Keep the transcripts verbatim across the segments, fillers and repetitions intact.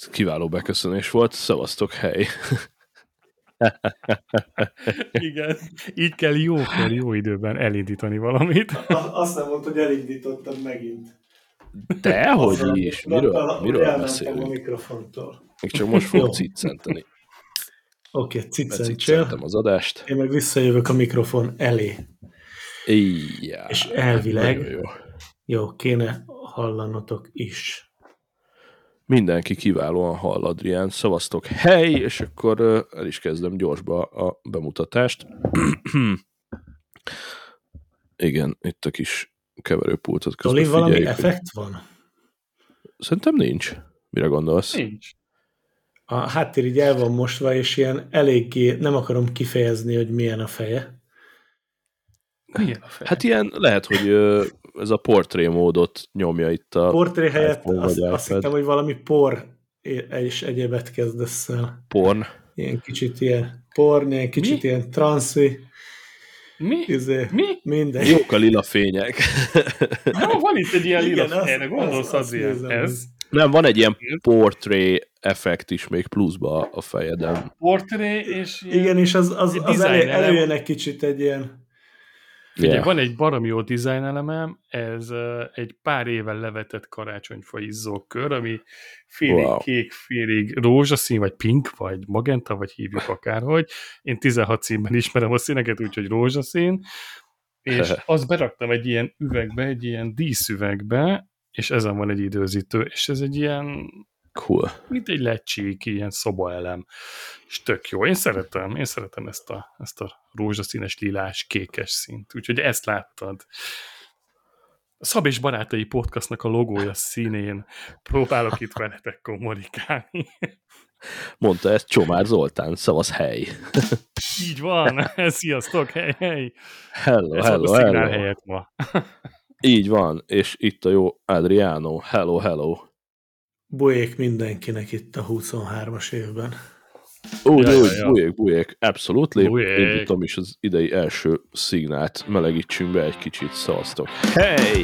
Kiváló beköszönés volt, szavaztok, hely! Igen, így kell jókor, jó időben elindítani valamit. Azt nem mondta, hogy elindítottad megint. Dehogy is, miről, miről beszélünk? a mikrofontól. Még csak most fog ciccenteni. Oké, okay, ciccentsél. Beciccentem az adást. Én meg visszajövök a mikrofon elé. Íjjá, és elvileg jó. jó, kéne hallanotok is. Mindenki kiválóan hall, Adrián. Szavaztok, hely! És akkor uh, el is kezdem gyorsba a bemutatást. Igen, itt a kis keverőpultot közben Zoli, valami figyeljük, effekt van? Szerintem nincs. Mire gondolsz? Nincs. A háttér így el van mosva, és ilyen eléggé, nem akarom kifejezni, hogy milyen a feje. Milyen a feje? Hát ilyen, lehet, hogy uh, ez a portré módot nyomja itt a... Portré helyett iPhone azt, vagy azt iPad. hittem, hogy valami por és egyébet kezdesz el. Porn. Ilyen kicsit ilyen porn, ilyen kicsit Mi? ilyen transzi. Mi? Izé, Mi? minden. Jók a lila fények. Ja, van itt egy ilyen Igen, lila azt- fejre, gondolsz, azt- azt Adrián, nézem. ez? Nem, van egy ilyen portré effekt is még pluszba a fejeden. Portré és ilyen... Igen, és az, az, Egy az elő, design elem. előjön egy kicsit egy ilyen... Figyelj, Yeah. van egy baromi jó design elemem, ez uh, egy pár éve levetett karácsonyfa izzókör, ami félig Wow. kék, félig rózsaszín, vagy pink, vagy magenta, vagy hívjuk akárhogy. Én tizenhat színben ismerem a színeket, úgyhogy rózsaszín. És azt beraktam egy ilyen üvegbe, egy ilyen díszüvegbe, és ezen van egy időzítő, és ez egy ilyen, Cool. mint egy lecsík, ilyen szobaelem. És tök jó. Én szeretem, én szeretem ezt a, ezt a rózsaszínes, lilás, kékes színt. Úgyhogy ezt láttad. A Szab és Barátai podcastnak a logója színén próbálok itt veletek kommunikálni. Mondta ezt Csomár Zoltán, szavaz hely. Így van. Sziasztok, hely, hely. Hello, Ez hello, volt a szignál hello. helyett ma. Így van, és itt a jó Adriano. Hello, hello. Bujék mindenkinek itt a huszonhármas évben. Úgy, Ja, ja, úgy, ja. bujék, bujék, abszolútli. Bujék. Indítom is az idei első szignált, melegítsünk be egy kicsit, szavaztok. Hey!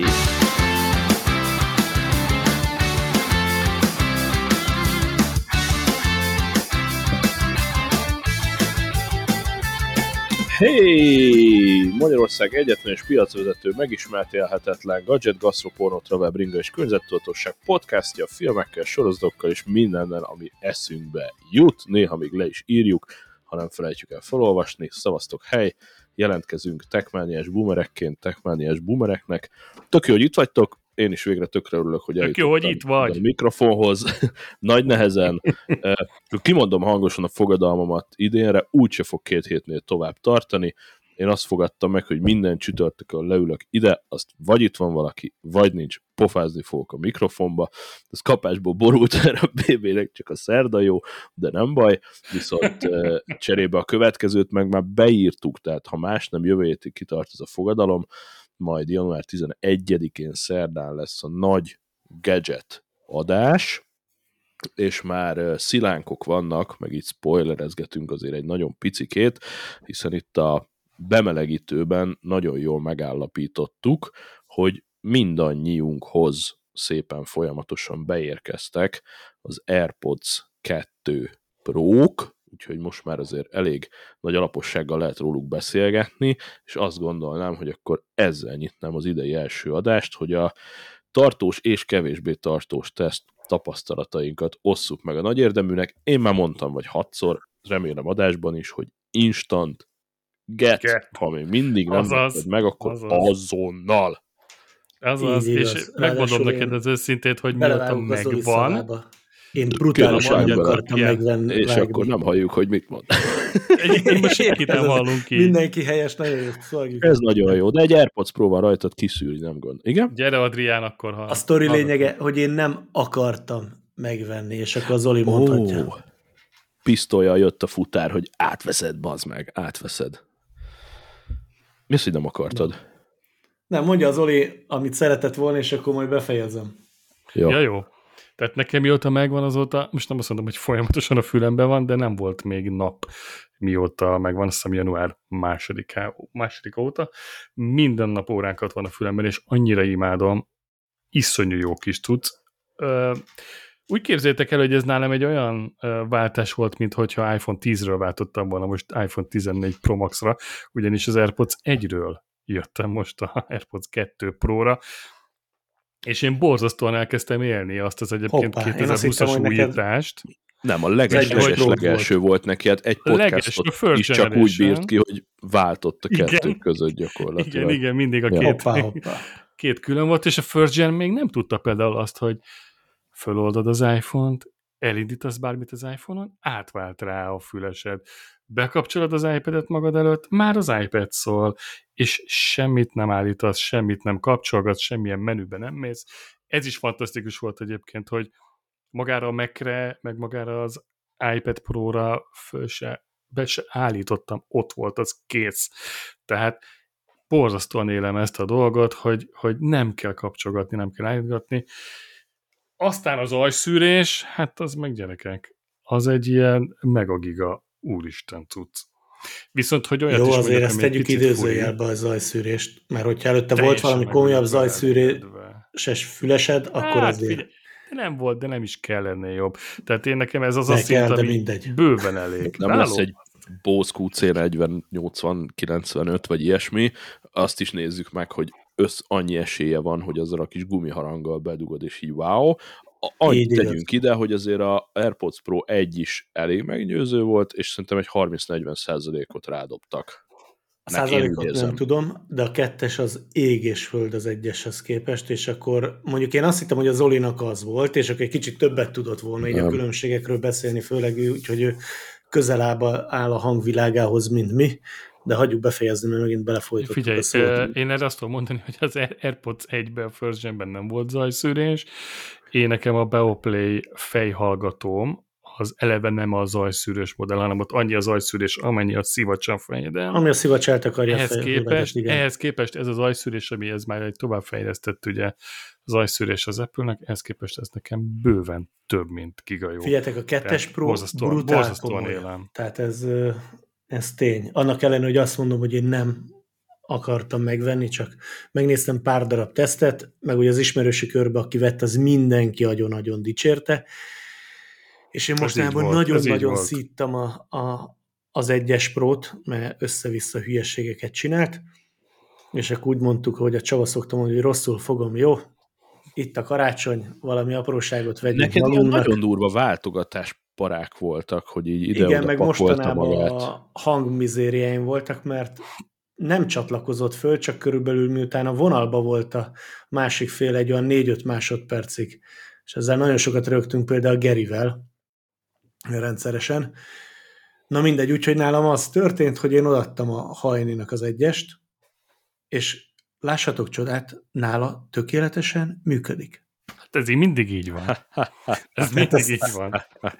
Hey! Magyarország egyetlen és piacvezető, megismertelhetetlen gadget, gasztroporno, travel, bringa és környezettudatosság podcastja, filmekkel, sorozatokkal és mindennel, ami eszünkbe jut. Néha még le is írjuk, ha nem felejtjük el felolvasni. Szavaztok, hely! Jelentkezünk techmániás boomerekként, techmániás boomereknek. Tök jó, hogy itt vagytok. Én is végre tökre örülök, hogy Tök jó, hogy itt vagy. a mikrofonhoz. Nagy nehezen. Eh, Kimondom hangosan a fogadalmamat idénre, úgyse fog két hétnél tovább tartani. Én azt fogadtam meg, hogy minden csütörtökön leülök ide, azt vagy itt van valaki, vagy nincs, pofázni fogok a mikrofonba. Ez kapásból borult, erre a bé bének csak a szerda jó, de nem baj. Viszont eh, cserébe a következőt meg már beírtuk, tehát ha más nem, jövő hétig kitart ez a fogadalom, majd január tizenegyedikén szerdán lesz a nagy gadget adás, és már uh, szilánkok vannak, meg így spoilerezgetünk azért egy nagyon picikét, hiszen itt a bemelegítőben nagyon jól megállapítottuk, hogy mindannyiunkhoz szépen folyamatosan beérkeztek az AirPods kettő Pro-k, úgyhogy most már azért elég nagy alapossággal lehet róluk beszélgetni, és azt gondolnám, hogy akkor ezzel nyitnám az idei első adást, hogy a tartós és kevésbé tartós teszt tapasztalatainkat osszuk meg a nagy érdeműnek. Én már mondtam, vagy hatszor, remélem adásban is, hogy instant get, Get. ha még mindig nem Azaz. vetted meg, akkor Azaz. azonnal. Az az, Így és igaz. megmondom Ráadásul neked én az őszintét, hogy mióta Belevágok a Zoli megvan, szavába. Én brutálisan Különösen nem bele. akartam Igen. megvenni. És vágni. akkor nem halljuk, hogy mit mond. egyébként most senkit nem Ez az- hallunk ki. Mindenki helyes, nagyon jó, szolgjuk. Ez nagyon jó, de egy AirPods Pro van rajtad kiszűri, nem gond. Igen? Gyere, Adrián, akkor ha... A sztori hallgatom. lényege, hogy én nem akartam megvenni, és akkor a Zoli mondhatja. Ó, pisztollyal jött a futár, hogy átveszed, bazd meg, átveszed. Mi az, hogy nem akartad? Nem, mondja az Zoli, amit szeretett volna, és akkor majd befejezem. Jó. Ja, jó. Tehát nekem mióta megvan azóta, most nem azt mondom, hogy folyamatosan a fülemben van, de nem volt még nap, mióta megvan, azt hiszem január másodiká, második óta. Minden nap óránkat van a fülemben, és annyira imádom, iszonyú jó kis tudsz. Ö, Úgy képzeljétek el, hogy ez nálam egy olyan uh, váltás volt, mint hogyha iPhone tízről váltottam volna most iPhone tizennégy Pro Max-ra, ugyanis az AirPods egyről jöttem most a AirPods kettő Pro-ra, és én borzasztóan elkezdtem élni azt az egyébként Hoppá, kétezer-húszas újítást. Nem, a leges-leges legelső volt neki, hát egy podcastot is csak úgy bírt ki, hogy váltott a kettő igen. között gyakorlatilag. Igen, igen, mindig a ja. két, hoppá, hoppá. két külön volt, és a First Gen még nem tudta például azt, hogy föloldod az iPhone-t, elindítasz bármit az iPhone-on, átvált rá a fülesed. Bekapcsolod az iPad-et magad előtt, már az iPad szól, és semmit nem állítasz, semmit nem kapcsolgatsz, semmilyen menüben nem mész. Ez is fantasztikus volt egyébként, hogy magára a Mac-re, meg magára az iPad Pro-ra föl se, be se állítottam, ott volt, az kész. Tehát borzasztóan élem ezt a dolgot, hogy, hogy nem kell kapcsolgatni, nem kell állítgatni. Aztán az ajszűrés, hát az meg gyerekek, az egy ilyen megagiga úristen cucc. Viszont, hogy olyat Jó, is azért mondjak, ezt tegyük időzőjelbe a zajszűrést, mert hogyha előtte teljesen volt valami komolyabb zajszűréses fülesed, akkor hát, azért... Figyelj, nem volt, de nem is kell ennél jobb. Tehát én nekem ez az de a szint, kell, ami mindegy. bőven elég. Nem Nálom? lesz egy Bose Q C negyven nyolcvan kilencvenöt vagy ilyesmi, azt is nézzük meg, hogy össz annyi esélye van, hogy azzal a kis gumiharanggal bedugod, és így wow. Annyit tegyünk ide, hogy azért a AirPods Pro egy is elég meggyőző volt, és szerintem egy harminc-negyven százalékot rádobtak. A százalékot nem tudom, de a kettes az ég és föld az egyeshez képest, és akkor mondjuk én azt hittem, hogy a Zolinak az volt, és akkor egy kicsit többet tudott volna így a különbségekről beszélni, főleg ő, úgyhogy ő közel áll a hangvilágához, mint mi, de hagyjuk befejezni, mert megint belefolytottuk Figyelj, a szót. Én erre azt tudom mondani, hogy az AirPods egyben, a First Gen-ben nem volt zajszűrés. Én nekem a Beoplay fejhallgatóm, az eleve nem a zajszűrős modell, hanem ott annyi a zajszűrés, amennyi a szivacs a fejeden. Ami a szivacsát akarja ehhez fejlődni, képest, igen. ehhez képest ez a zajszűrés, ami ez már egy továbbfejlesztett ugye zajszűrés az Apple-nek, ehhez képest ez nekem bőven több, mint giga jó. Figyeljetek, a kettes Tehát Pro borzasztóan, brutál borzasztóan komoly. élem. Tehát ez, ez tény. Annak ellenére, hogy azt mondom, hogy én nem akartam megvenni, csak megnéztem pár darab tesztet, meg ugye az ismerősi körbe, aki vett, az mindenki nagyon-nagyon dicsérte, és én mostanában nagyon-nagyon szíttam a, a, az egyes Pro-t, mert össze-vissza hülyeségeket csinált, és akkor úgy mondtuk, hogy a Csaba szoktam mondani, hogy rosszul fogom, jó? Itt a karácsony, valami apróságot vegyünk neked magunknak. Neked nagyon durva váltogatás parák voltak, hogy így ide-oda igen, meg pakolta mostanában magát. A hangmizériáim voltak, mert nem csatlakozott föl, csak körülbelül miután a vonalba volt a másik fél egy olyan négy-öt másodpercig. És ezzel nagyon sokat rögtünk például Gerivel rendszeresen. Na mindegy, úgyhogy nálam az történt, hogy én odaadtam a Hajninak az egyest, és lássatok csodát, nála tökéletesen működik. Hát ez így mindig így van. Ez mindig így van.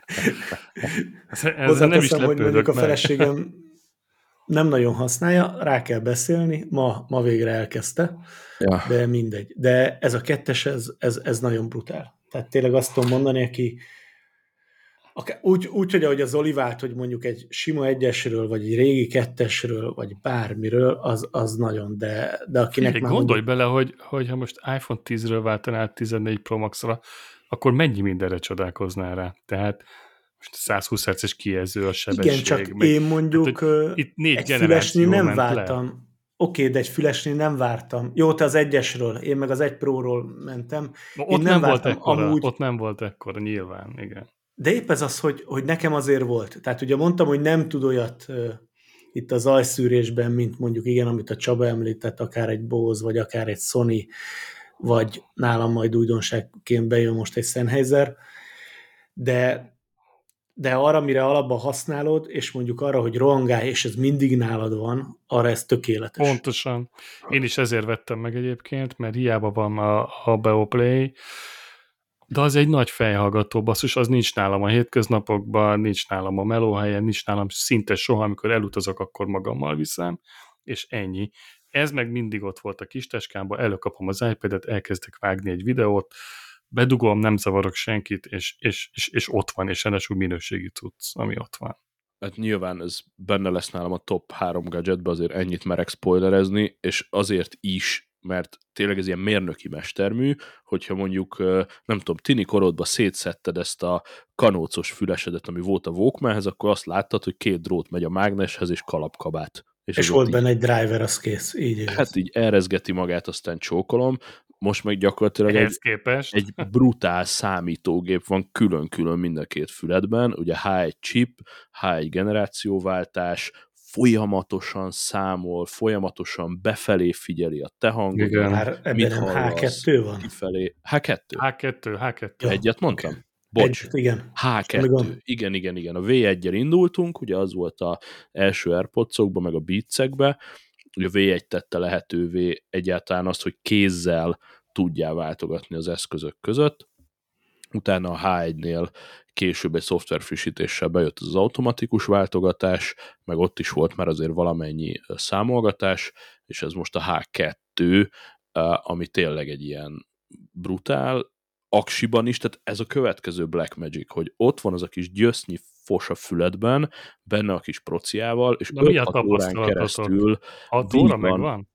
Ezzel nem is lepődök, hogy mondjuk a feleségem nem nagyon használja, rá kell beszélni, ma, ma végre elkezdte, ja. De mindegy. De ez a kettes, ez, ez, ez nagyon brutál. Tehát tényleg azt tudom mondani, aki úgy, úgy, hogy ahogy az Zoli vált, hogy mondjuk egy sima egyesről, vagy egy régi kettesről, vagy bármiről, az, az nagyon, de, de akinek Figyelj, már... gondolj mondjuk... bele, hogy, hogy ha most iPhone tízről váltanál tizennégy Pro Max-ra, akkor mennyi mindenre csodálkoznál rá? Tehát most százhúsz hertzes kijelző a sebesség. Igen, csak meg, én mondjuk hát, itt négy egy fülesni nem vártam. Le. Oké, okay, de egy fülesni nem vártam. Jó, te az egyesről, én meg az egy Pro-ról mentem. No, ott, nem nem volt ekkora, amúgy... ott nem volt ekkora, nyilván, igen. De épp ez az, hogy, hogy nekem azért volt. Tehát ugye mondtam, hogy nem tud olyat uh, itt az zajszűrésben, mint mondjuk igen, amit a Csaba említett, akár egy Bose, vagy akár egy Sony, vagy nálam majd újdonságként bejön most egy Sennheiser, de, de arra, mire alapban használod, és mondjuk arra, hogy rohangálj, és ez mindig nálad van, arra ez tökéletes. Pontosan. Én is ezért vettem meg egyébként, mert hiába van a, a Beoplay, de az egy nagy fejhallgató basszus, az nincs nálam a hétköznapokban, nincs nálam a melóhelyen, nincs nálam szinte soha, amikor elutazok, akkor magammal viszem, és ennyi. Ez meg mindig ott volt a kis táskámban, előkapom az iPad-et, elkezdek vágni egy videót, bedugom, nem zavarok senkit, és, és, és, és ott van, és ennek úgy minőségi cucc, ami ott van. Hát nyilván ez benne lesz nálam a top három gadgetben, azért ennyit merek spoilerezni, és azért is mert tényleg ez ilyen mérnöki mestermű, hogyha mondjuk, nem tudom, tini korodba szétszedted ezt a kanócos fülesedet, ami volt a Walkmanhez, akkor azt láttad, hogy két drót megy a mágneshez, és kalapkabát. És, és volt benne egy driver, az kész. Így igaz. Hát így elrezgeti magát, aztán csókolom. Most meg gyakorlatilag egy, képest. egy brutál számítógép van külön-külön mind a két füledben, ugye há egy chip, há egy generációváltás, folyamatosan számol, folyamatosan befelé figyeli a te hangod. Igen, már ebben nem há kettő van? Kifelé. há kettő? há kettő, há kettő. Egyet mondtam? Okay. Bocs. Egyet, igen. há kettő. Igen, igen, igen. A vé egyel indultunk, ugye az volt az első AirPods-okban, meg a Beats-ekben, ugye a vé egy tette lehetővé egyáltalán azt, hogy kézzel tudjál váltogatni az eszközök között. Utána a há egynél később egy szoftver frissítéssel bejött az automatikus váltogatás, meg ott is volt már azért valamennyi számolgatás, és ez most a há kettő, ami tényleg egy ilyen brutál, aksiban is, tehát ez a következő Blackmagic, hogy ott van az a kis gyösznyi fos a füledben, benne a kis prociával, és öt-hat órán keresztül hat óra megvan?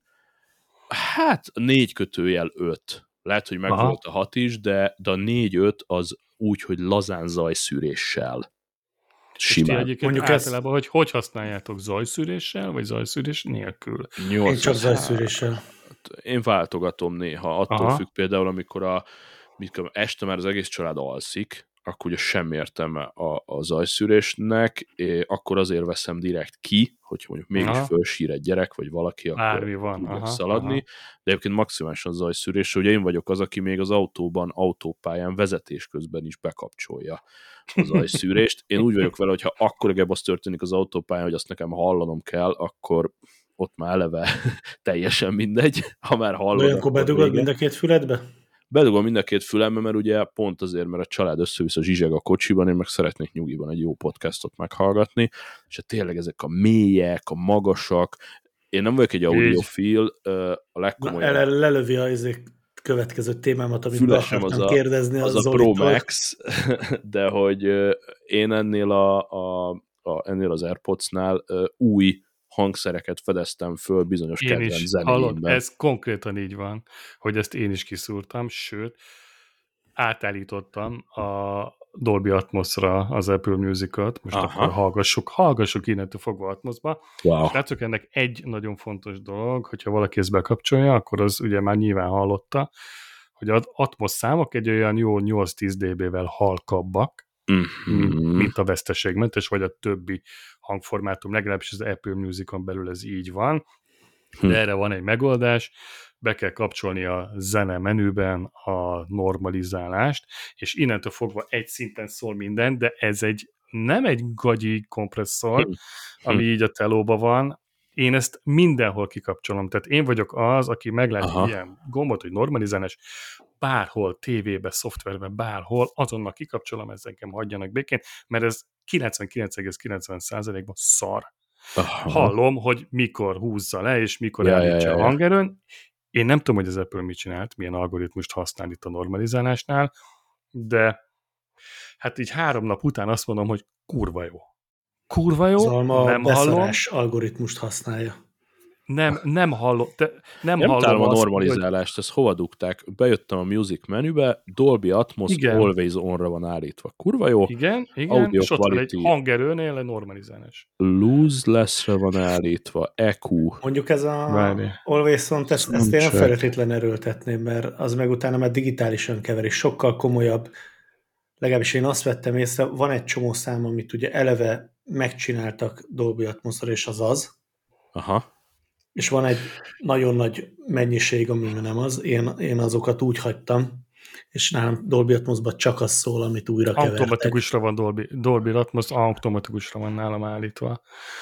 Hát négy kötőjel öt. Lehet, hogy meg Aha. volt a hat is, de, de a négy-öt az úgy, hogy lazán zajszűréssel. Simán. Mondjuk általában, hogy hogy használjátok, zajszűréssel, vagy zajszűrés nélkül? Én csak zajszűréssel. Hát, én váltogatom néha, attól Aha. függ például, amikor a, mit, este már az egész család alszik, akkor ugye semmi értelme a, a zajszűrésnek, akkor azért veszem direkt ki, hogy mondjuk mégis aha. fölsír egy gyerek, vagy valaki, akkor van. tudok aha, szaladni, aha. de egyébként maximálisan zajszűrés, ugye én vagyok az, aki még az autóban, autópályán vezetés közben is bekapcsolja a zajszűrést. Én úgy vagyok vele, hogyha akkor az történik az autópályán, hogy azt nekem hallanom kell, akkor ott már eleve teljesen mindegy, ha már hallod. Olyankor bedugod mind a két füledbe? Bedugom mind a két fülembe, mert ugye pont azért, mert a család össze-vissza zsizseg a kocsiban, én meg szeretnék nyugiban egy jó podcastot meghallgatni, és hát tényleg ezek a mélyek, a magasak, én nem vagyok egy audiofil, a legkomolyabb... Na, lelövi a következő témámat, amit be akartam kérdezni az, az a Pro Max, de hogy én ennél, a, a, a, ennél az AirPods-nál új hangszereket fedeztem föl bizonyos én kedvenc is, zenéimben. Hallod, ez konkrétan így van, hogy ezt én is kiszúrtam, sőt, átállítottam a Dolby Atmosra az Apple Music-ot, most Aha. akkor hallgassuk, hallgassuk innentől fogva Atmosba. Wow. Látszik, ennek egy nagyon fontos dolog, hogyha valaki ezt bekapcsolja, akkor az ugye már nyilván hallotta, hogy az Atmos számok egy olyan jó nyolc-tíz dB-vel halkabbak, mm-hmm. mint, mint a veszteségmentes, vagy a többi hangformátum, legalábbis az Apple Music-on belül ez így van, de hm. erre van egy megoldás, be kell kapcsolni a zene menüben a normalizálást, és innentől fogva egy szinten szól minden, de ez egy nem egy gagyi kompresszor, hm. ami így a telóban van, én ezt mindenhol kikapcsolom, tehát én vagyok az, aki meglát Aha. ilyen gombot, hogy normalizálás, bárhol, tévébe, szoftverben, bárhol, azonnal kikapcsolom, ezt engem hagyjanak békén, mert ez kilencvenkilenc egész kilencven százalékban szar. Aha. Hallom, hogy mikor húzza le, és mikor ja, elítsa ja, ja, a hangerőn. Én nem tudom, hogy az Apple mit csinált, milyen algoritmust használ itt a normalizálásnál, de hát így három nap után azt mondom, hogy kurva jó. Kurva jó, Zalma nem hallom. Algoritmust használja. Nem, nem hallom. Te, nem nem hallom találom a azt, normalizálást, hogy... ezt hova dugták? Bejöttem a Music menübe, Dolby Atmos igen. Always On-ra van állítva. Kurva jó. Igen, igen, és ott van egy hangerőnél egy normalizálás. Lose-less-re van állítva, é kú. Mondjuk ez a Várj. Always On, ezt, ezt én nem feltétlen erőltetném, mert az meg utána már digitálisan kever, és sokkal komolyabb. Legalábbis én azt vettem észre, van egy csomó szám, amit ugye eleve megcsináltak Dolby Atmosra, és az az. Aha. És van egy nagyon nagy mennyiség, ami nem az. Én, én azokat úgy hagytam, és nálam Dolby Atmosban csak az szól, amit újra kevertek. Automatikusra van Dolby, Dolby Atmos, automatikusra van nálam állítva.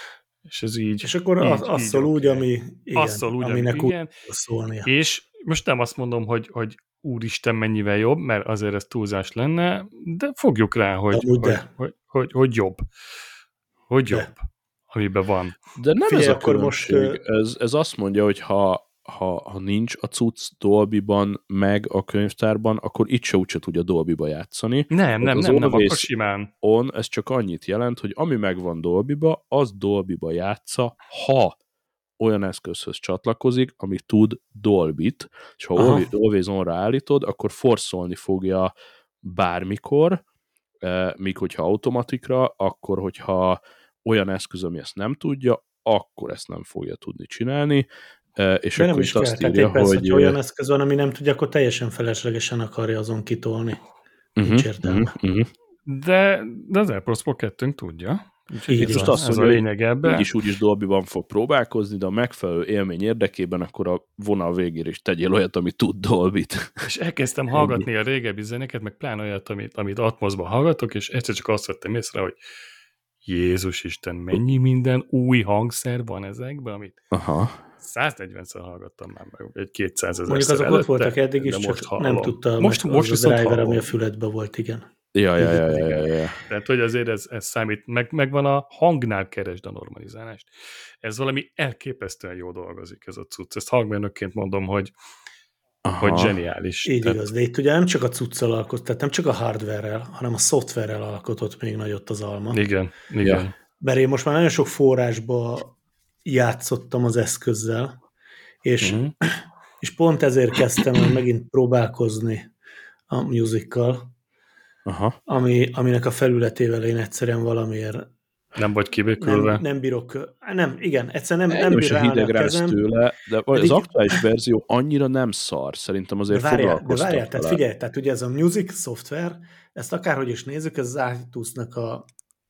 És ez így. És akkor így, az, az így szól úgy, ami igen, az szól úgy, aminek igen. úgy szólnia. És most nem azt mondom, hogy, hogy úristen mennyivel jobb, mert azért ez túlzás lenne, de fogjuk rá, hogy, hogy, hogy, hogy, hogy jobb. Hogy jobb. De. Amiben van. De nem Figyelj, ez a különbség. Most, ez, ez azt mondja, hogy ha, ha, ha nincs a cucc Dolbyban meg a könyvtárban, akkor itt se úgyse tudja Dolbyba játszani. Nem, nem, nem, nem, akkor simán. On, ez csak annyit jelent, hogy ami megvan Dolbyba, az Dolbyba játsza, ha olyan eszközhöz csatlakozik, ami tud Dolby-t, és ha Aha. Always On-ra állítod, akkor forszolni fogja bármikor, míg hogyha automatikra, akkor hogyha olyan eszköz, ami ezt nem tudja, akkor ezt nem fogja tudni csinálni, és De akkor nem is itt kell. azt Tehát írja, éppen, hogy... hogy... olyan eszköz van, ami nem tudja, akkor teljesen feleslegesen akarja azon kitolni. Uh-huh, Nincs értelme. uh-huh, uh-huh. De, de az AirPods Pro kettőnk tudja. Úgyhogy Így ez, Most a, azt ez mondja, a lényeg ebben. így is úgy is Dolby-ban fog próbálkozni, de a megfelelő élmény érdekében akkor a vonal végére is tegyél olyat, ami tud Dolby-t. És elkezdtem hallgatni a régebbi zeneket, meg pláne olyat, amit, amit Atmosban hallgatok, és egyszer csak azt vettem észre, hogy Jézus Isten, mennyi minden új hangszer van ezekben, amit Aha. száznegyvenszer hallgattam már meg, egy kétszázezer Mondjuk azok ott voltak eddig is, csak hallom. nem tudta most, meg most az a driver, hallom. ami a füledbe volt, igen. Ja, ja, ja, ja, ja, ja. Tehát, hogy azért ez, ez számít, meg, megvan a hangnál keresd a normalizálást. Ez valami elképesztően jó dolgozik ez a cucc. Ezt hangmérnökként mondom, hogy, hogy zseniális. Így tehát... igaz, de itt ugye nem csak a cuccal alkotott, tehát nem csak a hardware-rel, hanem a szoftverrel alkotott még nagyot az alma. Igen, igen. Ja. Mert én most már nagyon sok forrásba játszottam az eszközzel, és, Uh-huh. és pont ezért kezdtem el megint próbálkozni a musical, Aha. ami, aminek a felületével én egyszerűen valamiért Nem vagy kibékülve. nem, nem bírok, nem, igen, egyszerűen nem, nem Engem bír is a ráállni a hideg rász kezem. tőle, de az így- aktuális verzió annyira nem szar, szerintem azért De várjál, de foglalkoztak várjál, tehát vele. figyelj, tehát ugye ez a music szoftver, ezt akárhogy is nézzük, ez az iTunes-nak a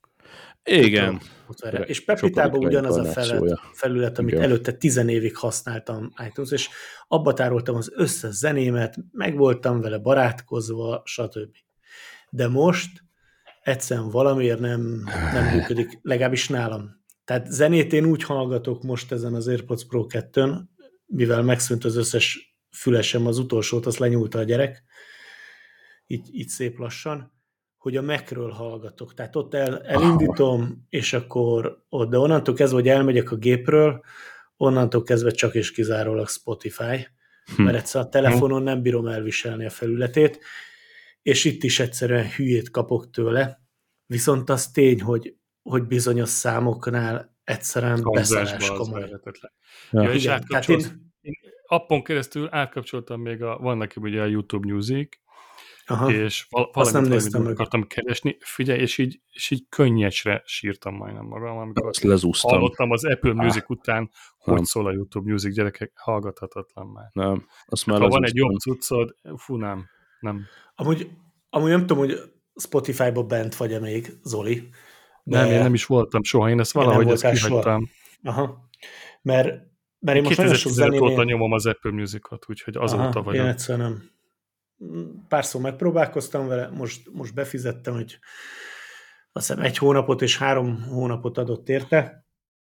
Igen. szoftvere. És Pepitában sokadik ugyanaz a reinkarnációja. felület, felület amit Igen. előtte tizenévig használtam iTunes, és abba tároltam az összes zenémet, meg voltam vele barátkozva, stb. De most egyszerűen valamiért nem, nem működik, legalábbis nálam. Tehát zenét én úgy hallgatok most ezen az AirPods Pro kettőn, mivel megszűnt az összes fülesem, az utolsót, azt lenyúlta a gyerek, így, így szép lassan, hogy a Macről hallgatok. Tehát ott el, elindítom, és akkor ott, de onnantól kezdve, hogy elmegyek a gépről, onnantól kezdve csak és kizárólag Spotify, Hm. mert egyszer a telefonon nem bírom elviselni a felületét, és itt is egyszerűen hülyét kapok tőle, viszont az tény, hogy, hogy bizonyos számoknál egyszerűen beszarás Hangzásban az komoly. verhetetlen. Ja. Ja, és Igen, átkapcsolsz. tehát Én appon keresztül átkapcsoltam még a, van nekem ugye a YouTube Music, Aha, és val- Azt nem valamit, néztem valamit meg. akartam keresni, figyelj, és így, és így könnyesre sírtam majdnem magam, amikor Azt lezúztam. hallottam az Apple Music Ah, után, hogy nem. szól a YouTube Music, gyerekek, hallgathatatlan már. Nem, azt már Ha van egy lezúztam. jobb cuccod, fú, nem, nem. amúgy, amúgy nem tudom, hogy Spotify-ba bent vagy-e még, Zoli. Nem, én nem is voltam soha, én ezt valahogy nem ezt voltál soha. kihagytam. Aha. Mert, mert én most nagyon sok kétezer-tizenöt óta zenén... nyomom az Apple Music-ot, úgyhogy azóta Aha, vagyok. én egyszerűen nem. Párszor megpróbálkoztam vele, most, most befizettem, hogy azt hiszem egy hónapot és három hónapot adott érte,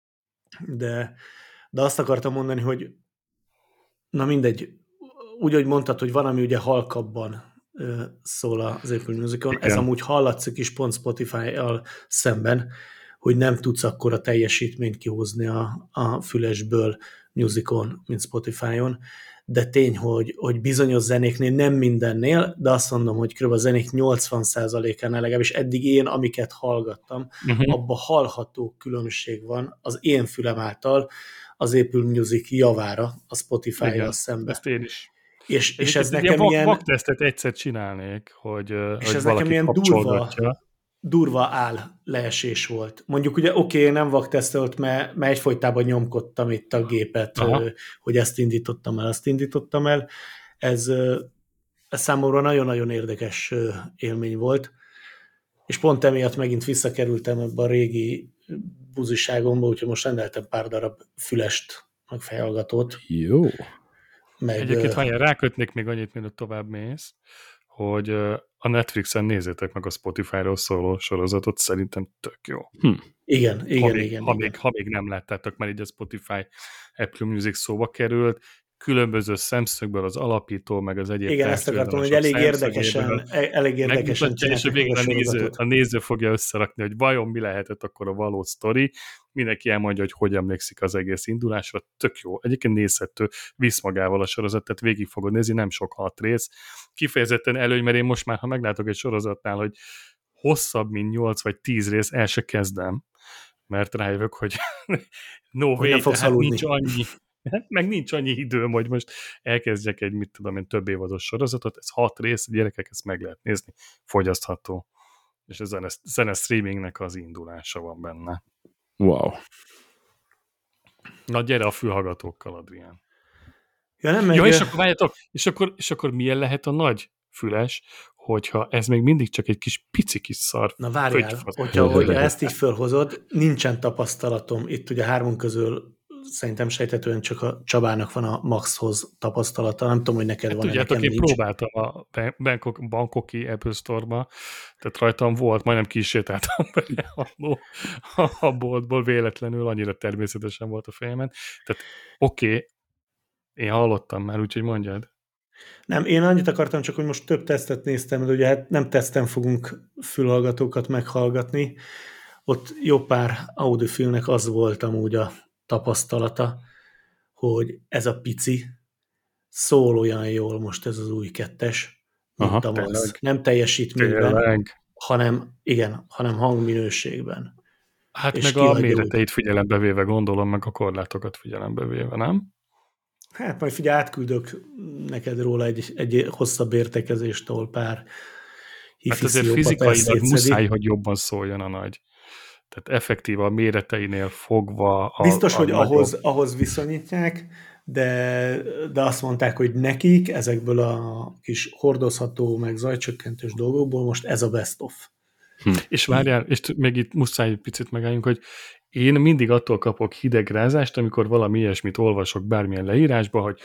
de, de azt akartam mondani, hogy na mindegy, úgy, hogy mondtad, hogy van, ami ugye halkabban ö, szól az Apple Musicon, ez Igen. amúgy hallatszik is pont Spotify-al szemben, hogy nem tudsz akkora teljesítményt kihozni a, a fülesből Musicon, mint Spotify-on, de tény, hogy, hogy bizonyos zenéknél, nem mindennél, de azt mondom, hogy kb. A zenék nyolcvan százalékánál legalábbis eddig én, amiket hallgattam, Uh-huh. abban hallható különbség van az én fülem által az Apple Music javára a Spotify-jal Igen, szemben. ezt én is. És, és Egyébként ez egy nekem vak, ilyen, vaktesztet egyszer csinálnék, hogy, és hogy ez nekem valaki ilyen durva, kapcsolgatja. durva áll leesés volt. Mondjuk ugye oké, okay, nem vaktesztelt, mert, mert egyfolytában nyomkodtam itt a gépet, Aha. ö, hogy ezt indítottam el, azt indítottam el. Ez, ö, ez számomra nagyon-nagyon érdekes ö, élmény volt, és pont emiatt megint visszakerültem ebbe a régi buziságomba, úgyhogy most rendeltem pár darab fülest, meg fejhallgatót. Jó. Meg, Egyébként, ö, ha én rákötnék még annyit, mielőtt tovább mész, hogy ö, a Netflixen nézzétek meg a Spotify-ról szóló sorozatot, szerintem tök jó. igen, Ha, igen, még, igen. ha, igen. még, ha még nem láttátok, mert így a Spotify Apple Music szóba került, különböző szemszögből az alapító, meg az egyéb Igen, ezt akartam, hogy elég érdekesen, elég érdekesen megmutatja, és a csinálták végén a a néző, sorozatot. a néző fogja összerakni, hogy vajon mi lehetett akkor a való sztori. Mindenki elmondja, hogy hogy emlékszik az egész indulásra. Tök jó. Egyébként nézhető, visz magával a sorozat, tehát végig fogod nézni, nem sok hat rész. Kifejezetten előny, mert én most már, ha meglátok egy sorozatnál, hogy hosszabb, mint nyolc vagy tíz rész, el se kezdem, mert rájövök, hogy no Hogy way, nem fogsz tehát aludni. nincs annyi, meg nincs annyi időm, hogy most elkezdjek egy, mit tudom én, több évados sorozatot, ez hat rész, gyerekek, ezt meg lehet nézni, fogyasztható. És a zene, zene streamingnek az indulása van benne. Wow. Na, gyere a fülhallgatókkal, Adrián. Ja, nem meg... Ja, és akkor várjátok, és akkor, és akkor milyen lehet a nagy füles, hogyha ez még mindig csak egy kis pici kis szar. Na várjál, Fögyfasz. hogyha, hogyha ezt így fölhozod, nincsen tapasztalatom. Itt ugye hármunk közül szerintem sejthetően csak a Csabának van a Maxhoz tapasztalata. Nem tudom, hogy neked Hát van-e, tudjátok, nekem én nincs. próbáltam a Bangkok, Bangkoki Apple Store-ba, tehát rajtam volt, majdnem kísértáltam bele a, a boltból véletlenül, annyira természetesen volt a fejemen. Tehát oké, okay, én hallottam már, úgyhogy mondjad. Nem, én annyit akartam csak, hogy most több tesztet néztem, de ugye hát nem teszten fogunk fülhallgatókat meghallgatni. Ott jó pár audiofilmnek az volt amúgy a tapasztalata, hogy ez a pici szól olyan jól most ez az új kettes, mint Aha, a Max. tényleg. Nem teljesítményben, Tényleg. hanem igen, hanem hangminőségben. Hát És meg a kihagyja méreteit figyelembe véve, gondolom, meg a korlátokat figyelembe véve, nem? Hát majd figyelj, átküldök neked róla egy, egy hosszabb értekezést, ahol pár Hát azért fizikailag muszáj, hogy jobban szóljon a nagy. Tehát effektív a méreteinél fogva. A, Biztos, a hogy nagyobb... ahhoz, ahhoz viszonyítják, de, de azt mondták, hogy nekik ezekből a kis hordozható, meg zajcsökkentős dolgokból most ez a best of. Hm. És várjál, és még itt muszáj egy picit megálljunk, hogy én mindig attól kapok hidegrázást, amikor valami ilyesmit olvasok bármilyen leírásba, hogy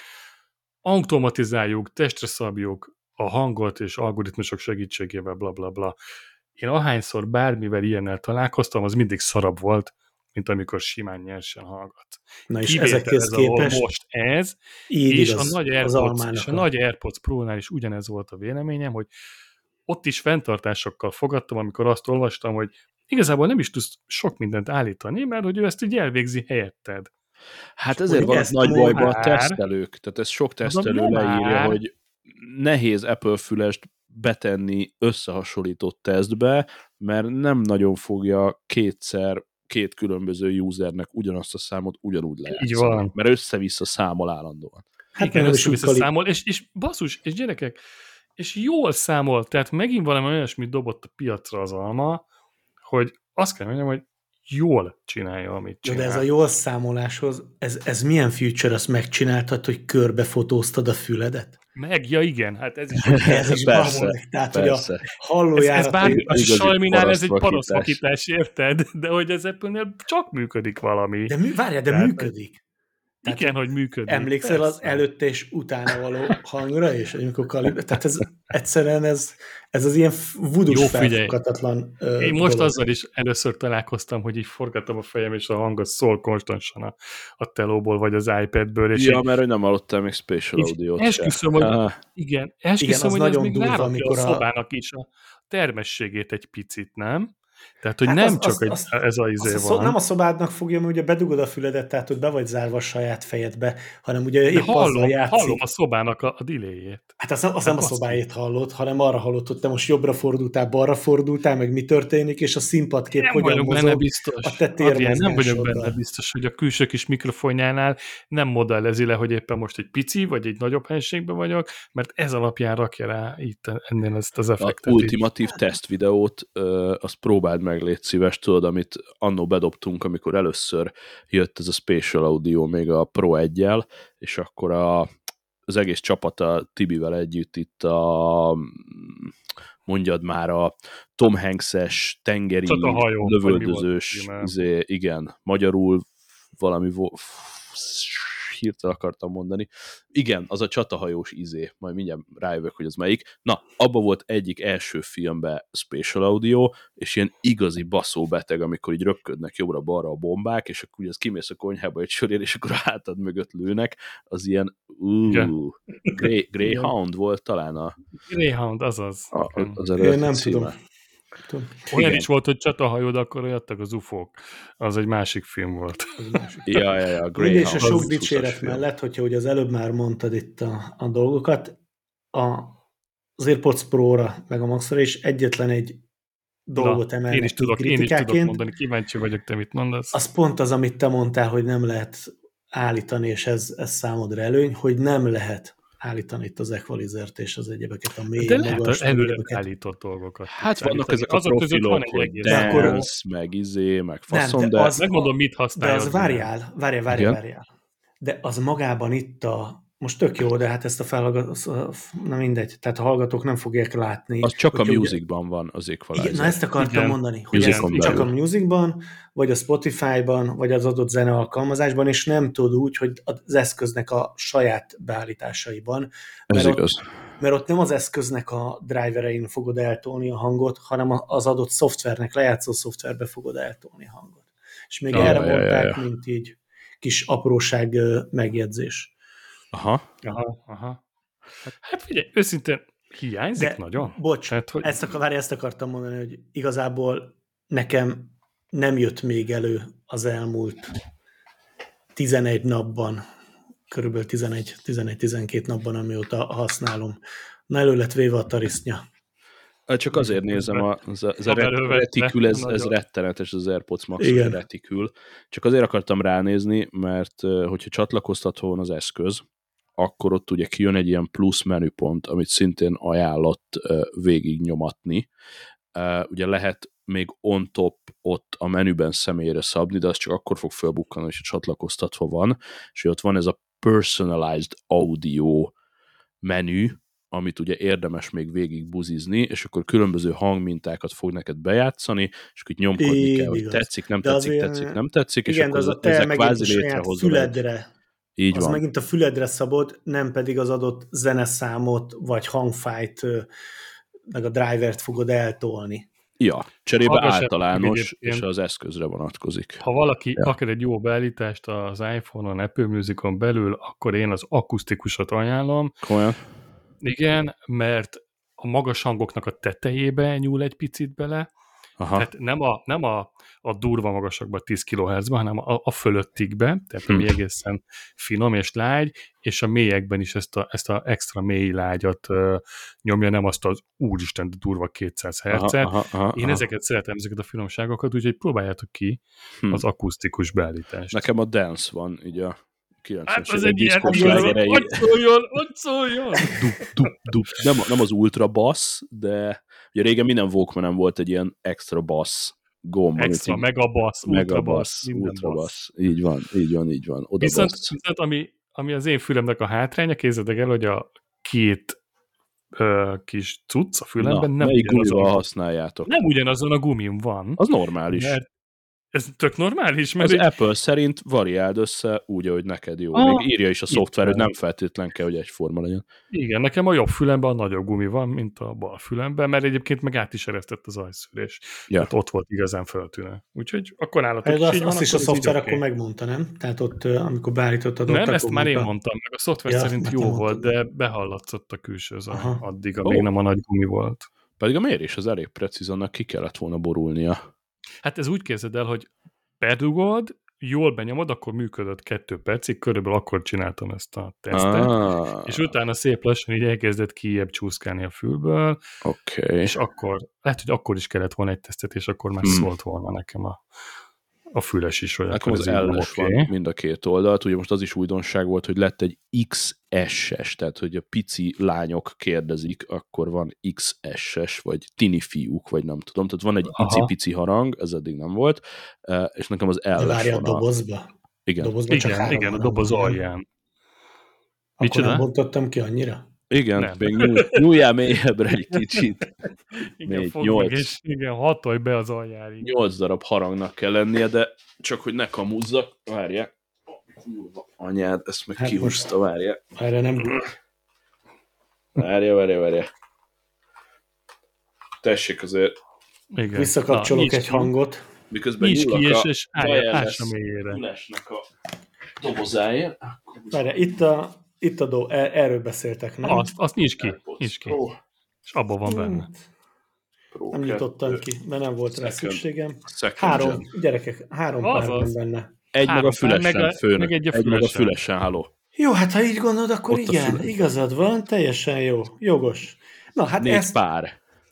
automatizáljuk, testre szabjuk a hangot és algoritmusok segítségével, bla bla bla. Én ahányszor bármivel ilyennel találkoztam, az mindig szarabb volt, mint amikor simán nyersen hallgat. Na és Kivétel ezekhez ez, képest most ez, és a nagy AirPods, és a a... nagy AirPods Pro-nál is ugyanez volt a véleményem, hogy ott is fenntartásokkal fogadtam, amikor azt olvastam, hogy igazából nem is tudsz sok mindent állítani, mert hogy ő ezt így elvégzi helyetted. Hát ezért van nagy bajban a tesztelők. Tehát ez sok tesztelő leírja, már... hogy nehéz Apple fülest betenni összehasonlított tesztbe, mert nem nagyon fogja kétszer két különböző usernek ugyanazt a számot ugyanúgy lejátszani. Mert össze-vissza számol állandóan. Hát igen, össze-vissza számol, és, és basszus, és gyerekek, és jól számol, tehát megint valami olyasmit dobott a piacra az Alma, hogy azt kell mondjam, hogy jól csinálja, amit csinál. De ez a jól számoláshoz, ez, ez milyen feature, azt megcsináltad, hogy körbefotóztad a füledet? Meg, ja igen, hát ez is. ez is persze, tehát, persze. hogy a hallójárat... Ez, ez bár a Xiaomi-nál ez egy parasztvakítás, érted? De hogy ez Apple-nél csak működik valami. De mű, várjál, de tehát, működik. Tehát igen, hogy működik. Emlékszel persze. Az előtte és utána való hangra, és amikor kalibr... Tehát ez egyszerűen ez, ez az ilyen vudus felfoghatatlan uh, Én most dolog. azzal is először találkoztam, hogy így forgatom a fejem, és a hang az szól konstantan a, a telóból, vagy az iPadből. És ja, így, mert nem hallottam még spatial audio-t. Esküszöm, hogy, ah. igen, esküszöm, igen, hogy ez még durva, rárakja a szobának is a termességét egy picit, nem? Tehát, hogy hát nem az, csak az, egy, az, ez a izé az, van. Nem a szobádnak fogja, mert ugye bedugod a füledet, tehát hogy be vagy zárva a saját fejedbe, hanem ugye de épp hallom, azzal játszik. hallom a szobának a, a delayjét. Hát az nem, az nem a szobájét hallod, hanem arra hallod, hogy te most jobbra fordultál, balra fordultál, meg mi történik, és a színpadkép nem hogyan mozog benne biztos. a te Adrián, nem vagyok benne biztos, hogy a külső kis mikrofonjánál nem modellezi le, hogy éppen most egy pici, vagy egy nagyobb helységben vagyok, mert ez alapján rakja rá itt ennél ezt az effektet. A ultimatív tesztvideót, azt próbáld meg, légy szíves, tudod, amit annó bedobtunk, amikor először jött ez a Spatial Audio még a Pro egyel, és akkor a, az egész csapata Tibivel együtt itt a mondjad már a Tom Hanks-es tengeri hajó, lövöldözős, izé, igen, magyarul valami vo- hirtelen akartam mondani. Igen, az a csatahajós izé, majd mindjárt rájövök, hogy az melyik. Na, abban volt egyik első filmben spatial audio, és ilyen igazi baszóbeteg, amikor így röpködnek jobbra-balra a bombák, és akkor ugye az kimész a konyhába egy sörér, és akkor a hátad mögött lőnek, az ilyen uh, Grey, Greyhound volt talán a... Greyhound, azaz. A, az Én nem címe. tudom. Tudom. Olyan is volt, hogy csatahajó, de akkor jöttek az ufók. Az egy másik film volt. Másik. ja, ja, ja, Mindegy, és a sok dicséret mellett, hogyha ugye az előbb már mondtad itt a, a dolgokat, a, az AirPods Pro-ra, meg a Max-ra is egyetlen egy dolgot Na, emelnek én is tudok, kritikáként. Én is tudok mondani, kíváncsi vagyok, te mit mondasz. Az pont az, amit te mondtál, hogy nem lehet állítani, és ez, ez számodra előny, hogy nem lehet állítani itt az equalizert és az egyebeket, a mély, De a lehet magas, előre egyebeket. állított dolgokat. Hát vannak állítani. ezek a Azok között van profilok, egy hogy egész. dance, meg izé, meg faszom, Nem, de de... az- Megmondom, mit De használja. az várjál, várjál, várjál, Igen. várjál. De az magában itt a, most tök jó, de hát ezt a felhallgató, na mindegy, tehát a hallgatók nem fogják látni. Az csak a hogyha ugye- musicban van az equalizer. Igen, na ezt akartam Igen. mondani, hogy ez Musicon csak a belül. musicban, vagy a Spotify-ban, vagy az adott zene alkalmazásban, és nem tud úgy, hogy az eszköznek a saját beállításaiban. Ez Mert ott, igaz. mert ott nem az eszköznek a driverein fogod eltolni a hangot, hanem az adott szoftvernek, lejátszó szoftverbe fogod eltolni a hangot. És még Ja, erre ja, ja, mondták, ja. mint így kis apróság ö, megjegyzés. Aha. Aha, aha. Hát figyelj, őszintén hiányzik De, nagyon. bocs, Tehát, hogy... ezt, akar, várj, ezt akartam mondani, hogy igazából nekem nem jött még elő az elmúlt tizenegy napban, körülbelül tizenegy-tizenkét napban, amióta használom. Na, elő lett véve a tarisznya. Csak azért nézem, a, az a, az a Haver ölvette. retikül, ez, ez Nagyon. rettenetes, az AirPods Max Igen. retikül. Csak azért akartam ránézni, mert uh, hogyha csatlakoztatva van az eszköz, akkor ott ugye kijön egy ilyen plusz menüpont, amit szintén ajánlott uh, végig nyomatni. Uh, ugye lehet még on top ott a menüben személyre szabni, de az csak akkor fog felbukkanni, hogyha csatlakoztatva van, és ott van ez a personalized audio menü, amit ugye érdemes még végig buzizni, és akkor különböző hangmintákat fog neked bejátszani, és akkor itt nyomkodni Így kell, hogy igaz. tetszik, nem De tetszik, azért- tetszik, nem tetszik, és Igen, de akkor az a te ezek megint a kvázi saját létrehozol egy... füledre. Így Az van. megint a füledre szabod, nem pedig az adott zeneszámot, vagy hangfájt, ö, meg a drivert fogod eltolni. Ja, cserébe Hallgassák általános, egyébként. és az eszközre vonatkozik. Ha valaki Ja. ja. akar egy jó beállítást az iPhone-on, Apple Musicon belül, akkor én az akusztikusot ajánlom. Komolyan? Igen, mert a magas hangoknak a tetejébe nyúl egy picit bele, Aha. tehát nem a, nem a, a durva magasakban tíz kilohertzben, hanem a, a fölöttikbe, tehát ami Hm. egészen finom és lágy, és a mélyekben is ezt a, ezt a extra mély lágyat uh, nyomja, nem azt az úristen durva kétszáz hertzet. Aha, aha, aha, Én aha. ezeket szeretem, ezeket a finomságokat, úgyhogy próbáljátok ki Hm. az akusztikus beállítást. Nekem a dance van, így a Hát kilencvenes az évek egy ilyen, diszkós hogy slágerei. hogy szóljon, hogy szóljon! Dup, dup, dup. Nem, nem az ultra bass, de ugye régen minden Walkmanen volt egy ilyen extra bass gomb. Extra, amit így- megabass, mega ultrabass, bass, minden ultra bass. bass. Így van, így van, így van. Oda Viszont, bass. viszont ami, ami az én fülemnek a hátránya, képzeljétek el, hogy a két ö, kis cucc a fülemben Na, nem melyik ugyanazon, gumival használjátok? nem ugyanazon a gumin van. Az normális. Mert ez tök normális, mert Az egy, Apple szerint variáld össze úgy, ahogy neked jó. Ah, Még írja is a szoftver, igen. hogy nem feltétlen kell, hogy egyforma legyen. igen, nekem a jobb fülemben a nagyobb gumi van, mint a bal fülemben, mert egyébként meg át is eresztett az ajszűrés. Ja. Tehát ott volt igazán föltűnő. Úgyhogy akkor nálatok Hát is azt, így van, azt is a akkor ez így szoftver oké. akkor megmondta, nem? Tehát ott, ö, amikor beállítottad ott, Nem, akkor ezt már én mondta. mondtam, meg a szoftver Ja, szerint mert jó te volt, mondtad. de behallatszott a külső zaj Aha. addig, amíg Ó. nem a nagy gumi volt. Pedig a mérés az elég precíz, annak ki kellett volna borulnia. Hát ez úgy képzeld el, hogy bedugod, jól benyomod, akkor működött kettő percig, körülbelül akkor csináltam ezt a tesztet, Ah, és utána szép lassan így elkezdett kijebb csúszkálni a fülből, oké. Okay. és akkor, lehet, hogy akkor is kellett volna egy tesztet, és akkor már Hmm. szólt volna nekem a, a füles is, hogy Nekem akkor az ez így nem elles oké. van mind a két oldalt. Ugye most az is újdonság volt, hogy lett egy iksz es-es, tehát hogy a pici lányok kérdezik, akkor van iksz es-es, vagy tini fiúk, vagy nem tudom. Tehát van egy Aha. icipici harang, ez eddig nem volt, eh, és nekem az De elles várja a van. A... dobozba. Igen. Dobozba csak Igen, három igen, a van, doboz nem? alján. Akkor Micsoda? nem bontottam ki annyira? Igen, Nem. még nyúl, nyúljál mélyebbre egy kicsit. Igen, Négy, fogd nyolc. meg, és igen, hatolj be az aljáig. Nyolc darab harangnak kell lennie, de csak hogy ne kamuzzak, várjál. Kurva anyád, ezt meg Hát kihúzta, várjál. Erre nem... Várja, várja, várja. Tessék azért, Igen. Visszakapcsolok Na, egy nyisd hangot. miközben Nyisd ki, nyúlok és, a és állj, wireless ássa mélyére. fülesnek a dobozáért. Várja, itt a, itt a do... er- erről beszéltek, nem? Azt, azt nyisd ki, nyisd ki. Pro, És abban van benne. Pro Nem nyitottam kettő. ki, mert nem volt rá Second. szükségem. Second Három, gen. gyerekek, három Azaz. pár van benne. Egy meg Három a pár, fülesen, meg a- főnök. meg egy a Egy meg a fülesen. fülesen, halló. Jó, hát ha így gondolod, akkor Ott a igen, füle. igazad van, teljesen jó, jogos. Na, hát Négy ezt, pár.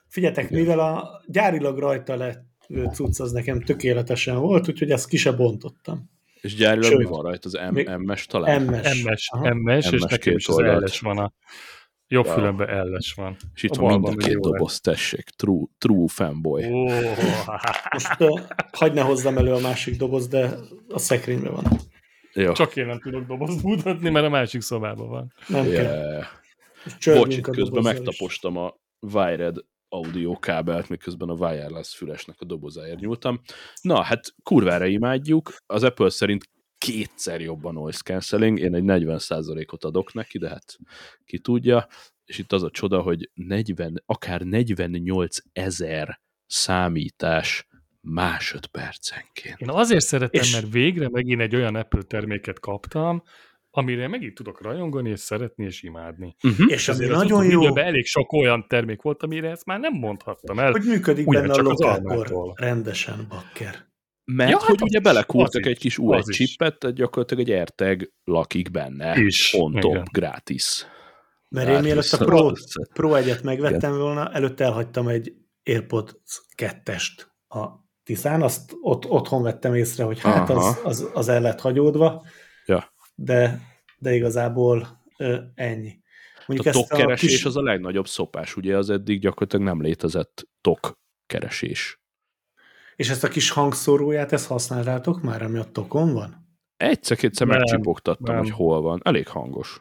Figyeljetek, mivel a gyárilag rajta lett cucc az nekem tökéletesen volt, úgyhogy ezt ki se bontottam. És gyárilag Sőt, mi van rajta? Az még- em es talán? em es. em-es, Aha. em-es, és em es nekem két is az oldalt. el-es van a jobb Wow. fülemben el-es van. És itt A van mind a balban két meg jó doboz, tessék. True, true fanboy. Ó, Most uh, hagyd ne hozzam elő a másik doboz, de a szekrényben van. Jó. csak én nem tudok dobozt mutatni, mert a másik szobában van. Nem kell. Yeah. Csörgünk Bocs, itt a közben dobozzal is. megtapostam a Wired audio kábelt, miközben a wireless fülesnek a dobozáért nyúltam. Na, hát kurvára imádjuk. Az Apple szerint kétszer jobb a noise cancelling. Én egy negyven százalékot adok neki, de hát ki tudja. És itt az a csoda, hogy negyven, akár negyvennyolc ezer számítás másodpercenként. Én azért szeretem, És- mert végre megint egy olyan Apple terméket kaptam, amire megint tudok rajongani, és szeretni, és imádni. Uh-huh. És ami Azért az nagyon utóbbi jó, időben elég sok olyan termék volt, amire ezt már nem mondhattam el. hogy működik Ugyan benne a csak az lokátor almától. rendesen, bakker. Mert Ja, ja, hát hogy az ugye is, belekúrtak az egy is, kis u egy az is. chipet, tehát gyakorlatilag egy AirTag lakik benne. Is, On top, igen. gratis. Mert Hát én mielőtt a vissza- Pro, vissza- Pro egyet megvettem volna, előtte elhagytam egy AirPods kettest a Tiszán, azt ott, otthon vettem észre, hogy hát az, Aha. az, az el lett hagyódva, Ja. de, de igazából ö, ennyi. Mondjuk A ezt tok keresés kis- az a legnagyobb szopás, ugye az eddig gyakorlatilag nem létezett tok keresés. És ezt a kis hangszóróját, ezt használtátok már, ami a tokon van? Egyszer-kétszer Nem, megcsipogtattam, nem. hogy hol van. Elég hangos.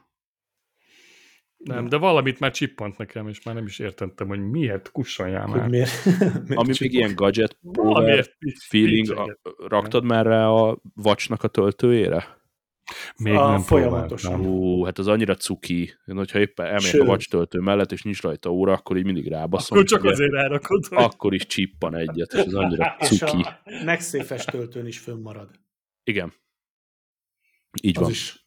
Nem, de valamit már csippant nekem, és már nem is értettem, hogy miért kussoljál Hogy már. miért? miért Ami csak- még ilyen gadget power Valamiért feeling, pincseget. a, raktad már rá a Watchnak a töltőjére? Még a nem folyamatosan. próbáltam. Ó, hát az annyira cuki. Én, hogyha éppen elmegyek Sőt. a Watch töltő mellett, és nincs rajta óra, akkor így mindig rábaszom. Akkor csak ugye, azért rárakod, hogy akkor is csippan egyet, és az annyira És cuki. a MagSafe-es töltőn is fönnmarad. Igen. Így Az van. is,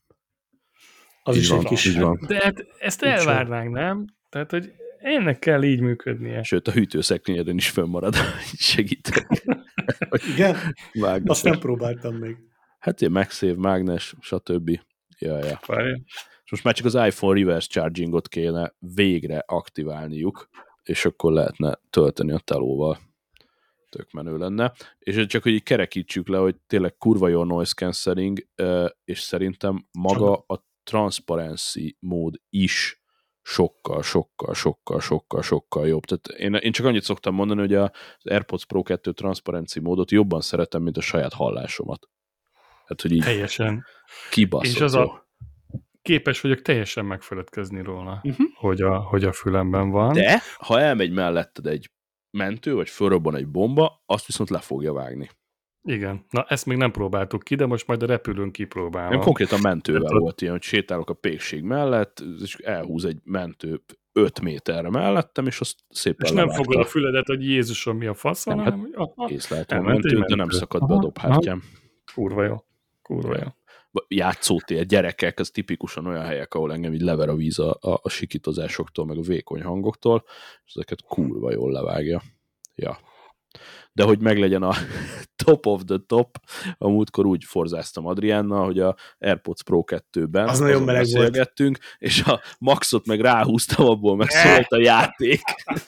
az Így is van, egy kis... így van. de hát ezt Úgy elvárnánk, nem? Tehát, hogy ennek kell így működnie. Sőt, a hűtőszekrényeden is fönnmarad. Így segítek. Igen? Mágnes. Azt nem próbáltam még. Hát ilyen MagSafe, mágnes, stb. Ja, ja. Várj. És most már csak az iPhone reverse chargingot kéne végre aktiválniuk, és akkor lehetne tölteni a telóval. Tök menő lenne. És csak, hogy így kerekítsük le, hogy tényleg kurva jó noise cancelling, és szerintem maga a transparency mód is sokkal, sokkal, sokkal, sokkal, sokkal jobb. Tehát én, én csak annyit szoktam mondani, hogy az AirPods Pro kettő transparency módot jobban szeretem, mint a saját hallásomat. Hát, hogy így Teljesen. kibaszott És az jó. a- Képes vagyok teljesen megfeledkezni róla, Uh-huh. hogy, a, hogy a fülemben van. De, ha elmegy melletted egy mentő, vagy fölrobban egy bomba, azt viszont le fogja vágni. Igen. Na, ezt még nem próbáltuk ki, de most majd a repülőn kipróbálom. Én konkrétan mentővel Tehát ott- volt ilyen, hogy sétálok a pékség mellett, és elhúz egy mentő öt méterre mellettem, és azt szépen És nem levágta. fogod a füledet, hogy Jézusom, mi a fasz van, Nem, hanem, hogy aha, Észleltem a elment egy mentőt, de nem mentő. szakadt be a Aha, dobhártyám. kurva jó. Kurva jó. Játszótér, gyerekek, ez tipikusan olyan helyek, ahol engem így lever a víz a, a, a sikítozásoktól, meg a vékony hangoktól, és ezeket kurva jól levágja. Ja. De hogy meglegyen a top of the top, a múltkor úgy forzáztam Adriánnal, hogy a AirPods Pro kettőben Az nagyon meleg volt. beszélgettünk, és a Maxot meg ráhúztam, abból meg szólt a játék.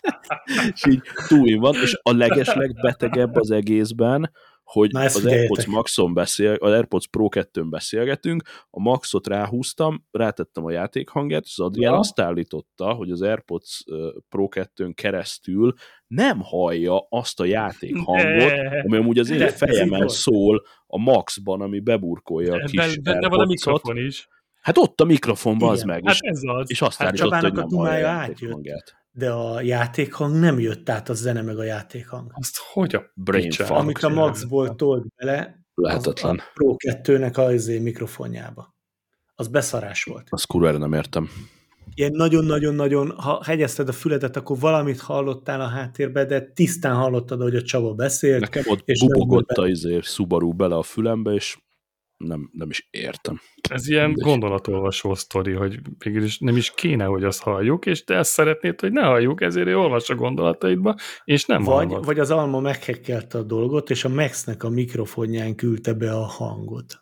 És így túl van, és a legesleg betegebb az egészben, hogy Na, ezt az figyeljetek. AirPods Maxon beszél, az AirPods Pro kettőn beszélgetünk, a Maxot ráhúztam, rátettem a játékhangját, és az Adrián Ja. azt állította, hogy az AirPods Pro kettőn keresztül nem hallja azt a játékhangot, Ne. ami amúgy az De én ez így fejemen volt. szól a Maxban, ami beburkolja a De- kis de- Benne van a AirPods-ot. mikrofon is. Hát ott a mikrofonban az Igen. meg, Hát és, ez az. és azt Hát állította, hogy Csabának a nem hallja a dumája átjött. játékhangját. De a játékhang nem jött át, a zene meg a játékhang. Azt hogy a Brain picsába fuck. Amit a csinálod? Maxból tolt bele, az Lehetetlen. a Pro kettőnek a izé mikrofonjába. Az beszarás volt. Azt kurvára nem értem. Ilyen nagyon-nagyon-nagyon, ha hegyezted a füledet, akkor valamit hallottál a háttérbe, de tisztán hallottad, hogy a Csaba beszélt. Nekem ott és nem bubogott volt a izé, Subaru bele a fülembe, és nem, nem is értem. Ez ilyen Mindegy. gondolatolvasó sztori, hogy végül is nem is kéne, hogy azt halljuk, és te ezt szeretnéd, hogy ne halljuk, ezért ő olvas a gondolataidba, és nem Vagy, hallod. vagy az Alma meghekkelte a dolgot, és a Maxnek a mikrofonján küldte be a hangot.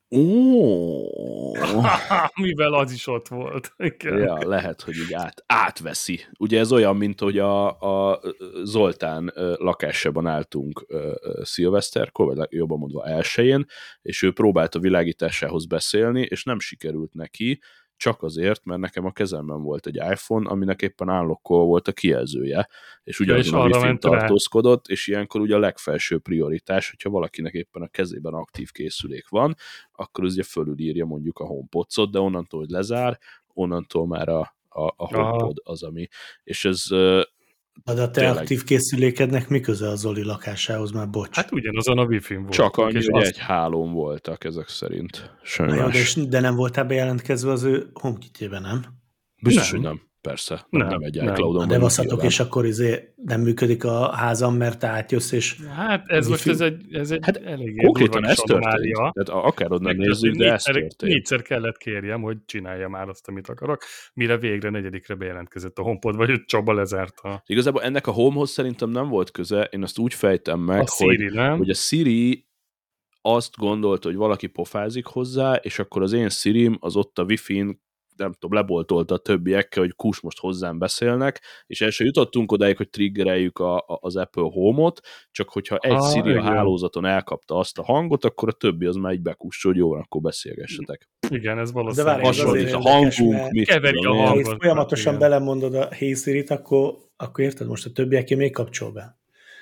Ó, mivel az is ott volt. Igen. ja, lehet, hogy így át, átveszi. Ugye ez olyan, mint hogy a, a Zoltán lakásában álltunk szilveszterkor, vagy jobban mondva elsőjén, és ő próbált a világításához beszélni, és nem sikerült neki, csak azért, mert nekem a kezemben volt egy iPhone, aminek éppen unlock-kol volt a kijelzője, és ugyanazon a Wi-Fi-n tartózkodott, és ilyenkor ugye a legfelső prioritás, hogyha valakinek éppen a kezében aktív készülék van, akkor az ugye fölülírja mondjuk a HomePod-ot, de onnantól, hogy lezár, onnantól már a, a, a HomePod az, ami... És ez... De a te tényleg... aktív készülékednek mi köze a Zoli lakásához, már bocs? Hát ugyanazon a Wi-Fi-n volt. Csak annyi, hogy azt... egy hálón voltak ezek szerint. Ja, de, de nem voltál bejelentkezve az ő HomeKit-jében, nem? Biztos, nem. hogy nem. Persze, nem, nem egy iCloud-on. De vasszatok, és akkor izé nem működik a házam, mert te átjössz, és... Hát ez most ez egy, ez egy hát eléggé konkrétan ez történt. Tehát akárod nem nézzük, de ez történt. Négyszer kellett kérjem, hogy csinálja már azt, amit akarok, mire végre negyedikre bejelentkezett a HomePod, vagy hogy Csaba lezárta. Igazából ennek a Homehoz szerintem nem volt köze, én azt úgy fejtem meg, a hogy, Siri, nem? hogy a Siri azt gondolta, hogy valaki pofázik hozzá, és akkor az én Sirim az ott a Wi-Fi-n nem tudom, leboltolta a többiekkel, hogy kus most hozzám beszélnek, és első jutottunk odáig, hogy triggereljük a, a, az Apple Home-ot, csak hogyha egy ah, Siri a hálózaton elkapta azt a hangot, akkor a többi az már így bekussol, hogy jó, akkor beszélgessetek. Igen, ez valószínűleg. Hasonlít a hangunk, mit keveri a hangot. Ha folyamatosan igen. belemondod a Hey Siri-t, akkor, akkor érted, most a többiek még kapcsol be.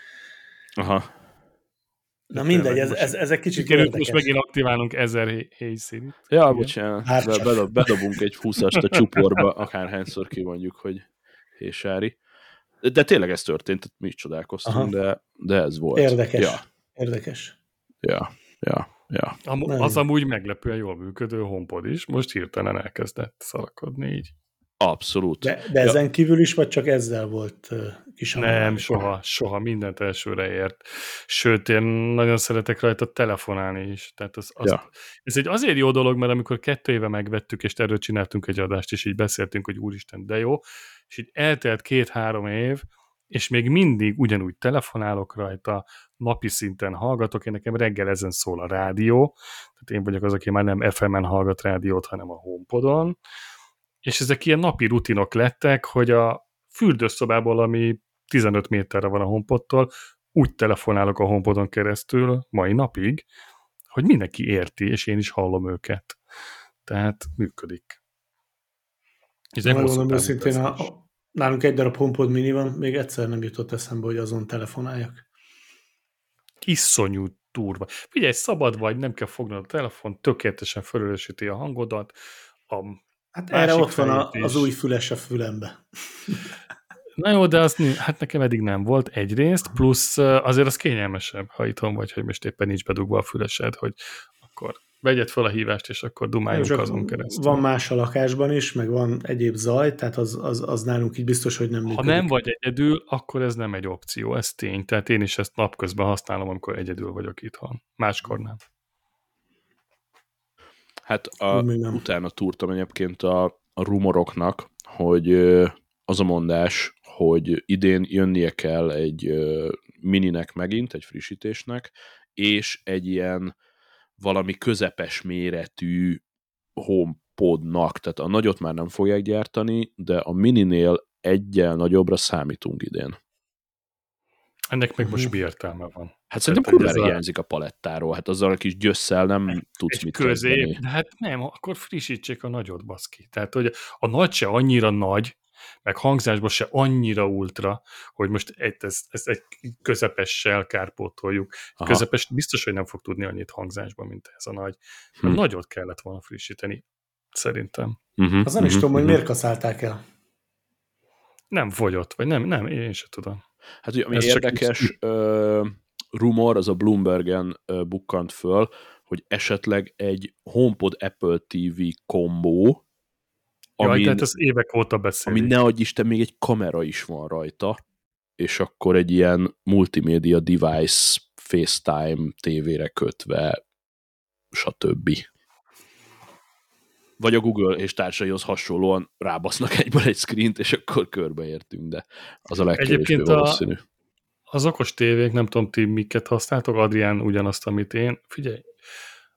Aha. Na mindegy, ez, ez, ez egy kicsit érdekes. Most megint aktiválunk ezer Hey Siri-t. Ja, bocsánat, bedob, bedobunk egy húszast a csuporba, akárhányszor kimondjuk, hogy Hey Sári. De tényleg ez történt, mi is csodálkoztunk, de, de ez volt. Érdekes. Ja. Érdekes. Ja, ja, ja. Am, az amúgy meglepően jól működő HomePod is, most hirtelen elkezdett szarakodni így. Abszolút. De, de ezen ja. kívül is, vagy csak ezzel volt uh, kis Nem, soha, soha mindent elsőre ért. Sőt, én nagyon szeretek rajta telefonálni is. Tehát az, az, ja. Ez egy azért jó dolog, mert amikor kettő éve megvettük, és erről csináltunk egy adást, és így beszéltünk, hogy úristen, de jó, és így eltelt két-három év, és még mindig ugyanúgy telefonálok rajta, napi szinten hallgatok, én nekem reggel ezen szól a rádió, tehát én vagyok az, aki már nem ef emen hallgat rádiót, hanem a HomePodon, és ezek ilyen napi rutinok lettek, hogy a fürdőszobából, ami tizenöt méterre van a HomePodtól, úgy telefonálok a HomePodon keresztül mai napig, hogy mindenki érti, és én is hallom őket. Tehát működik. És megmondom őszintén, a, nálunk egy darab HomePod mini van, még egyszer nem jutott eszembe, hogy azon telefonáljak. Iszonyú durva. Figyelj, szabad vagy, nem kell fognod a telefon, tökéletesen felelősíti a hangodat, a hát erre ott van a, az új füles a fülembe. Na jó, de az, hát nekem eddig nem volt egyrészt, plusz azért az kényelmesebb, ha itthon vagy, hogy most éppen nincs bedugva a fülesed, hogy akkor vegyed fel a hívást, és akkor dumáljunk azon keresztül. Van más a lakásban is, meg van egyéb zaj, tehát az, az, az nálunk így biztos, hogy nem működik. Ha nem vagy egyedül, akkor ez nem egy opció, ez tény. Tehát én is ezt napközben használom, amikor egyedül vagyok itthon. Máskor nem. Hát a, utána túrtam egyébként a, a rumoroknak, hogy az a mondás, hogy idén jönnie kell egy mininek megint, egy frissítésnek, és egy ilyen valami közepes méretű HomePodnak, tehát a nagyot már nem fogják gyártani, de a mininél egyel nagyobbra számítunk idén. Ennek meg most mi értelme van? Hát szerintem kurvára hiányzik a palettáról, hát azzal a kis gyösszel nem tudsz mit kezdeni. De hát nem, akkor frissítsék a nagyot, baszki. Tehát, hogy a nagy se annyira nagy, meg hangzásban se annyira ultra, hogy most ezt, ezt, ezt egy közepessel kárpótoljuk. Aha. Közepes biztos, hogy nem fog tudni annyit hangzásban, mint ez a nagy. Hm. A nagyot kellett volna frissíteni, szerintem. Uh-huh, Az nem uh-huh, is tudom, uh-huh. hogy miért kaszálták el. Nem fogyott, vagy nem, nem, én sem tudom. Hát ugye, ami ez érdekes uh, rumor, az a Bloombergen uh, bukkant föl, hogy esetleg egy HomePod Apple té vé kombó, Jaj, tehát ez évek óta beszélik. Ami ne adj Isten, még egy kamera is van rajta, és akkor egy ilyen multimédia device FaceTime tévére kötve, stb. Vagy a Google és társaihoz hasonlóan rábasznak egyből egy screent, és akkor körbeértünk, de az a legkevésbé valószínű. A, az okos tévék, nem tudom, ti miket használtok, Adrián ugyanazt, amit én. Figyelj,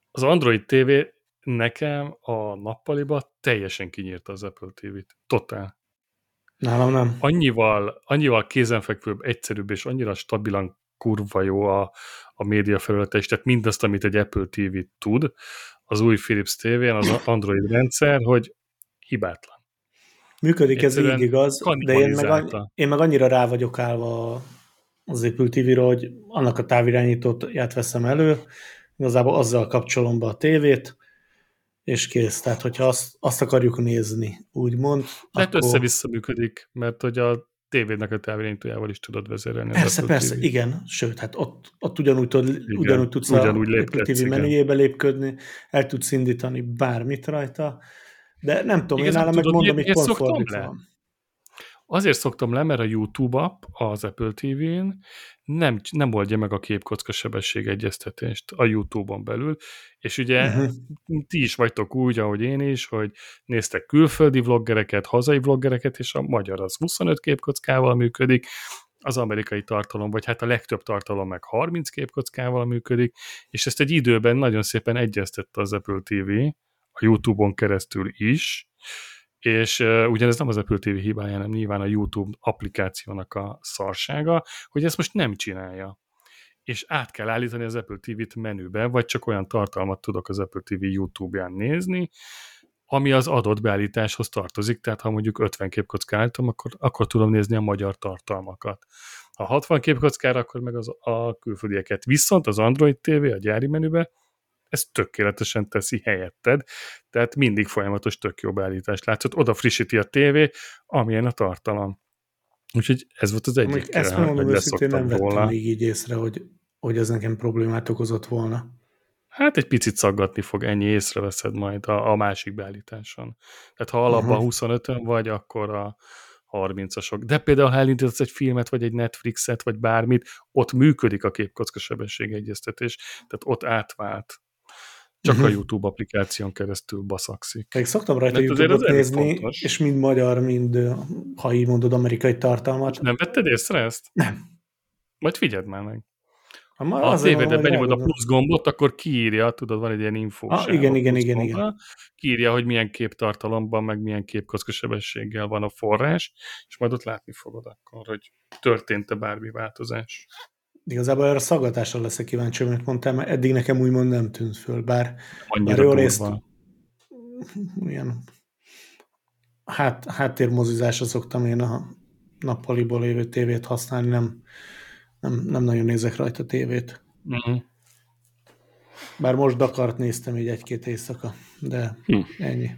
az Android té vé nekem a nappaliba teljesen kinyírta az Apple té vét. Totál. Nálam nem. Annyival, annyival kézenfekvőbb, egyszerűbb, és annyira stabilan kurva jó a, a média felülete is, tehát mindazt, amit egy Apple té vé tud, az új Philips té vén, az Android rendszer, hogy hibátlan. Működik, ez így igaz, de én meg, annyi, én meg annyira rá vagyok állva az Apple té vére, hogy annak a távirányítóját veszem elő, igazából azzal kapcsolom be a tévét, és kész. Tehát, hogyha azt, azt akarjuk nézni, úgymond. Tehát akkor... össze-vissza működik, mert hogy a tévének a távirányítójával is tudod vezérelni. Persze, persze, té vét. Igen. Sőt, hát ott, ott ugyanúgy, tudod, igen, ugyanúgy tudsz ugyanúgy a Apple té vé menüjébe lépködni, el tudsz indítani bármit rajta, de nem tudom, igazán, én nálam meg mondom, hogy pont fordítva van. Azért szoktam le, mert a YouTube app az Apple té vén nem, nem oldja meg a képkocka sebesség egyeztetést a YouTube-on belül, és ugye uh-huh. ti is vagytok úgy, ahogy én is, hogy néztek külföldi vloggereket, hazai vloggereket, és a magyar az huszonöt képkockával működik, az amerikai tartalom, vagy hát a legtöbb tartalom meg harminc képkockával működik, és ezt egy időben nagyon szépen egyeztette az Apple té vé, a YouTube-on keresztül is, és uh, ugyanez nem az Apple té vé hibája, hanem nyilván a YouTube applikációnak a szarsága, hogy ezt most nem csinálja. És át kell állítani az Apple té vét menübe, vagy csak olyan tartalmat tudok az Apple té vé YouTube-ján nézni, ami az adott beállításhoz tartozik, tehát ha mondjuk ötven képkocka állítom, akkor, akkor tudom nézni a magyar tartalmakat. Ha hatvan képkockára, akkor meg az, a külföldieket. Viszont az Android té vé a gyári menübe ez tökéletesen teszi helyetted, tehát mindig folyamatos tök jó beállítást látszott, oda frissíti a tévé, amilyen a tartalom. Úgyhogy ez volt az egyik. Amíg ezt mondom őszintén, nem vettem volna. Még így észre, hogy, hogy ez nekem problémát okozott volna. Hát egy picit szaggatni fog, ennyi észreveszed majd a, a másik beállításon. Tehát ha alapban uh-huh. huszonötön vagy, akkor a harmincasok. De például, ha elindítasz egy filmet, vagy egy Netflixet, vagy bármit, ott működik a képkocka sebességegyeztetés, tehát ott átvált. Csak uh-huh. a YouTube applikáción keresztül baszakszik. Még szoktam rajta YouTube-ot nézni, fontos. És mind magyar, mind, ha így mondod, amerikai tartalmat. És nem vetted észre ezt? Nem. Majd figyeld már meg. Ha a tévédet benyomod a plusz gombot, akkor kiírja, tudod, van egy ilyen infós. Ah, igen, igen, igen, igen. Kiírja, hogy milyen képtartalomban, meg milyen képkocka sebességgel van a forrás, és majd ott látni fogod akkor, hogy történt-e bármi változás. Igazából erre a szaggatásra leszek kíváncsi, amit mondtál, mert eddig nekem úgymond nem tűnt föl, bár, bár jó részt ilyen hát, háttérmozizásra szoktam én a nappaliból lévő tévét használni, nem, nem, nem nagyon nézek rajta tévét. Uh-huh. Bár most Dakart néztem így egy-két éjszaka, de hm. ennyi.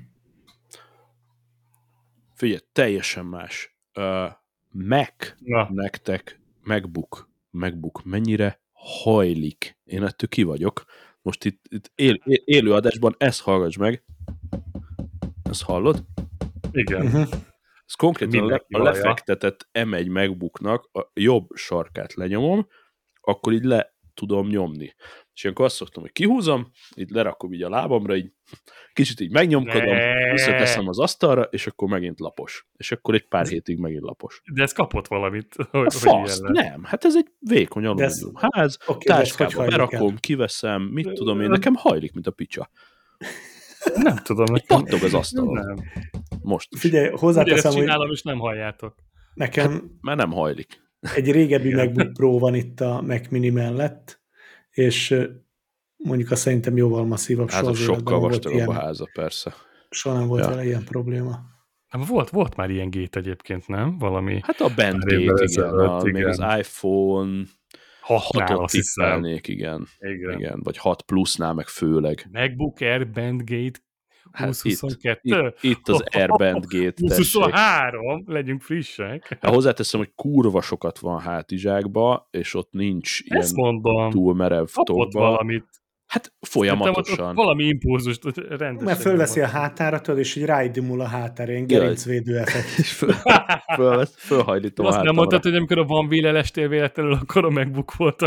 Figyelj, teljesen más. Uh, Mac ja. nektek, MacBook, MacBook mennyire hajlik. Én ettől ki vagyok. Most itt, itt él, él, élő adásban ezt hallgass meg. Ezt hallod? Igen. Uh-huh. Ez konkrétan le, a lefektetett em egy MacBooknak a jobb sarkát lenyomom, akkor így le tudom nyomni. És ilyenkor azt szoktam, hogy kihúzom, így lerakom így a lábamra, így kicsit így megnyomkodom, visszateszem az asztalra, és akkor megint lapos. És akkor egy pár hétig megint lapos. De ez kapott valamit? Hogy, a fasz, nem. Hát ez egy vékony alumínium ház, okay, táskába berakom, kiveszem, mit tudom én, nekem hajlik, mint a picsa. Nem tudom. Egy pattog az asztalon. Nem. Most is. Figyelj, hozzáteszem, hogy... csinálom, és nem halljátok. Nekem hát, már nem hajlik. Egy régebbi MacBook Pro van itt a Mac Mini mellett, és mondjuk azt szerintem jóval masszívabb. Hát az sokkal vastagabb a háza, persze. Soha nem volt ja. vele ilyen probléma. Nem, volt, volt már ilyen gét egyébként, nem? Valami. Hát a bandgate, igen, a, igen. Még az iPhone hatot tippelnék, igen. Igen. igen. Vagy hat plusznál meg főleg. MacBook Air bandgate húsz huszonkettő? Hát itt, itt, itt az Air bandgate. húsz huszonhárom, legyünk frissek. Hát hozzáteszem, hogy kurva sokat van hátizsákba, és ott nincs ezt ilyen mondom. túl merev tokba. valamit. Hát folyamatosan. Ott valami impulzust rendesen. Mert fölveszi a hátára, tudod, és így ráidimul a hátára, ilyen gerincvédő effekt. föl, föl, fölhajlítom a hátára. Azt nem mondtad, hogy amikor a Van Wheel-el estél véletlenül, akkor a MacBook volt a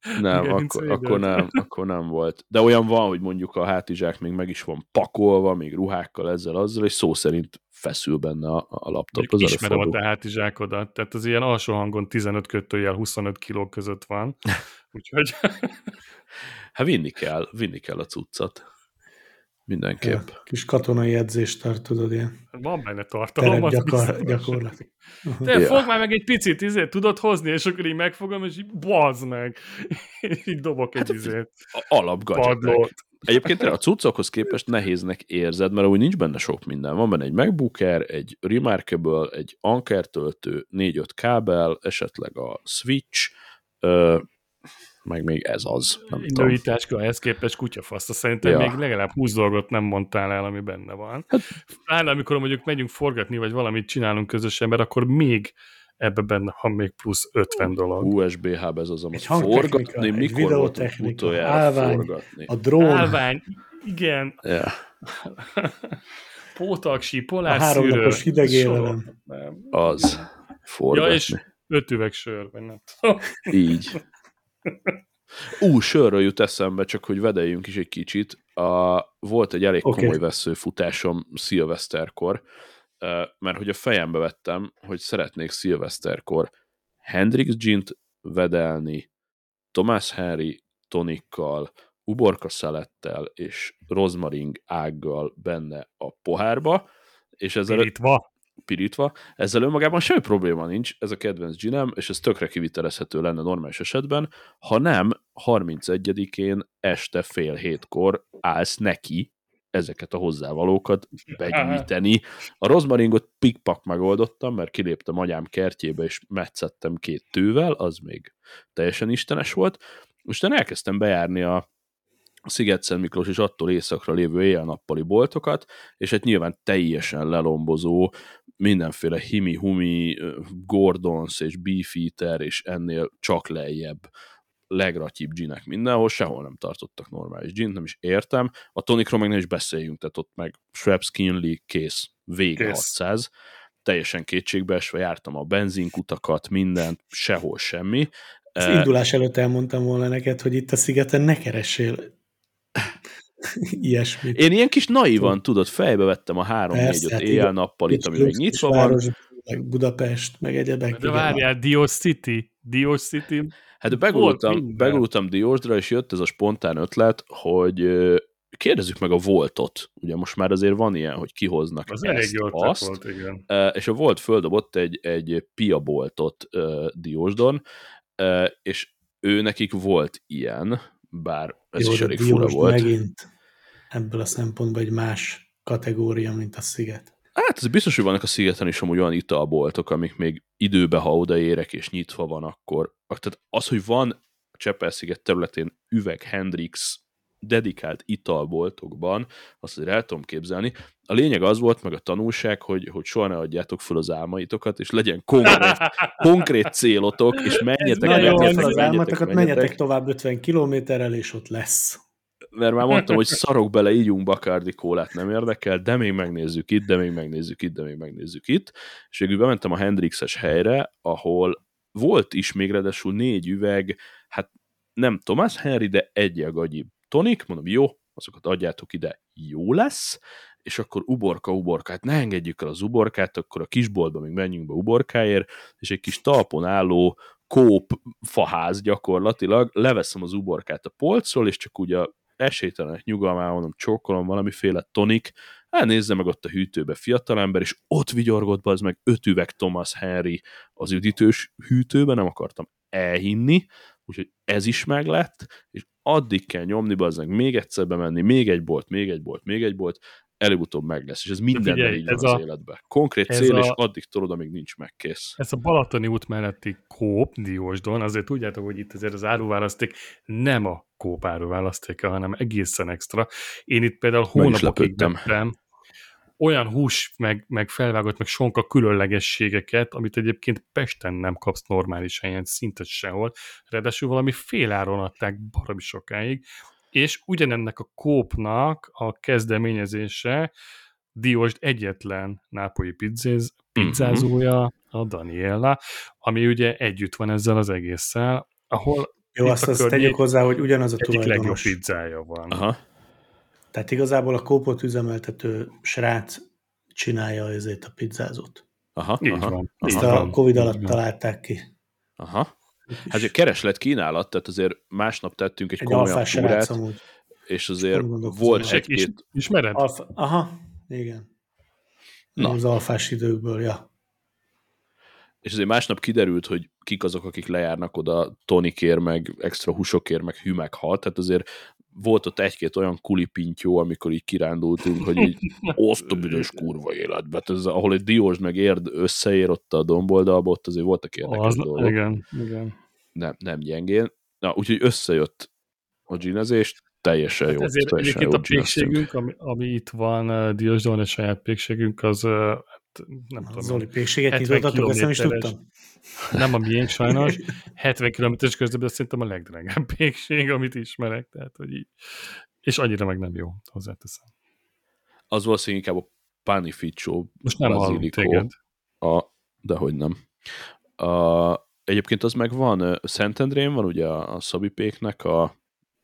Nem, akkor, akkor nem, akkor nem volt. De olyan van, hogy mondjuk a hátizsák még meg is van pakolva, még ruhákkal, ezzel, azzal, és szó szerint feszül benne a, a laptop. Az ismerem a te hátizsákodat, tehát az ilyen alsó hangon tizenöt kötőjel huszonöt kiló között van. Úgyhogy... Hát vinni kell, vinni kell a cuccot. Mindenképp. Ja, kis katonai edzést tart, tudod, ilyen. Van benne tartalom, az gyakor, gyakorlat. Te ja. Fogd már meg egy picit, izét tudod hozni, és akkor így megfogom, és így bazd meg. És így dobok hát egy izét. Alapgadgetek. Egyébként a cuccokhoz képest nehéznek érzed, mert úgy nincs benne sok minden. Van benne egy MacBook Air, egy Remarkable, egy Anker töltő, négy-öt kábel, esetleg a Switch, ö, meg még ez az. Nem egy női táska ehhez képest kutyafasz. Szerintem ja. még legalább húsz dolgot nem mondtál el, ami benne van. Hát, Pláne amikor mondjuk megyünk forgatni, vagy valamit csinálunk közösen, mert akkor még ebbe benne van még plusz ötven dolog. u es bé hub ez az, amit forgatni, egy mikor volt utoljára állvány, forgatni. A drón. Állvány, igen. Ja. Pótaksi, a polásszűrő. háromnapos hidegélelem. Az. Forgatni. Ja, és öt üveg sör, vagy nem Így. Ú, sörről jut eszembe, csak hogy vedeljünk is egy kicsit. A, volt egy elég okay. komoly veszőfutásom szilveszterkor, mert hogy a fejembe vettem, hogy szeretnék szilveszterkor Hendrix gint vedelni, Thomas Henry tonikkal, uborka szelettel és rozmaring ággal benne a pohárba, és ezzel... Pirítva. pirítva. Ezzel önmagában semmi probléma nincs, ez a kedvenc ginem, és ez tökre kivitelezhető lenne normális esetben, ha nem harmincegyedikén este fél hétkor állsz neki ezeket a hozzávalókat begyűjteni. A rozmaringot pikpak megoldottam, mert kiléptem anyám kertjébe, és metszettem két tővel, az még teljesen istenes volt. Most én elkezdtem bejárni a Sziget-Szent Miklós és attól északra lévő éjjel-nappali boltokat, és hát nyilván teljesen lelombozó, mindenféle himi-humi, Gordons és Beefeater, és ennél csak lejjebb legratyibb ginek mindenhol, sehol nem tartottak normális gint, nem is értem. A tonikról meg nem is beszéljünk, tehát ott meg Schweppes, Kinley, kész, vége kész. hatszáz. Teljesen kétségbeesve jártam a benzinkutakat, mindent, sehol semmi. Az uh, indulás előtt elmondtam volna neked, hogy itt a szigeten ne keressél ilyesmit. Én ilyen kis naivan, tudod, fejbe vettem a három-négy-öt éjjel-nappalit, ami még nyitva van. Meg Budapest, meg egyebek. De várjál, Diós City. Diós City. Hát begultam, begultam Diósdra, és jött ez a spontán ötlet, hogy kérdezzük meg a Voltot. Ugye most már azért van ilyen, hogy kihoznak az ezt, azt. Volt, igen. És a Volt földobott egy, egy Pia boltot Diósdon, és ő nekik volt ilyen, bár ez jó, is elég fura volt. Megint ebből a szempontból egy más kategória, mint a Sziget. Hát ez biztos, hogy vannak a Szigeten is amúgy olyan italboltok, amik még időbe, ha odaérek és nyitva van, akkor... Tehát az, hogy van a Csepel-sziget területén üveg Hendrix dedikált italboltokban, azt azért el tudom képzelni. A lényeg az volt, meg a tanulság, hogy, hogy soha ne adjátok fel az álmaitokat, és legyen konkrét, konkrét célotok, és menjetek, menjetek, menjetek, az álmatokat, menjetek tovább ötven kilométerrel, és ott lesz. Mert már mondtam, hogy szarok bele, ígyunk Bacardi kólát, nem érdekel, de még megnézzük itt, de még megnézzük itt, de még megnézzük itt. És végül bementem a Hendrixes helyre, ahol volt is még ráadásul négy üveg, hát nem Thomas Henry, de egyel gagyi tonik, mondom, jó, azokat adjátok ide, jó lesz, és akkor uborka, uborka, hát ne engedjük el az uborkát, akkor a kisboltba még menjünk be uborkáért, és egy kis talpon álló kóp faház gyakorlatilag, leveszem az uborkát a polcról, és csak úgy a esélytelenek nyugalmában, mondom, csókolom valamiféle tonik, elnézze meg ott a hűtőbe fiatalember, és ott vigyorgott be az meg öt üveg Thomas Henry az üdítős hűtőbe, nem akartam elhinni, úgyhogy ez is meg lett, és addig kell nyomni, bazzeg még egyszer bemenni, még egy bolt, még egy bolt, még egy bolt, előbb-utóbb meg lesz, és ez mindenben így van az a, életben. Konkrét cél, a, és addig tolod, amíg nincs megkész. Ez a Balatoni út melletti Coop Diósdon, azért tudjátok, hogy itt azért az áruválaszték nem a Coop áruválasztéka, hanem egészen extra. Én itt például hónapokig vettem olyan hús, meg, meg felvágott, meg sonka különlegességeket, amit egyébként Pesten nem kapsz normális helyen, szinte sehol. Ráadásul valami féláron adták baromi sokáig, és ugyanennek a Coopnak a kezdeményezése Diósd egyetlen nápolyi pizzéz, pizzázója, a Daniela, ami ugye együtt van ezzel az egésszel, ahol Jó, azt, azt tegyük hozzá, hogy ugyanaz a egyik tulajdonos. legjobb pizzája van. Aha. Tehát igazából a Coopot üzemeltető srác csinálja ezért a pizzázót. Aha, Így aha, van. Ezt Így a van, Covid így alatt van. találták ki. aha. Hát egy kereslet kínálat, tehát azért másnap tettünk egy, Egy komolyabb alfás srác túrát, amúgy. és azért Pont gondolkozom volt rajta. És egy-két... ismered? Alfa, aha, igen. Na. Az alfás időkből, ja. És azért másnap kiderült, hogy kik azok, akik lejárnak oda tonikért, meg extra húsokért, meg hű, meg hal, tehát azért volt ott egy-két olyan kulipintyó, amikor így kirándultunk, hogy így oszt a büdös kurva életbe. Tehát ez, ahol egy diós meg érd összeér ott a domboldalba, ott azért voltak érdekes Az, dolgok. igen, igen. Nem, nem gyengén. Na, úgyhogy összejött a ginezés, teljesen Hát jó. ezért teljesen egyébként jó a pékségünk, ami, ami itt van, uh, Diósdon, a saját pékségünk, az uh, hát nem A tudom. Zoli pékséget hetven nyitottatok, ezt nem is kilométeres. tudtam. Nem a miénk sajnos. hetven kilométeres közben, de szerintem a legdrágább pékség, amit ismerek. Tehát, hogy így. És annyira meg nem jó, hozzáteszem. Az valószínűleg inkább a panificio Most nem hallunk basilico. téged. A, dehogy nem. A, egyébként az meg van, Szentendrén van ugye a, a Szabipéknek a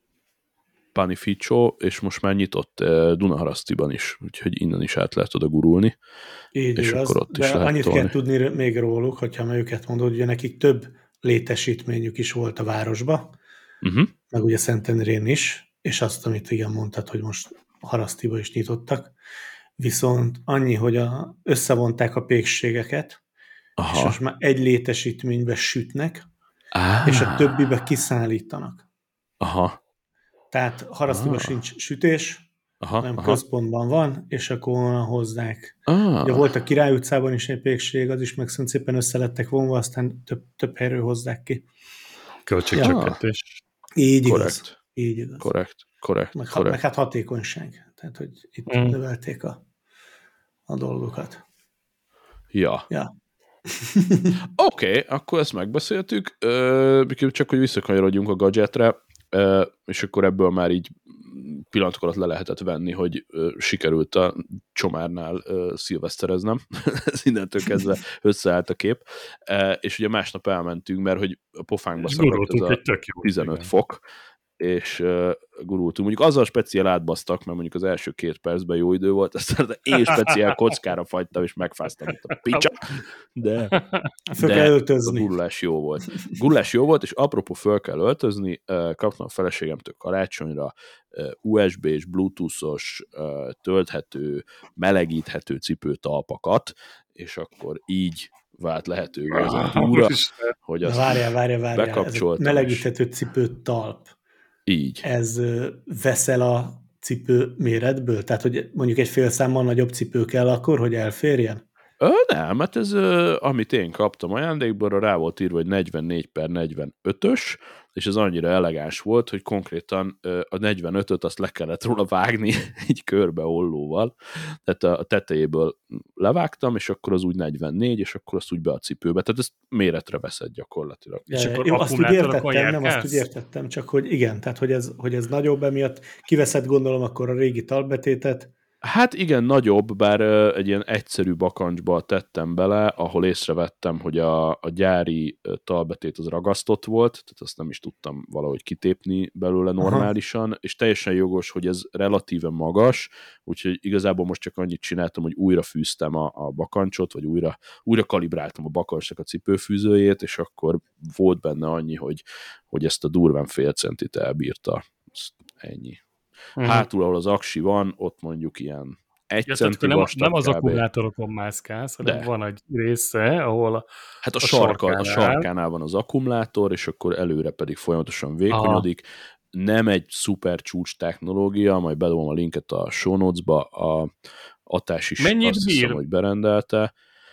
panificio, és most már nyitott eh, Dunaharasztiban is, úgyhogy innen is át lehet oda gurulni. Így És igaz, akkor ott is de lehet annyit tolni. kell tudni még róluk, hogyha már őket mondod, ugye nekik több létesítményük is volt a városba, Uh-huh. meg ugye Szentendrén is, és azt, amit igen mondtad, hogy most Harasztiba is nyitottak. Viszont annyi, hogy a, összevonták a pékségeket, Aha. és most már egy létesítménybe sütnek, Ah. és a többibe kiszállítanak. Aha. Tehát Harasztiba Ah. sincs sütés, Aha. hanem Aha. központban van, és akkor onnan hozzák. Ah. Ugye volt a Király utcában is egy pékség, az is megszűnt, szépen összelettek vonva, aztán több, több helyről hozzák ki. Költségcsökkentés. Így igaz. Korrekt. Így igaz. Korrekt. Korrekt. Meg, ha- Korrekt. meg hát hatékonyság. Tehát, hogy itt Mm. növelték a, a dolgokat. Ja. Ja. Oké, okay, akkor ezt megbeszéltük. Ö, csak, hogy visszakanyarodjunk a gadgetre, ö, és akkor ebből már így pillanatok alatt le lehetett venni, hogy ö, sikerült a csomárnál ö, szilvesztereznem. Ez innentől kezdve összeállt a kép. E, és ugye másnap elmentünk, mert hogy a pofánkba És szakadt ez gurultunk a egy tök jó. tizenöt igen. fok, és uh, gurultunk. Mondjuk azzal speciál átbasztak, mert mondjuk az első két percben jó idő volt, aztán én speciál kockára fagytam, és megfáztam, mint a picsa, de, Föl de kell a öltözni. gurulás jó volt. Gurulás jó volt, és apropó föl kell öltözni, uh, kaptam a feleségemtől karácsonyra uh, u es bé-s, bluetoothos, uh, tölthető, melegíthető cipőtalpakat, és akkor így vált lehetővé ez a túra, hogy Na, azt várjál, várjál, várjál. Ez a bekapcsoltam, melegíthető cipő talp. így. Ez ö, veszel a cipő méretből? Tehát, hogy mondjuk egy fél számmal nagyobb cipő kell akkor, hogy elférjen? Ö, nem, hát ez, ö, amit én kaptam ajándékból, rá volt írva, hogy negyvennégy per negyvenötös, és ez annyira elegáns volt, hogy konkrétan ö, a negyvenötöt azt le kellett róla vágni egy körbe ollóval, tehát a, a tetejéből levágtam, és akkor az úgy negyvennégy, és akkor azt úgy be a cipőbe, tehát ezt méretre veszed gyakorlatilag. És akkor Jó, azt úgy akkumulátorokon értettem, nem azt járkálsz? úgy értettem, csak hogy igen, tehát hogy ez, hogy ez nagyobb emiatt, kiveszed gondolom akkor a régi talpbetétet. Hát igen, nagyobb, bár ö, egy ilyen egyszerű bakancsba tettem bele, ahol észrevettem, hogy a, a gyári ö, talbetét az ragasztott volt, tehát azt nem is tudtam valahogy kitépni belőle normálisan, Aha. és teljesen jogos, hogy ez relatíve magas, úgyhogy igazából most csak annyit csináltam, hogy újra fűztem a, a bakancsot, vagy újra, újra kalibráltam a bakancsnak a cipőfűzőjét, és akkor volt benne annyi, hogy, hogy ezt a durván fél centit elbírta. Ennyi. Uh-huh. Hátul, ahol az aksi van, ott mondjuk ilyen egy Ja, centi nem, vastag nem az kb. akkumulátorokon mászkálsz, hanem De. van egy része, ahol a, Hát a, a sarka, a sarkánál. sarkánál van az akkumulátor, és akkor előre pedig folyamatosan vékonyodik. Aha. Nem egy szuper csúcs technológia, majd bedobom a linket a show notes-ba, a Atás is Mennyit azt bír? hiszem, hogy berendelte.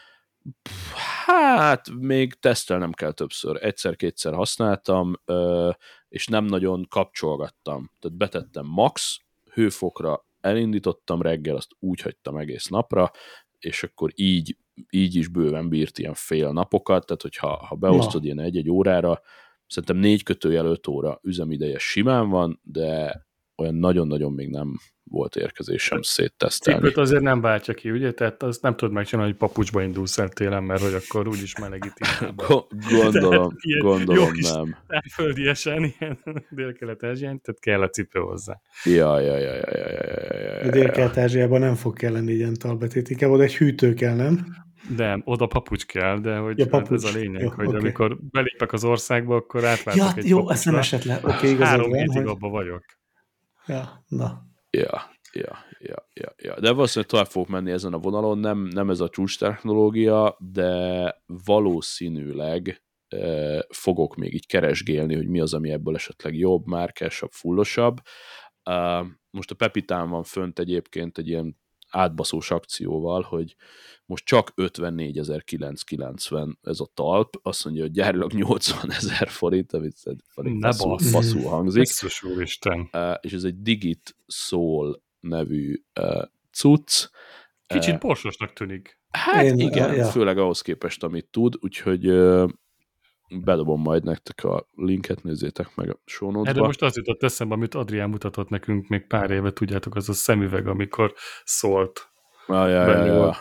Hát, még tesztelnem kell többször. Egyszer-kétszer használtam, és nem nagyon kapcsolgattam. Tehát betettem max hőfokra, elindítottam reggel, azt úgy hagytam egész napra, és akkor így, így is bőven bírt ilyen fél napokat, tehát hogyha ha beosztod Na. ilyen egy-egy órára, szerintem négy kötőjel öt óra üzemideje simán van, de olyan nagyon-nagyon még nem volt érkezésem széttesztelni. Cipőt azért nem váltja ki, ugye? Tehát azt nem tudod megcsinálni, hogy papucsba indulsz el télen, mert hogy akkor úgyis melegíti. Gondolom, gondolom jó nem. Tájföldiesen, ilyen Dél-Kelet-Ázsián, tehát kell a cipő hozzá. Ja, ja, ja, ja, ja, ja, ja, ja. Dél-Kelet-Ázsiában nem fog kelleni ilyen talbetét, inkább oda egy hűtő kell, nem? De oda papucs kell, de hogy Ja, hát ez a lényeg, jó, hogy okay. amikor belépek az országba, akkor átváltok ja, egy jó, papucsra. ezt nem esett le. Oké, okay, igazad Három van, hétig hogy... abba vagyok. Ja, na. Ja, ja, ja, ja, ja. De valószínűleg tovább fogok menni ezen a vonalon, nem, nem ez a csúcs technológia, de valószínűleg eh, fogok még így keresgélni, hogy mi az, ami ebből esetleg jobb, márkásabb, fullosabb. Uh, most a Pepitán van fönt egyébként egy ilyen átbaszós akcióval, hogy most csak ötvennégyezer-kilencszázkilencven ez a talp, azt mondja, hogy gyárilag nyolcvanezer forint, amit faszul, faszul hangzik. Esszus úristen. Uh, és ez egy Digit Soul nevű uh, cucc. Kicsit uh, borsosnak tűnik. Hát Én, igen, ja. főleg ahhoz képest, amit tud, úgyhogy uh, bedobom majd nektek a linket, nézzétek meg a show notes-ba. Erre most az jutott eszembe, amit Adrián mutatott nekünk még pár éve, tudjátok, az a szemüveg, amikor szólt. Ah, ja, ja, ja.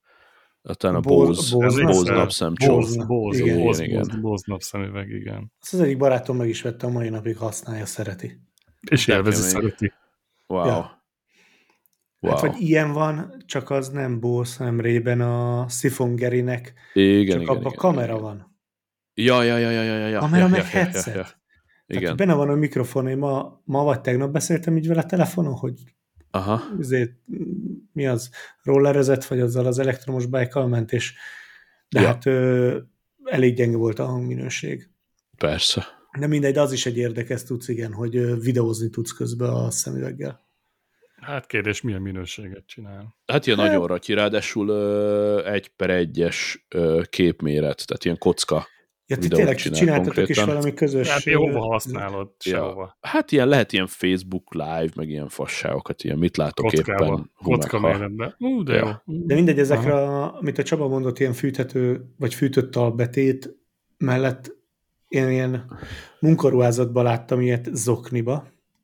Aztán a Bose, Bose, Bose napszemcsó. Bose, Bose, igen, Bose, igen. Bose, Bose napszemüveg, igen. Azt az egyik barátom meg is vette, a mai napig használja, szereti. És élvezi, még. szereti. Wow. Ja. wow. Hát vagy ilyen van, csak az nem Bose, hanem rében a Sifongerinek, Igen, csak igen, abban igen, kamera igen. van. Ja, ja, ja, ja, ja, ja. Kamera ja, meg ja, headset. Ja, ja, ja. Tehát Igen. benne van a mikrofon, én ma, ma vagy tegnap beszéltem így vele telefonon, hogy Aha. azért, mi az, rollerezett, vagy azzal az elektromos bike-kal ment, és de Ja. hát ö, elég gyenge volt a hangminőség. Persze. De mindegy, de az is egy érdekes tudsz, igen, hogy ö, videózni tudsz közben a szemüveggel. Hát kérdés, milyen minőséget csinál? Hát ilyen nagyon ratyi, ráadásul ö, egy per egyes ö, képméret, tehát ilyen kocka. Ja, ti videót tényleg csinál csináltatok konkrétan. is valami közös... Hát hova használod? Sehova. Ja. Hát ilyen lehet ilyen Facebook Live, meg ilyen fasságokat, ilyen mit látok Kockába. éppen. Kocka méretben. Ú, de Ja. jó. De mindegy, ezekre, a, amit a Csaba mondott, ilyen fűthető, vagy fűtött talbetét mellett én ilyen munkaruházatban láttam ilyet zokniba,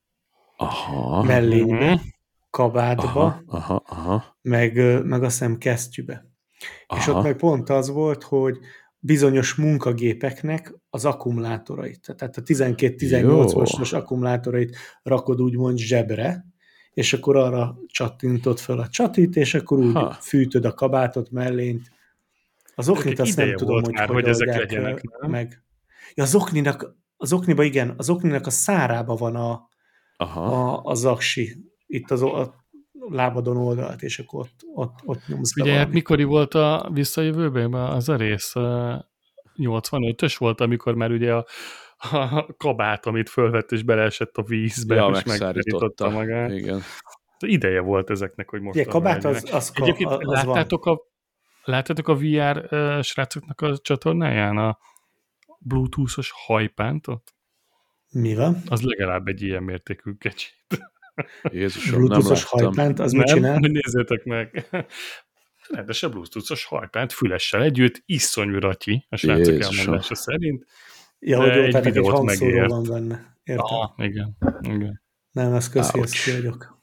Aha. mellénybe, Mhm. kabátba, Aha, aha, aha. meg, ö, meg azt hiszem kesztyűbe. És Aha. ott meg pont az volt, hogy bizonyos munkagépeknek az akkumulátorait, tehát a tizenkét-tizennyolc Jó. voltos akkumulátorait rakod úgymond zsebre, és akkor arra csattintod fel a csatit, és akkor úgy Ha. fűtöd a kabátot, mellényt. Az oknit Nekik azt nem ideje tudom, volt hogy már, hogy hogy ezek oldják legyenek, nem? meg. Ja, az okninak, az okniba igen, az okninak a szárába van a, Aha. a, az aksi, itt az a lábadon oldalt, és akkor ott, ott, ott nyomsz be Ugye, hát valamit. mikori volt a visszajövőben az a rész? A nyolcvanötös volt, amikor már ugye a, a kabát, amit fölvett és beleesett a vízbe, Ja, és megterította magát. Igen. Ideje volt ezeknek, hogy most. Ugye, kabát az, az, ka- Egyébként az van. láttátok a, láttátok a vé er uh, srácoknak a csatornáján a bluetoothos hajpántot? Mi van? Az legalább egy ilyen mértékű kecsit. Jézusom, nem Bluetoothos láttam. hajpánt, az mit csinál? hogy nézzétek meg. Rendesen bluetoothos hajpánt, fülessel együtt, iszonyú ratyi, a srácok Jézusom. elmondása szerint. Ja, de hogy jó, egy tehát egy videót hangszóró megért. van benne. Értem? Ah, igen, igen. Nem, az köszi, Ouch. ezt ki vagyok.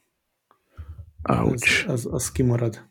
Ouch. Az, az, az kimarad.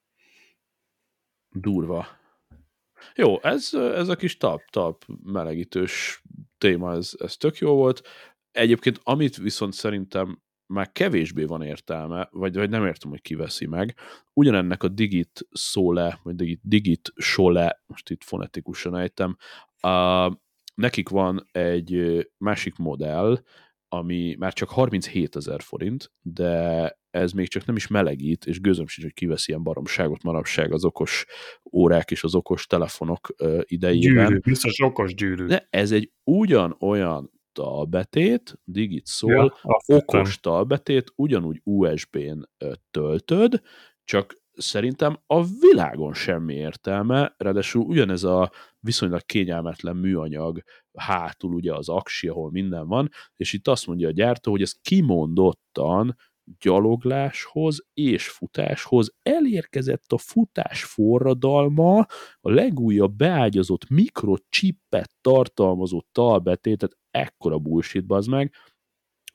Durva. Jó, ez, ez a kis tap-tap melegítős téma, ez, ez tök jó volt. Egyébként, amit viszont szerintem már kevésbé van értelme, vagy, vagy nem értem, hogy ki veszi meg, ugyanennek a Digit Sole, vagy Digit, Digit Sole, most itt fonetikusan ejtem, a, nekik van egy másik modell, ami már csak harminchétezer forint, de ez még csak nem is melegít, és gőzöm sincs, hogy kivesz ilyen baromságot manapság az okos órák és az okos telefonok uh, idejében. Gyűrű, biztos okos gyűrű. De ez egy ugyanolyan talbetét, Digit Soul, Ja, azt hittem. okos talbetét, ugyanúgy u es bé-n uh, töltöd, csak szerintem a világon semmi értelme, ráadásul ugyanez a viszonylag kényelmetlen műanyag hátul ugye az aksi, ahol minden van, és itt azt mondja a gyártó, hogy ez kimondottan gyalogláshoz és futáshoz elérkezett a futás forradalma, a legújabb beágyazott mikrochippet tartalmazó talbetét, tehát ekkora bullshit, bazd meg,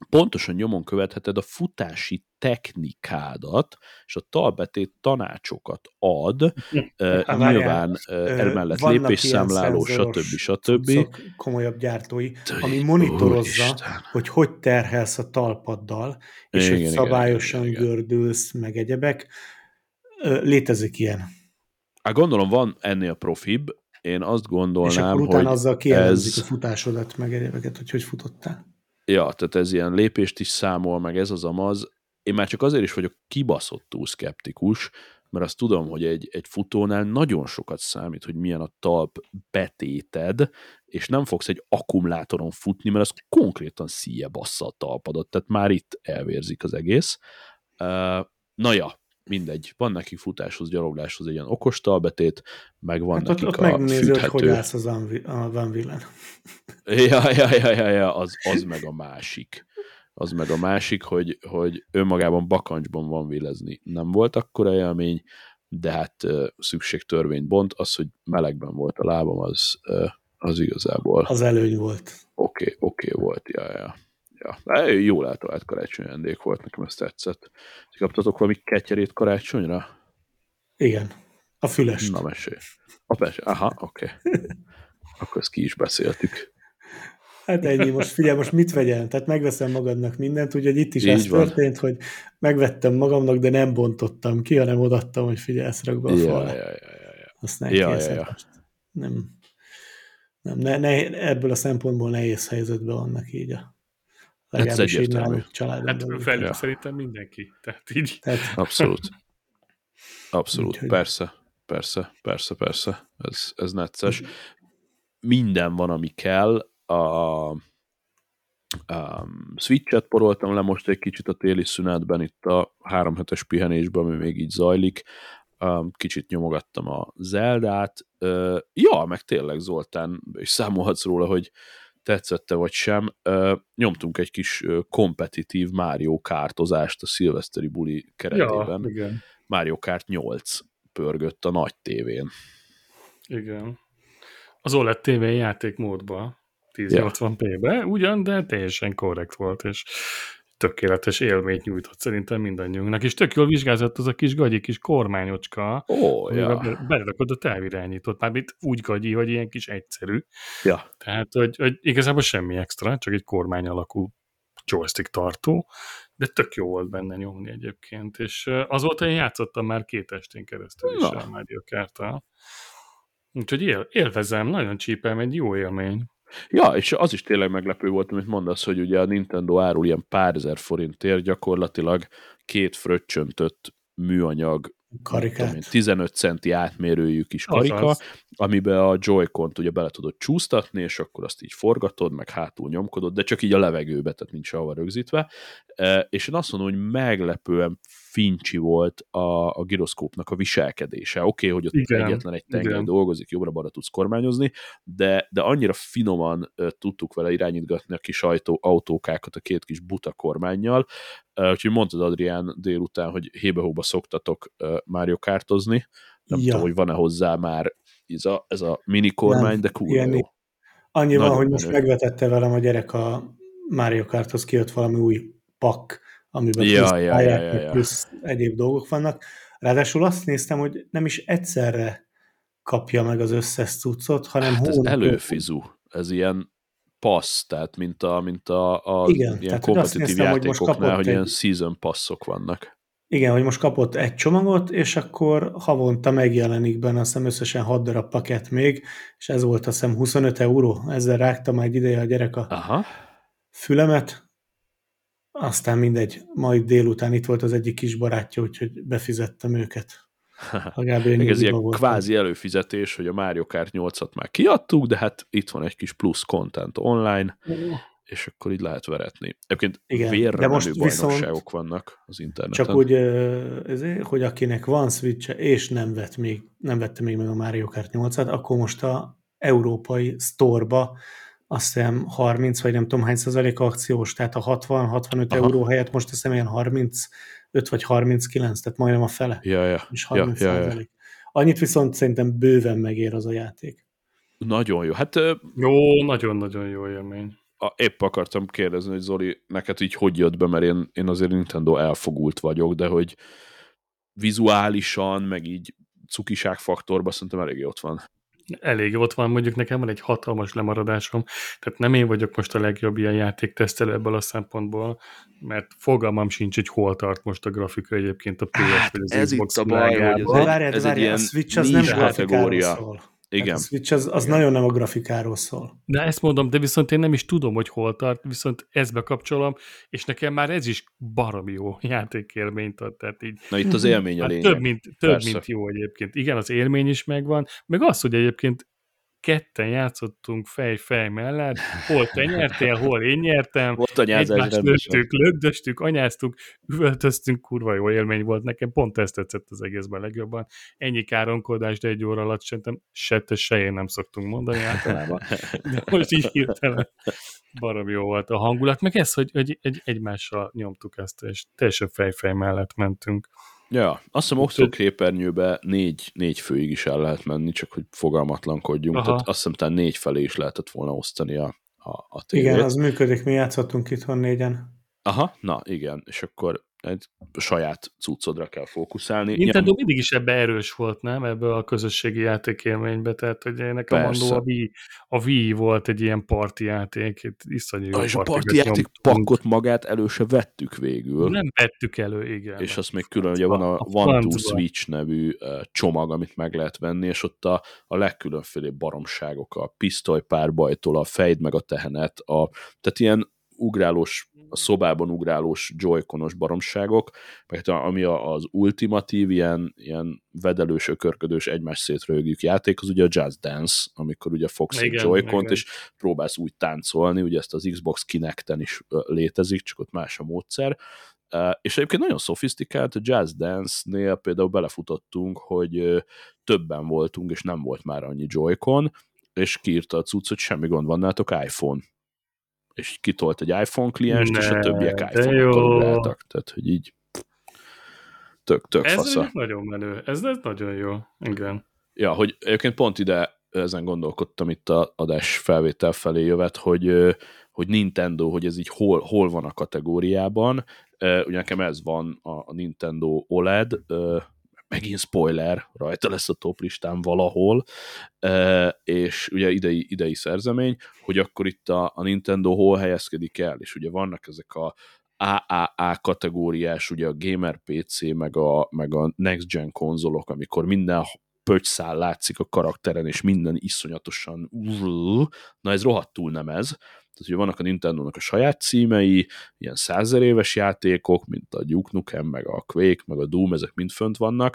pontosan nyomon követheted a futási technikádat, és a talpbetét tanácsokat ad, uh, Há, nyilván várjál, uh, ö, emellett vannak ilyen lépésszámláló, stb. szenzoros stb. cuccok, komolyabb gyártói, ami Úristen. monitorozza, hogy hogy terhelsz a talpaddal, és Igen, hogy igen, szabályosan igen, igen, igen. gördülsz, meg egyebek. Ö, Létezik ilyen. Hát gondolom van ennél profibb, én azt És gondolnám, akkor utána hogy azzal kielemzik ez... a futásodat, meg egyebeket, hogy hogy futottál. Ja, tehát ez ilyen lépést is számol, meg ez az amaz. Én már csak azért is vagyok kibaszottul szkeptikus, mert azt tudom, hogy egy, egy futónál nagyon sokat számít, hogy milyen a talp betéted, és nem fogsz egy akkumulátoron futni, mert az konkrétan szíje bassza a talpadat, tehát már itt elvérzik az egész. Uh, na ja, mindegy. Van nekik futáshoz, gyalogláshoz egy ilyen okos talbetét, meg van Hát ott, nekik ott a megnézi, hogy hogy fűthető. állsz az Anvi- a Van Villen. Ja, ja, ja, ja, ja, az, az meg a másik. Az meg a másik, hogy, hogy önmagában bakancsban van villezni. Nem volt akkora élmény, de hát uh, szükségtörvényt bont. Az, hogy melegben volt a lábam, az, uh, az igazából Az előny volt. oké, okay, oké okay volt. Ja, ja. Ja. Jól eltalált karácsonyi ajándék volt, nekem ezt tetszett. Kaptatok valami ketyerét karácsonyra? Igen. A fülest. Na, mesélj. A persze. Aha, oké. Okay. Akkor ezt ki is beszéltük. Hát ennyi, most figyelj, most mit vegyem? Tehát megveszem magadnak mindent, úgyhogy itt is Így ez van. történt, hogy megvettem magamnak, de nem bontottam ki, hanem odaadtam, hogy figyelj, ezt rak be a Ja, falra. ja, ja, ja, ja. Azt ne Ja, ja, ja. Nem, nem ne, ne, ebből a szempontból nehéz helyzetben vannak így a legalábbis így náluk családon Hát belül. fel, Ja. szerintem mindenki. Tehát így. Tehát, Abszolút. Abszolút. Úgyhogy- Persze. Persze, persze, persze. Ez, ez necces. Minden van, ami kell. A, a Switch-et poroltam le most egy kicsit a téli szünetben, itt a három hetes pihenésben, ami még így zajlik. Kicsit nyomogattam a Zeldát. Ja, meg tényleg Zoltán, és számolhatsz róla, hogy tetszette vagy sem. Nyomtunk egy kis kompetitív Mario Kartozást a szilveszteri buli keretében. Ja, igen. Mario Kart nyolc pörgött a nagy tévén. Igen. Az o el e dé té vé játékmódban, ezernyolcvan pé-be, ugyan, de teljesen korrekt volt, és tökéletes élményt nyújtott szerintem mindannyiunknak, és tök jól vizsgázott az a kis gagyi kis kormányocska, Ó, amivel ja. berakod a távirányítót, mármint úgy gagyi, hogy ilyen kis egyszerű, Ja. tehát, hogy, hogy igazából semmi extra, csak egy kormány alakú joystick tartó, de tök jó volt benne nyomni egyébként, és azóta én játszottam már két estén keresztül is Na. a Mario Kart-tal. Úgyhogy él, élvezem, nagyon csípem, egy jó élmény. Ja, és az is tényleg meglepő volt, amit mondasz, hogy ugye a Nintendo árul ilyen pár ezer forintért gyakorlatilag két fröccsöntött műanyag, karikát. én, tizenöt centi átmérőjű kis karika, Azaz. amiben a Joy-Cont ugye bele tudod csúsztatni, és akkor azt így forgatod, meg hátul nyomkodod, de csak így a levegőbe, tehát nincs ahova rögzítve. És én azt mondom, hogy meglepően fincsi volt a, a giroszkópnak a viselkedése. Oké, okay, hogy ott Igen, egyetlen egy tengely igen. dolgozik, jobbra-balra tudsz kormányozni, de, de annyira finoman uh, tudtuk vele irányítgatni a kis ajtó, autókákat a két kis buta kormánnyal, uh, úgyhogy mondtad, Adrián, délután, hogy hébe-hóba szoktatok uh, Mario Kartozni. Nem Ja. tudom, hogy van-e hozzá már ez a, ez a mini kormány, Nem, de kurva ilyen jó. Annyi van, Nagyon hogy most menő. megvetette velem a gyerek a Mario Karthoz, kijött valami új pak, amiben Ja, plusz ja, pályák, ja, ja, meg ja. plusz egyéb dolgok vannak. Ráadásul azt néztem, hogy nem is egyszerre kapja meg az összes cuccot, hanem Hát ez hónapok. előfizu. Ez ilyen passz, tehát mint a, mint a, a Igen, ilyen tehát, hogy azt kompetitív néztem, hogy most játékoknál, kapott hogy egy- ilyen season passzok vannak. Igen, hogy most kapott egy csomagot, és akkor havonta megjelenik benne, azt hiszem összesen hat darab pakett még, és ez volt azt hiszem huszonöt euró. Ezzel rágta már egy ideje a gyerek a Aha. fülemet, aztán mindegy, majd délután itt volt az egyik kis barátja, úgyhogy befizettem őket. Legalább ilyen Ez nyugiba ilyen voltam. kvázi előfizetés, hogy a Mario Kart nyolcat már kiadtuk, de hát itt van egy kis plusz content online, és akkor így lehet veretni. Egyébként Igen, vérre de most menő viszont bajnokságok vannak az interneten. Csak úgy, ö, ezért, hogy akinek van Switch-e, és nem, vett még, nem vette még meg a Mario Kart nyolcat, akkor most a európai store-ba azt hiszem harminc, vagy nem tudom hány százalék akciós, tehát a hatvan-hatvanöt Aha. euró helyett most azt hiszem ilyen harmincöt vagy harminckilenc, tehát majdnem a fele. Ja, ja, És ja, harminc ja, ja. százalék. Annyit viszont szerintem bőven megér az a játék. Nagyon jó. Hát ö, Jó, nagyon-nagyon jó élmény. a, épp akartam kérdezni, hogy Zoli, neked így hogy jött be, mert én, én azért Nintendo elfogult vagyok, de hogy vizuálisan, meg így cukiság faktorban szerintem eléggé ott van. Elég ott van, mondjuk nekem van egy hatalmas lemaradásom, tehát nem én vagyok most a legjobb ilyen játéktesztelő ebből a szempontból, mert fogalmam sincs, hogy hol tart most a grafika egyébként a pé es Hát vagy az ez Xbox itt a baj, hogy ez, De egy, várjál, de ez egy várjál, ilyen a Switch az nem niche grafikáról kategória. szól. Igen. Tehát a Switch az, az Igen. nagyon nem a grafikáról szól. De ezt mondom, de viszont én nem is tudom, hogy hol tart, viszont ezt bekapcsolom, és nekem már ez is baromi jó játékélményt ad. Tehát így, Na itt az élmény a hát lényeg. több, mint, több Persze. mint jó egyébként. Igen, az élmény is megvan, meg az, hogy egyébként ketten játszottunk fej-fej mellett, hol te nyertél, hol én nyertem, Volt a nyázás egymást rendesen. lőttük, lögdöstük, anyáztuk, üvöltöztünk, kurva jó élmény volt nekem, pont ezt tetszett az egészben legjobban. Ennyi káronkodás, de egy óra alatt sem, se te se én nem szoktunk mondani általában. De most így hirtelen barom jó volt a hangulat, meg ez, hogy egy, egy, egymással nyomtuk ezt, és teljesen fej-fej mellett mentünk. Ja, azt hiszem osztóképernyőbe négy, négy főig is el lehet menni, csak hogy fogalmatlankodjunk. Aha. Tehát azt hiszem, talán négy felé is lehetett volna osztani a, a, a tévét. Igen, az működik, mi játszottunk itthon négyen. Aha, na igen, és akkor egy saját cuccodra kell fókuszálni. Nintendo Ja, mindig is ebbe erős volt, nem? Ebbe a közösségi játékélménybe, tehát hogy nekem Persze. mondó a Wii, a Wii volt egy ilyen parti játék, itt iszonyú jó ah, és a partikat parti játék nyomtunk. pakot magát elő se vettük végül. Nem vettük elő, igen. És azt még külön, ugye van a, A One to francba. Switch nevű uh, csomag, amit meg lehet venni, és ott a, a legkülönfélébb baromságok, a pisztolypárbajtól, a fejd meg a tehenet, a, tehát ilyen ugrálós, a szobában ugrálós joyconos baromságok, meg ami az ultimatív, ilyen, ilyen vedelős, ökörködős, egymás szétröhögjük játék, az ugye a Just Dance, amikor ugye fogsz egy Igen, joycont, igen. és próbálsz úgy táncolni, ugye ezt az Xbox Kinecten is ö, létezik, csak ott más a módszer. Uh, és egyébként nagyon szofisztikált, a Just Dance-nél például belefutottunk, hogy uh, többen voltunk, és nem volt már annyi Joy-Con, és kiírta a cucc, hogy semmi gond van, nálatok iPhone. És kitolt egy iPhone klienst, Ne, és a többiek de iPhone-okkal jó. ugráltak. Tehát, hogy így tök, tök Ez fasza. egy nagyon menő, ez, ez nagyon jó, igen. Ja, hogy egyébként pont ide ezen gondolkodtam itt a adás felvétel felé jövet, hogy, ö, hogy Nintendo, hogy ez így hol, hol van a kategóriában. Ö, Ugye nekem ez van a, a Nintendo o el e dé, ö, megint spoiler, rajta lesz a top listán valahol, ö, és ugye idei, idei szerzemény, hogy akkor itt a, a Nintendo hol helyezkedik el, és ugye vannak ezek a á á á kategóriás, ugye a gamer pé cé, meg a, meg a next gen konzolok, amikor minden pöcsszál látszik a karakteren, és minden iszonyatosan na ez rohadtul nem ez. Tehát ugye vannak a Nintendo-nak a saját címei, ilyen százezer éves játékok, mint a Duke Nukem, meg a Quake, meg a Doom, ezek mind fönt vannak,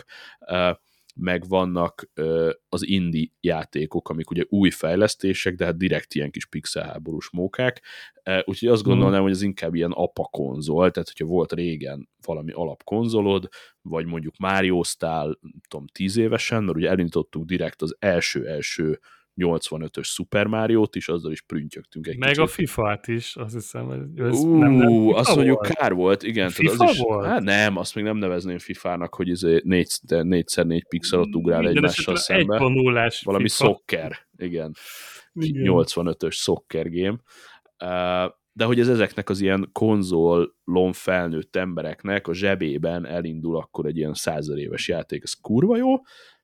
meg vannak az indie játékok, amik ugye új fejlesztések, de hát direkt ilyen kis pixelháborús mókák, úgyhogy azt gondolnám, hogy ez inkább ilyen apa konzol, tehát hogyha volt régen valami alapkonzolod, vagy mondjuk Mario-ztál, tudom, tíz évesen, mert ugye elindítottuk direkt az első-első nyolcvanötös Super Mario-t is, azzal is prüntjögtünk egy Meg kicsit. a fifát is, azt hiszem, hogy ez Ú, nem, nem FIFA azt mondjuk volt. kár volt, igen. FIFA tehát az is, volt? Hát nem, azt még nem nevezném fifának, hogy ez négy, négyszer négy pixelot ugrál Minden egymással esetre szembe. egy vonulás Valami FIFA. szokker, igen. Igen. nyolcvanötös szokker game. Uh, de hogy ez ezeknek az ilyen konzolon felnőtt embereknek a zsebében elindul akkor egy ilyen százezer éves játék, ez kurva jó,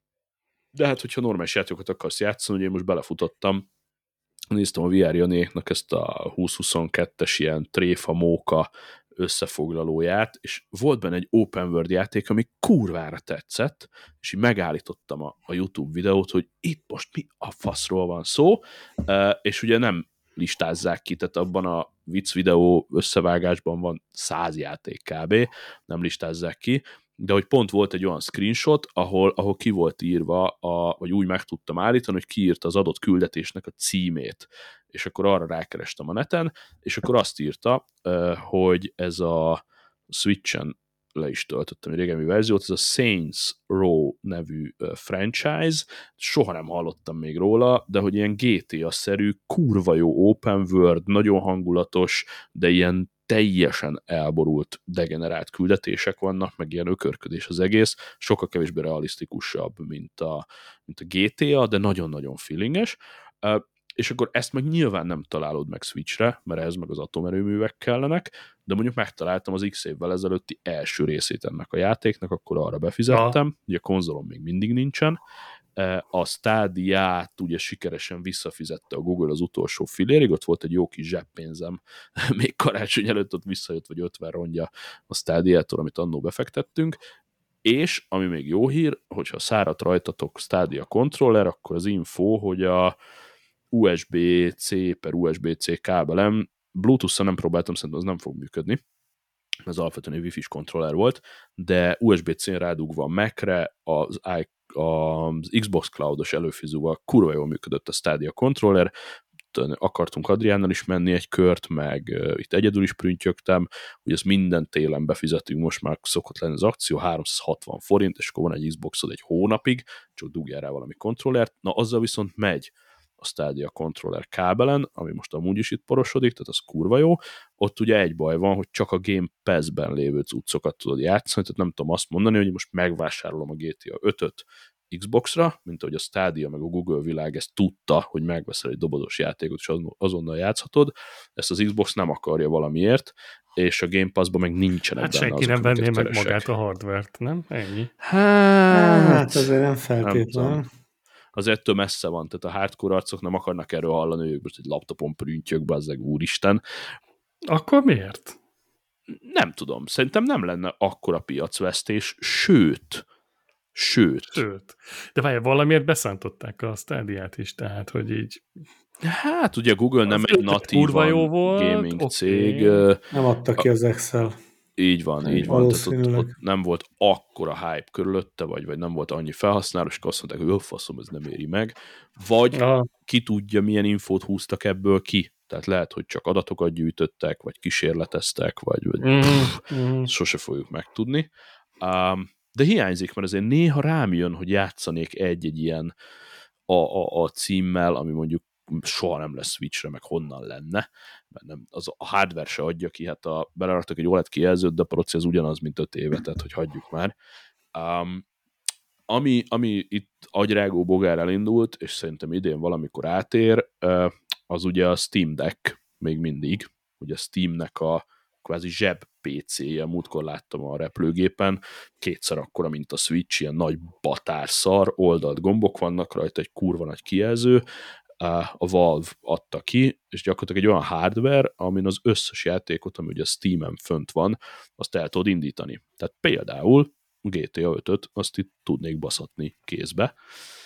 de hát hogyha normális játékokat akarsz játszani, ugye én most belefutottam, néztem a vé er Janéknak ezt a húsz huszonkettes ilyen tréfa móka összefoglalóját, és volt benne egy open world játék, ami kurvára tetszett, és így megállítottam a, a YouTube videót, hogy itt most mi a faszról van szó, és ugye nem listázzák ki, tehát abban a vicc videó összevágásban van száz játék kb, nem listázzák ki, de hogy pont volt egy olyan screenshot, ahol, ahol ki volt írva, a, vagy úgy meg tudtam állítani, hogy kiírta az adott küldetésnek a címét, és akkor arra rákerestem a neten, és akkor azt írta, hogy ez a Switchen le is töltöttem egy régebbi verziót, ez a Saints Row nevű franchise, soha nem hallottam még róla, de hogy ilyen gé té á-szerű, kurva jó open world, nagyon hangulatos, de ilyen teljesen elborult, degenerált küldetések vannak, meg ilyen ökörködés az egész, sokkal kevésbé realisztikusabb, mint a, mint a gé té á, de nagyon-nagyon feelinges. és akkor ezt meg nyilván nem találod meg Switchre, mert ez meg az atomerőművek kellenek, de mondjuk megtaláltam az x évvel ezelőtti első részét ennek a játéknak, akkor arra befizettem, ja. Ugye a konzolon még mindig nincsen, a Stadiát ugye sikeresen visszafizette a Google az utolsó filérig, ott volt egy jó kis zseppénzem, még karácsony előtt ott visszajött, vagy ötven rongya a Stadiától, amit annó befektettünk, és ami még jó hír, hogyha száradt rajtatok Stadia controller, akkor az info, hogy a u es bé-C per u es bé-C kábelem, Bluetooth-szal nem próbáltam, szerintem az nem fog működni, ez alapvetően egy Wi-Fi-s kontroller volt, de u es bé-C-n rádugva a Mac-re, az, az Xbox Cloud-os előfizúval kurva jól működött a Stadia controller, akartunk Adriánnal is menni egy kört, meg uh, itt egyedül is prüntjögtem, hogy ezt minden télen befizetünk, most már szokott lenni az akció, háromszázhatvan forint, és akkor van egy Xboxod egy hónapig, csak dugjál rá valami kontrollert, na azzal viszont megy a Stadia controller kábelen, ami most amúgy is itt porosodik, tehát az kurva jó. Ott ugye egy baj van, hogy csak a Game Pass-ben lévő cuccokat tudod játszani, tehát nem tudom azt mondani, hogy most megvásárolom a gé té á ötöt Xboxra, mint ahogy a Stadia meg a Google világ ezt tudta, hogy megveszel egy dobozos játékot, és azonnal játszhatod. Ezt az Xbox nem akarja valamiért, és a Game Pass-ban meg nincsenek hát benne senki azok, nem venné meg keresek. magát a hardvert, nem? Ennyi. Hát, hát azért nem feltétlenül. Az ettől messze van, tehát a hardcore arcok nem akarnak erről hallani, ők most egy laptopon prüntjök, bazzeg, úristen. Akkor miért? Nem tudom, szerintem nem lenne akkora piacvesztés, sőt, sőt. Sőt. De várj, valamiért beszántották a Stadiát is, tehát, hogy így... Hát ugye Google nem egy natívan jó volt, gaming okay. cég. Nem adta ki az Excel. Így van, így van. Tehát ott, ott nem volt akkora hype körülötte, vagy, vagy nem volt annyi felhasználó, és azt mondták, hogy faszom, ez nem éri meg. Vagy ah. ki tudja, milyen infót húztak ebből ki. Tehát lehet, hogy csak adatokat gyűjtöttek, vagy kísérleteztek, vagy, vagy mm, pff, mm. sose fogjuk megtudni. Um, de hiányzik, mert azért néha rám jön, hogy játszanék egy-egy ilyen a, a, a címmel, ami mondjuk soha nem lesz Switchre, meg honnan lenne, mert nem, az a hardware se adja ki, hát a, beleraktak egy o led kijelzőt, de a proci az ugyanaz, mint öt éve, tehát hogy hagyjuk már. Um, ami, ami itt agyrágó bogár elindult, és szerintem idén valamikor átér, az ugye a Steam Deck még mindig, ugye a Steamnek a kvázi zseb pé cé-je, múltkor láttam a repülőgépen, kétszer akkora, mint a Switch, ilyen nagy batárszar, oldalt gombok vannak, rajta egy kurva nagy kijelző, a Valve adta ki, és gyakorlatilag egy olyan hardware, amin az összes játékot, ami ugye a Steam-en fönt van, azt el tudod indítani. Tehát például gé té á ötöt azt itt tudnék baszatni kézbe.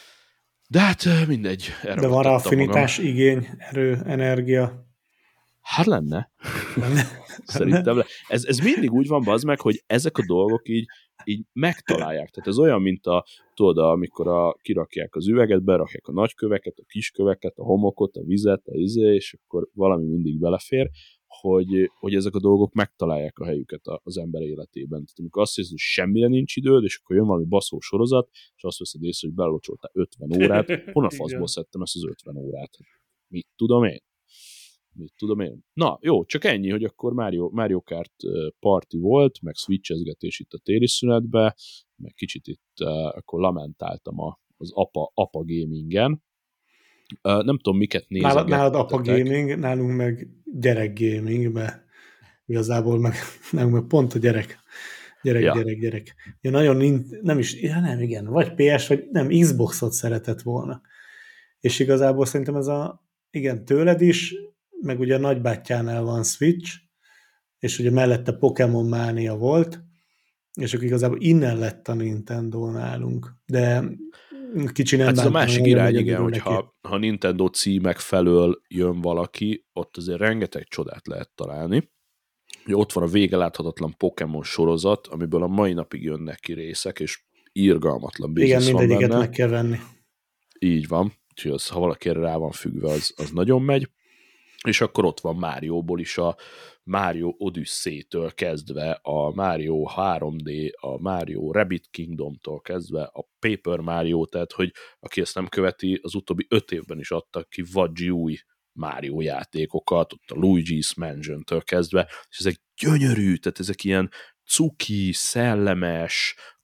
De hát mindegy. De van rá affinitás, magam. Igény, erő, energia. Hát lenne. Szerintem le. Ez, ez mindig úgy van, bazd meg, hogy ezek a dolgok így, így megtalálják. Tehát ez olyan, mint a, tudod, amikor a, kirakják az üveget, berakják a nagyköveket, a kisköveket, a homokot, a vizet, a izé, és akkor valami mindig belefér, hogy, hogy ezek a dolgok megtalálják a helyüket az ember életében. Tehát amikor azt hiszed, hogy semmire nincs időd, és akkor jön valami baszó sorozat, és azt veszed észre, hogy belocsoltál ötven órát, honnan faszból szedtem ezt az ötven órát? Mit tudom én? Mit tudom én? Na, jó, csak ennyi, hogy akkor Mario, Mario Kart party volt, meg switchezgetés itt a téli szünetbe, meg kicsit itt uh, akkor lamentáltam a, az apa, apa gamingen. Uh, nem tudom, miket nézegettetek. Nálad apa gaming, nálunk meg gyerek gaming, mert igazából meg, nálunk meg pont a gyerek. Gyerek, ja. gyerek, gyerek. Ja, nagyon nem is, ja nem, igen, vagy pé es, vagy nem, Xboxot szeretett volna. És igazából szerintem ez a, igen, tőled is, meg ugye a nagybátyjánál van Switch, és ugye mellette Pokémon mánia volt, és akkor igazából innen lett a Nintendo nálunk. De kicsi nem hát ez a másik irány, igen, hogy neki. ha, ha Nintendo címek felől jön valaki, ott azért rengeteg csodát lehet találni. Ugye ott van a vége láthatatlan Pokémon sorozat, amiből a mai napig jönnek ki részek, és irgalmatlan biznisz van benne. Igen, mindegyiket meg kell venni. Így van, úgyhogy az, ha valaki erre rá van függve, az, az nagyon megy. És akkor ott van Márióból is a Mario Odyssey-től kezdve, a Mario három dé, a Mario Rabbit Kingdom-tól kezdve, a Paper Mario, tehát hogy aki ezt nem követi, az utóbbi öt évben is adtak ki vadzsi új Mario játékokat, ott a Luigi's Mansion-től kezdve, és ezek gyönyörű, tehát ezek ilyen cuki, szellemes,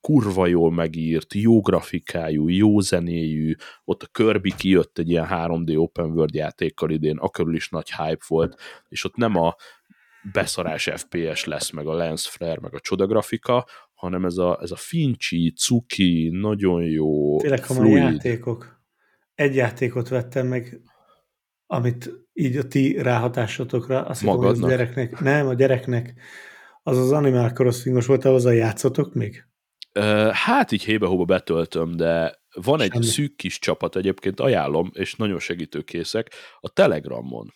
kurva jól megírt, jó grafikájú, jó zenéjű, ott a Kirby kijött egy ilyen három dé open world játékkal idén, akörül is nagy hype volt, és ott nem a beszarás ef pé es lesz, meg a lens flare, meg a csoda grafika, hanem ez a, ez a fincsi, cuki, nagyon jó, tényleg, ha fluid. már játékok. Egy játékot vettem meg, amit így a ti ráhatásotokra, azt hittem, hogy az gyereknek, nem, a gyereknek, az az Animal Crossing-os volt, azzal játszotok még? Uh, hát így hébe-hóba betöltöm, de van Semmi. Egy szűk kis csapat, egyébként ajánlom, és nagyon segítőkészek, a Telegramon.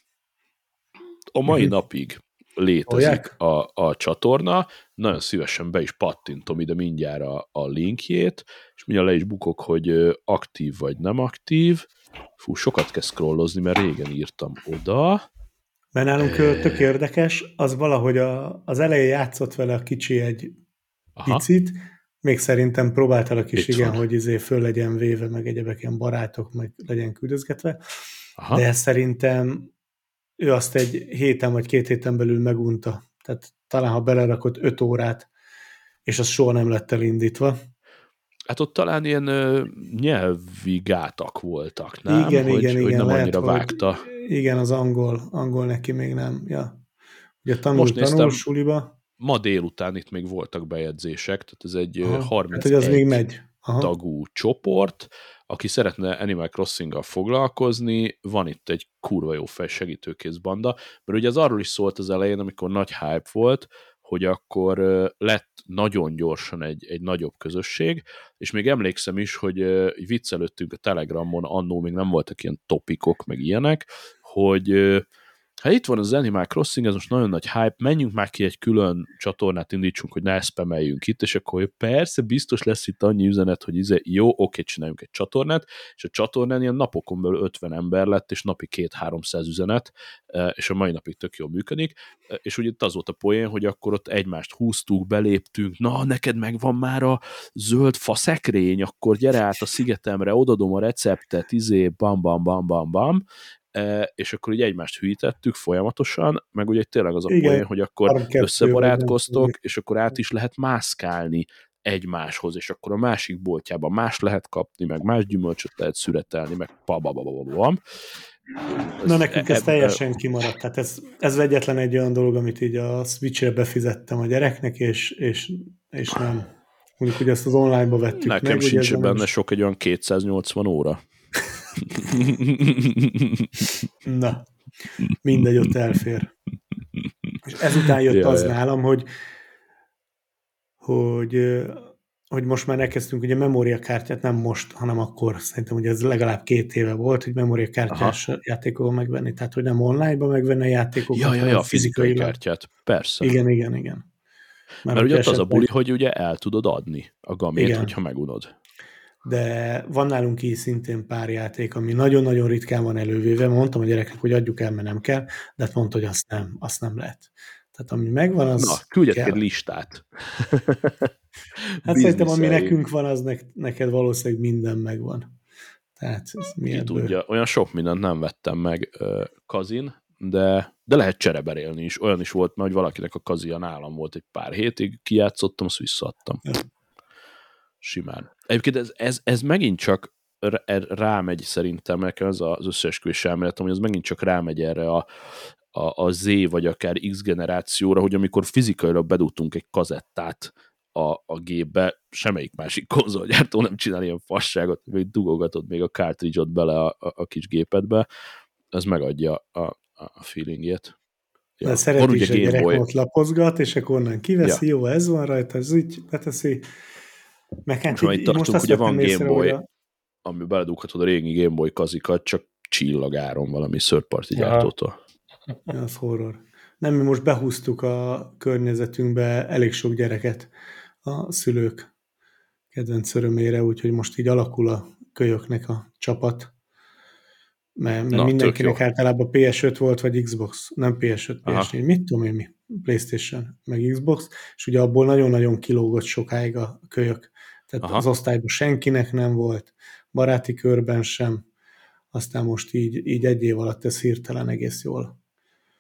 A mai uh-huh. napig létezik a, a csatorna, nagyon szívesen be is pattintom ide mindjárt a, a linkjét, és mindjárt le is bukok, hogy aktív vagy nem aktív. Fú, sokat kell scrollozni, mert régen írtam oda. Mert nálunk e... tök érdekes, az valahogy a, az elején játszott vele a kicsi egy Aha. picit, még szerintem próbáltál a kis Itt igen, van. Hogy izé föl legyen véve, meg egyebek ilyen barátok, meg legyen küldözgetve, Aha. de szerintem ő azt egy héten vagy két héten belül megunta. Tehát talán, ha belerakott öt órát, és az soha nem lett elindítva. Hát ott talán ilyen ö, nyelvi gátak voltak, nem? Igen, hogy, igen, hogy igen. nem lehet, annyira vágta. Igen, az angol, angol neki még nem. Ja. Ugye tanul, tanul suliba. Ma délután itt még voltak bejegyzések, tehát ez egy Aha, harmincegy hát, az még megy. tagú csoport, aki szeretne Animal Crossing-gal foglalkozni, van itt egy kurva jó fej segítőkész banda, mert ugye az arról is szólt az elején, amikor nagy hype volt, hogy akkor lett nagyon gyorsan egy, egy nagyobb közösség, és még emlékszem is, hogy viccelődtünk a Telegramon, annó még nem voltak ilyen topikok, meg ilyenek, hogy hát itt van az Animal Crossing, ez most nagyon nagy hype, menjünk már ki egy külön csatornát indítsunk, hogy ne spameljünk itt, és akkor persze, biztos lesz itt annyi üzenet, hogy izé, jó, oké, csináljunk egy csatornát, és a csatornán ilyen napokon belül ötven ember lett, és napi két-háromszáz üzenet, és a mai napig tök jól működik, és ugye itt az volt a poén, hogy akkor ott egymást húztuk, beléptünk, na, neked megvan már a zöld faszekrény, akkor gyere át a szigetemre, odadom a receptet, izé, bam, bam, bam, bam, bam, és akkor így egymást hűítettük folyamatosan, meg ugye tényleg az a Igen, poén, hogy akkor összebarátkoztok, és akkor át is lehet mászkálni egymáshoz, és akkor a másik boltjában más lehet kapni, meg más gyümölcsöt lehet szüretelni, meg bababababam. Na nekünk ez teljesen kimaradt, tehát ez, ez egyetlen egy olyan dolog, amit így a Switch-re befizettem a gyereknek, és, és, és nem. Mondjuk, hogy ezt az online-ba vettük Nekem meg. Nekem sincs benne is... sok, egy olyan kétszáznyolcvan óra. Na, mindegy, ott elfér. És ezután jött ja, az ja. nálam, hogy, hogy hogy most már elkezdtünk ugye memóriakártyát, nem most, hanem akkor, szerintem hogy ez legalább két éve volt, hogy memóriakártyás játékokon megvenni, tehát hogy nem online-ba megvenni a játékokat, ja, ja, ja, a fizikai kártyát, persze. Igen, igen, igen. Már Mert ugye ott az a buli, hogy ugye el tudod adni a gamét, igen. hogyha megunod. De van nálunk így szintén pár játék, ami nagyon-nagyon ritkán van elővéve. Mondtam a gyereknek, hogy adjuk el, mert nem kell, de hát mondta, hogy azt nem, azt nem lehet. Tehát ami megvan, az Na, küldjetek egy listát. Hát szerintem, ami nekünk van, az ne, neked valószínűleg minden megvan. Tehát ez mi Ki ebből? tudja, olyan sok mindent nem vettem meg uh, kazin, de, de lehet csereberélni is. Olyan is volt, mert hogy valakinek a kazia nálam volt egy pár hétig, kijátszottam, azt visszaadtam. Ja. Simán. Egyébként ez, ez, ez megint csak rámegy szerintem, nekem ez az összeesküvés elméletem, hogy ez megint csak rámegy erre a, a, a Z vagy akár X generációra, hogy amikor fizikailag bedugtunk egy kazettát a, a gépbe, semmelyik másik konzolgyártó nem csinál ilyen fasságot, még dugogatod még a cartridge-ot bele a, a, a kis gépedbe, ez megadja a, a feelingjét. Ja. Szereti is a gyerek ott lapozgat, és akkor onnan kiveszi, ja. jó, ez van rajta, ez úgy beteszi. Meg hát most, így, tartunk, most ugye van Game Boy, a... ami beledughatod a régi Game Boy kazikat, csak csillagáron valami third-party gyártótól. Ja, az horror. Nem, mi most behúztuk a környezetünkbe elég sok gyereket a szülők kedvenc örömére, úgyhogy most így alakul a kölyöknek a csapat. Mert, mert Na, mindenkinek általában pé es öt volt, vagy Xbox, nem pé es öt, pé es négy, mit tudom én mi, PlayStation, meg Xbox, és ugye abból nagyon-nagyon kilógott sokáig a kölyök. Tehát Aha. az osztályban senkinek nem volt, baráti körben sem, aztán most így, így egy év alatt ez hirtelen egész jól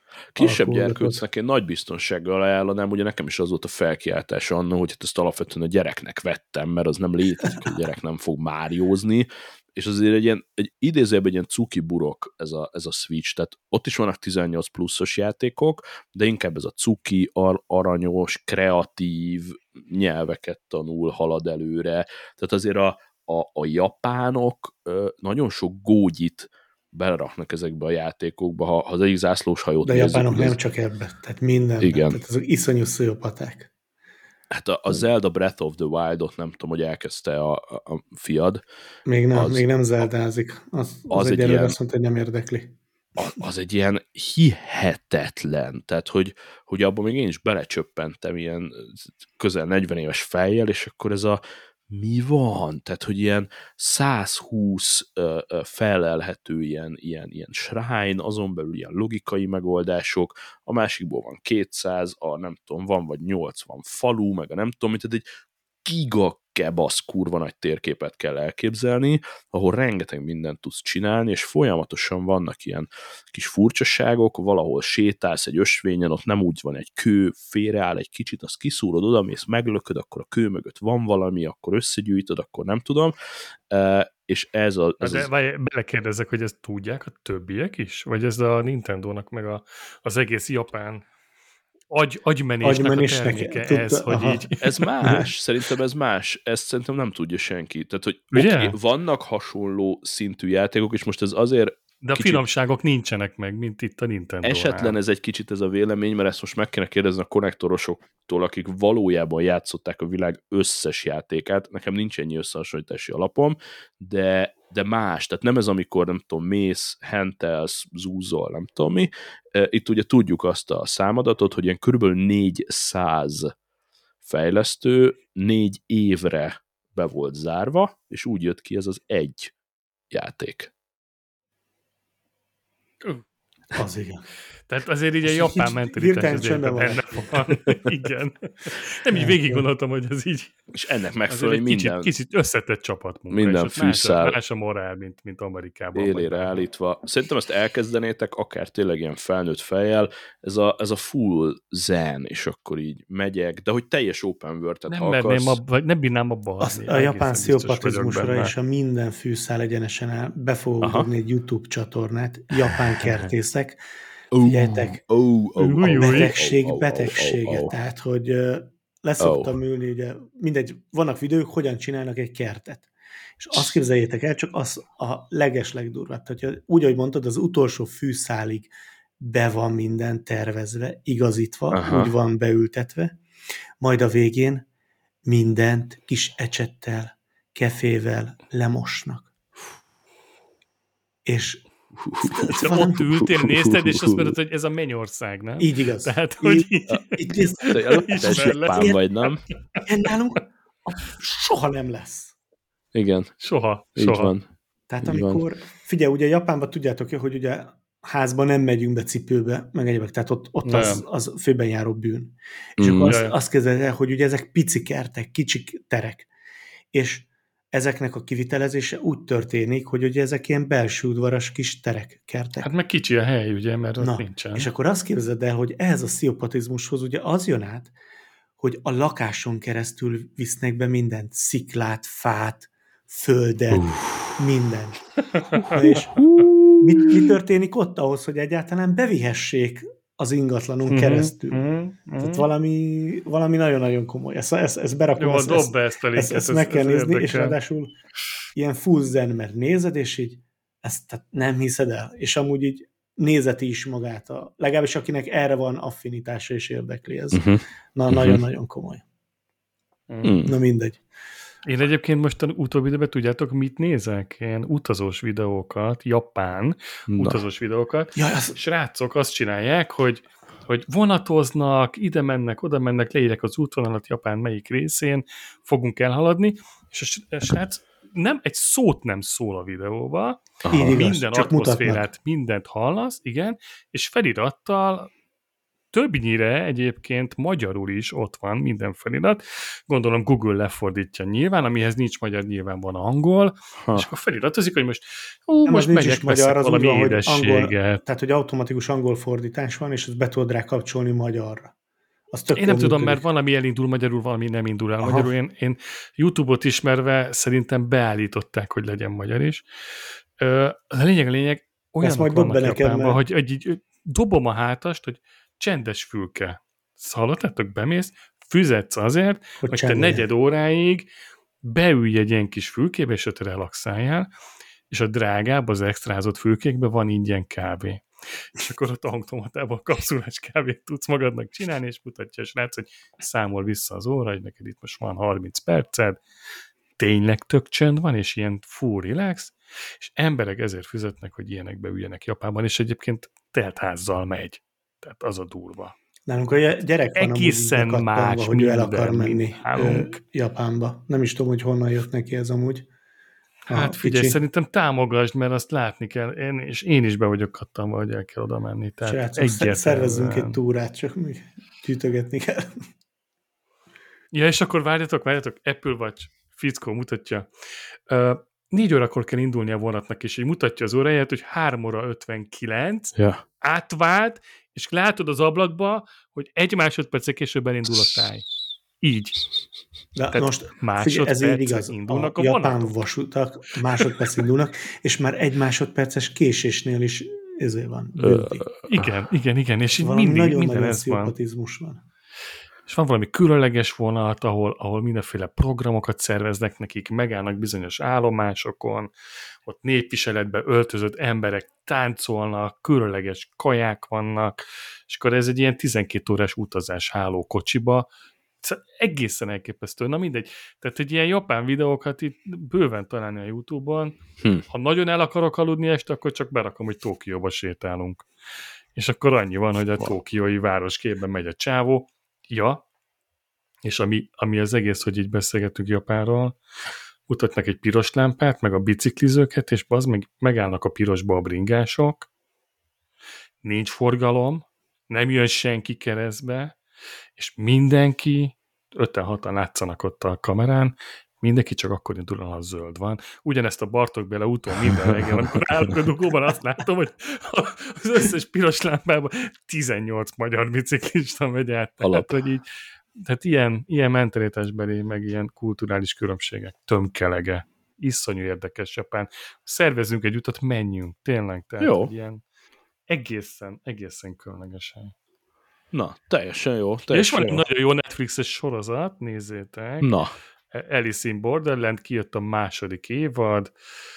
Kisebb gyerkőcnek én nagy biztonsággal ajánlanám, ugye nekem is az volt a felkiáltása annak, hogy hát ezt alapvetően a gyereknek vettem, mert az nem létezik, hogy a gyerek nem fog máriózni, és azért egy ilyen, egy idézőben egy ilyen cuki burok ez a, ez a Switch, tehát ott is vannak tizennyolc pluszos játékok, de inkább ez a cuki, ar- aranyos, kreatív, nyelveket tanul, halad előre, tehát azért a, a, a japánok ö, nagyon sok gógyit beleraknak ezekbe a játékokba, ha, ha az egyik zászlós hajót de a japánok ez... nem csak ebbe, tehát mindenben, igen. tehát azok iszonyú sziopaták. Hát a, a Zelda Breath of the Wild-ot nem tudom, hogy elkezdte a, a, a fiad. Még nem, az, még nem zeldázik. Az, az, az egy egy ilyen, azt mondta, hogy nem érdekli. Az, az egy ilyen hihetetlen, tehát hogy, hogy abban még én is belecsöppentem ilyen közel negyven éves fejjel, és akkor ez a mi van? Tehát, hogy ilyen száz húsz uh, uh, felelhető ilyen, ilyen, ilyen shrine, azon belül ilyen logikai megoldások, a másikból van kétszáz, a nem tudom, van vagy nyolcvan falu, meg a nem tudom, tehát egy giga kebasz kurva nagy térképet kell elképzelni, ahol rengeteg mindent tudsz csinálni, és folyamatosan vannak ilyen kis furcsaságok, valahol sétálsz egy ösvényen, ott nem úgy van egy kő, félreáll egy kicsit, azt kiszúrod, odamész, meglököd, akkor a kő mögött van valami, akkor összegyűjtöd, akkor nem tudom, és ez a... Ez De az... várj, belekérdezek, hogy ezt tudják a többiek is? Vagy ez a Nintendónak meg a, az egész japán Agy, agymenésnek, agymenésnek a terméke tudta, ez, hogy aha. így... Ez más, szerintem ez más, ezt szerintem nem tudja senki. Tehát, hogy okay, vannak hasonló szintű játékok, és most ez azért... De a kicsit... finomságok nincsenek meg, mint itt a Nintendo-nál. Esetlen ez egy kicsit ez a vélemény, mert ezt most meg kéne kérdezni a konnektorosoktól, akik valójában játszották a világ összes játékát. Nekem nincs ennyi összehasonlítási alapom, de, de más. Tehát nem ez, amikor, nem tudom, mész, hentelsz, zúzol, nem tudom mi. Itt ugye tudjuk azt a számadatot, hogy ilyen körülbelül négyszáz fejlesztő négy évre be volt zárva, és úgy jött ki ez az egy játék. Az igen. Tehát azért így a japán mentalitás azért benne van. Igen. Nem így végig gondoltam, hogy ez így... És ennek megfelelően minden... Kicsit, kicsit összetett csapatmunka. Minden fűszál. Más, más a morál, mint, mint Amerikában. Élére állítva. Szerintem ezt elkezdenétek, akár tényleg ilyen felnőtt fejjel, ez a, ez a full zen, és akkor így megyek, de hogy teljes open world, tehát nem akarsz... Merném abba, nem bírnám abba hagyni. A japán sziopatizmusra és a minden fűszál egyenesen áll. Be fogok dobni egy YouTube csatornát, japán kertészek. Figyeljetek, oh, oh, oh, betegség, oh, oh, betegsége, oh, oh, oh. Tehát, hogy uh, leszoktam oh. ülni, ugye, mindegy, vannak videók, hogyan csinálnak egy kertet. És azt képzeljétek el, csak az a legeslegdurvább. Tehát, úgy, ahogy mondtad, az utolsó fűszálig be van minden tervezve, igazítva, aha. úgy van beültetve, majd a végén mindent kis ecsettel, kefével lemosnak. És Szóval ott ültél, nézted, és azt mondod, hogy ez a mennyország, nem? Így igaz. Tehát, hogy így... így, így Japán vagy, nem? Ilyen nálunk soha nem lesz. Igen. Soha. Így soha. van. Tehát így amikor, van. figyelj, ugye Japánban tudjátok, hogy ugye házban nem megyünk be cipőbe, meg egyébként, tehát ott, ott az, az főben járó bűn. És mm. akkor azt, azt kezded el, hogy ugye ezek pici kertek, kicsik terek. És ezeknek a kivitelezése úgy történik, hogy ugye ezek ilyen belső udvaras kis terek, kertek. Hát meg kicsi a hely, ugye, mert ott nincsen. És akkor azt képzeld el, hogy ehhez a sziopatizmushoz ugye az jön át, hogy a lakáson keresztül visznek be mindent, sziklát, fát, földet, uh. mindent. Na és mi, mi történik ott ahhoz, hogy egyáltalán bevihessék az ingatlanon mm-hmm, keresztül. Mm-hmm. Tehát valami, valami nagyon-nagyon komoly. Ezt, ezt, ezt berakom. Jó, ezt, dob be ezt a ezt, ezt meg kell nézni, érdekel. És ráadásul ilyen full zen, mert nézed, és így ezt tehát nem hiszed el. És amúgy így nézeti is magát, a, legalábbis akinek erre van affinitása és érdekli ez. Uh-huh. Na, uh-huh. nagyon-nagyon komoly. Uh-huh. Na mindegy. Én egyébként most utóbbi időben tudjátok, mit nézek? Ilyen utazós videókat, japán Na. utazós videókat. Ja, az... Srácok azt csinálják, hogy, hogy vonatoznak, ide mennek, oda mennek, leírják az útvonalat Japán melyik részén, fogunk elhaladni, és a srác nem egy szót nem szól a videóba, minden atmoszférát, mindent hallasz, igen, és felirattal többnyire egyébként magyarul is ott van minden felirat. Gondolom Google lefordítja nyilván, amihez nincs magyar, nyilván van angol, ha. és akkor feliratozik, hogy most ú, nem, most megyek, magyar, az valami van, édességet. Angol, tehát, hogy automatikus angol fordítás van, és ezt be tudod rá kapcsolni magyarra. Én nem tudom, mert valami elindul magyarul, valami nem indul el Aha. magyarul. Én, én YouTube-ot ismerve szerintem beállították, hogy legyen magyar is. A lényeg, a lényeg olyanok vannak Japánban, mert... hogy, hogy így dobom a hátast, hogy csendes fülke. Hallottátok, bemész, füzetsz azért, hogy, hogy te negyed óráig beülj egy ilyen kis fülkébe, és ott relaxáljál, és a drágább, az extrázott fülkékben van ingyen kávé. És akkor ott automatában kapszulás kávét tudsz magadnak csinálni, és mutatja a srác, hogy számol vissza az óra, hogy neked itt most van harminc perced, tényleg tök csönd van, és ilyen full relax, és emberek ezért fizetnek, hogy ilyenekbe üljenek Japánban, és egyébként teltházzal megy. Tehát az a durva. Nálunk a gyerek van egészen amúgy más, hogy ő el akar minden, menni Japánba. Nem is tudom, hogy honnan jött neki ez amúgy. Hát figyelj, kicsi. Szerintem támogasd, mert azt látni kell, én, és én is be vagyok kattanva, hogy el kell oda menni. Srácok, szervezzünk egy túrát, csak még gyűjtögetni kell. Ja, és akkor várjatok, várjatok, Apple Watch fickó mutatja. Uh, négy órakor kell indulni a vonatnak, és így mutatja az óráját, hogy három óra ötvenkilenc, ja. átvált, és látod az ablakba, hogy egy másodperc később elindul a táj. Így. De most figyelj, ez így igaz. Indulnak a, a japán vasutak másodperc indulnak, és már egy másodperces késésnél is ezért van. Bünti. Igen, igen, igen, és így mindig, nagyon minden nagyon ez van. van. És van valami különleges vonat, ahol, ahol mindenféle programokat szerveznek nekik, megállnak bizonyos állomásokon, ott népviseletben öltözött emberek táncolnak, különleges kaják vannak, és akkor ez egy ilyen tizenkét órás utazás háló kocsiba, egészen elképesztő, na mindegy. Tehát egy ilyen japán videókat itt bőven találni a YouTube-on. Hm. Ha nagyon el akarok aludni este, akkor csak berakom, hogy Tokióba sétálunk. És akkor annyi van, hogy a tokiói városképben megy a csávó. Ja, és ami, ami az egész, hogy így beszélgetünk Japánról, mutatnak egy piros lámpát, meg a biciklizőket, és az meg megállnak a pirosba a bringások, nincs forgalom, nem jön senki keresztbe, és mindenki, öten-hatan látszanak ott a kamerán, mindenki csak akkor indul, ha zöld van. Ugyanezt a Bartók Béla úton minden reggel, amikor állok a dugóban, azt látom, hogy az összes piros lámpában tizennyolc magyar biciklista megy át. Tehát, hogy így, tehát ilyen, ilyen mentalitásbeli, meg ilyen kulturális különbségek tömkelege. Iszonyú érdekes Japán. Szervezzünk egy utat, menjünk. Tényleg. Tehát jó. Ilyen egészen, egészen különlegesen. Na, teljesen jó. Teljesen és van egy jó. nagyon jó Netflixes sorozat, nézzétek. Na. Alice in Borderland, kijött a második évad,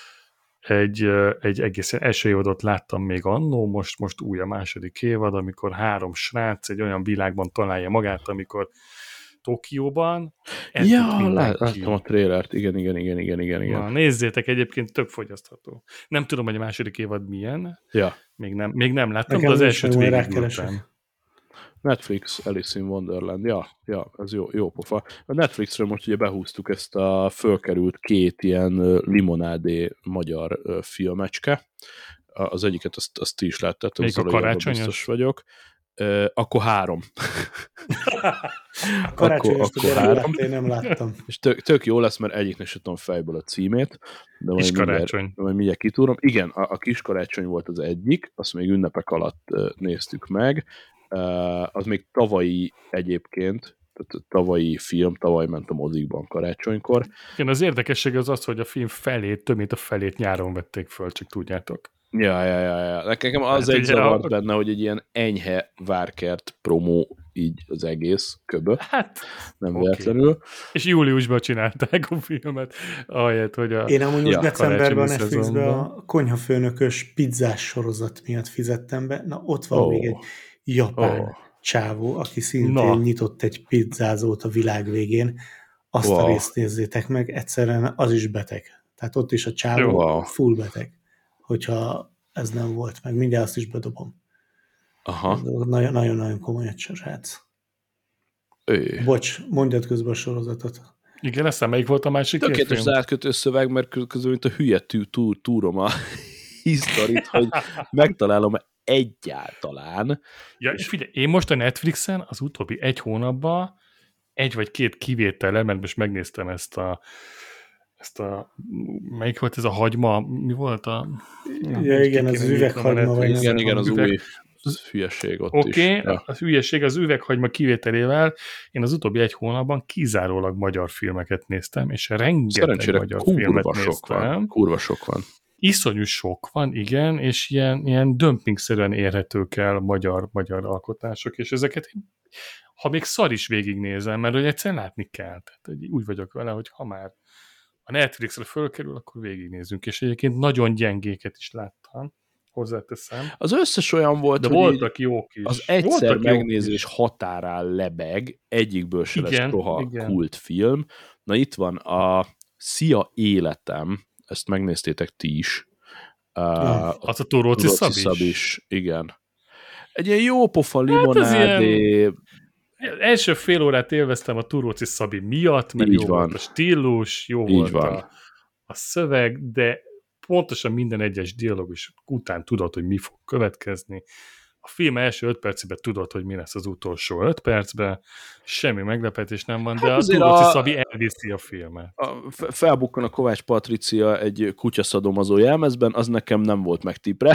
egy, egy egészen első évadot láttam még annó, most, most új a második évad, amikor három srác egy olyan világban találja magát, amikor Tokióban. Ja, láttam a trailert, igen, igen, igen, igen, igen. igen. Na, nézzétek, egyébként tök fogyasztható. Nem tudom, hogy a második évad milyen, ja. még, nem, még nem láttam, de az elsőt végigültem. Netflix, Alice in Wonderland, ja, ja, ez jó, jó pofa. A Netflixről most ugye behúztuk ezt a fölkerült két ilyen limonádé magyar filmecske. Az egyiket azt, azt ti is láttátok. Még a karácsonyos? Biztos vagyok. Uh, akkor három. A karácsonyos akkor, akkor három. Én nem láttam. És tök, tök jó lesz, mert egyiknek se tudom fejből a címét. De kis karácsony. Mindjárt, majd mindjárt kitúrom. Igen, a, a kis karácsony volt az egyik, azt még ünnepek alatt uh, néztük meg. Uh, az még tavalyi egyébként, tehát tavalyi film, tavaly ment a mozikban karácsonykor. Igen, az érdekesség az az, hogy a film felét, több mint a felét nyáron vették föl, csak tudjátok. Ja, ja, ja, ja. Nekem az hát egy zavart a... benne, hogy egy ilyen enyhe várkert promó így az egész köbö. Hát, nem okay. Véletlenül. És júliusban csinálták a filmet, ahelyett, hogy a Én amúgy most ja, decemberben a Netflixben a konyhafőnökös pizzás sorozat miatt fizettem be. Na, ott van oh. még egy japán oh. csávó, aki szintén Na. nyitott egy pizzázót a világ végén. Azt wow. a részt nézzétek meg, egyszerűen az is beteg. Tehát ott is a csávó wow. full beteg. Hogyha ez nem volt meg. Mindjárt azt is bedobom. Aha. Nagyon-nagyon komoly egy srác. Bocs, mondjad közben a sorozatot. Igen, aztán melyik volt a másik? Tökéletes zárkötő szöveg, mert közül mint a hülye tú, tú, túrom a hisztorit, hogy megtalálom egyáltalán. Ja, és... figyelj, én most a Netflixen az utóbbi egy hónapban egy vagy két kivétellel, mert most megnéztem ezt a ezt a, melyik volt ez a hagyma, mi volt a... Ja, igen, az üveghagyma, vagy nem. Igen, igen, az üveg... új hülyeség ott okay, is. Oké, ja. Az hülyeség, az üveghagyma kivételével én az utóbbi egy hónapban kizárólag magyar filmeket néztem, és rengeteg Szerencsére magyar kurva filmet sok néztem. Van, kurva sok van. Iszonyú sok van, igen, és ilyen, ilyen dömpingszerűen érhetők el magyar, magyar alkotások, és ezeket ha még szar is végignézem, mert hogy egyszerűen látni kell. Tehát hogy úgy vagyok vele, hogy ha már a Netflixre fölkerül, akkor végignézünk. És egyébként nagyon gyengéket is láttam, hozzáteszem. Az összes olyan volt, de hogy voltak jók is. az egyszer voltak megnézés határán lebeg, egyikből se igen, lesz soha igen. kultfilm. Na itt van a Szia Életem, ezt megnéztétek ti is. Uh, az a Turóci Szabis. Szabis. Igen. Egy ilyen jó pofa limonádé. Hát első fél órát élveztem a Turóci Szabi miatt, mert így jó van. volt a stílus, jó így volt van. A, a szöveg, de pontosan minden egyes dialógus után tudod, hogy mi fog következni. A film első öt percben tudod, hogy mi lesz az utolsó öt percben, semmi meglepetés nem van, hát de a Turóci a... Szabi elviszi a filmet. A felbukkan a Kovács Patricia egy kutyaszadomazó jelmezben, az nekem nem volt meg tipre.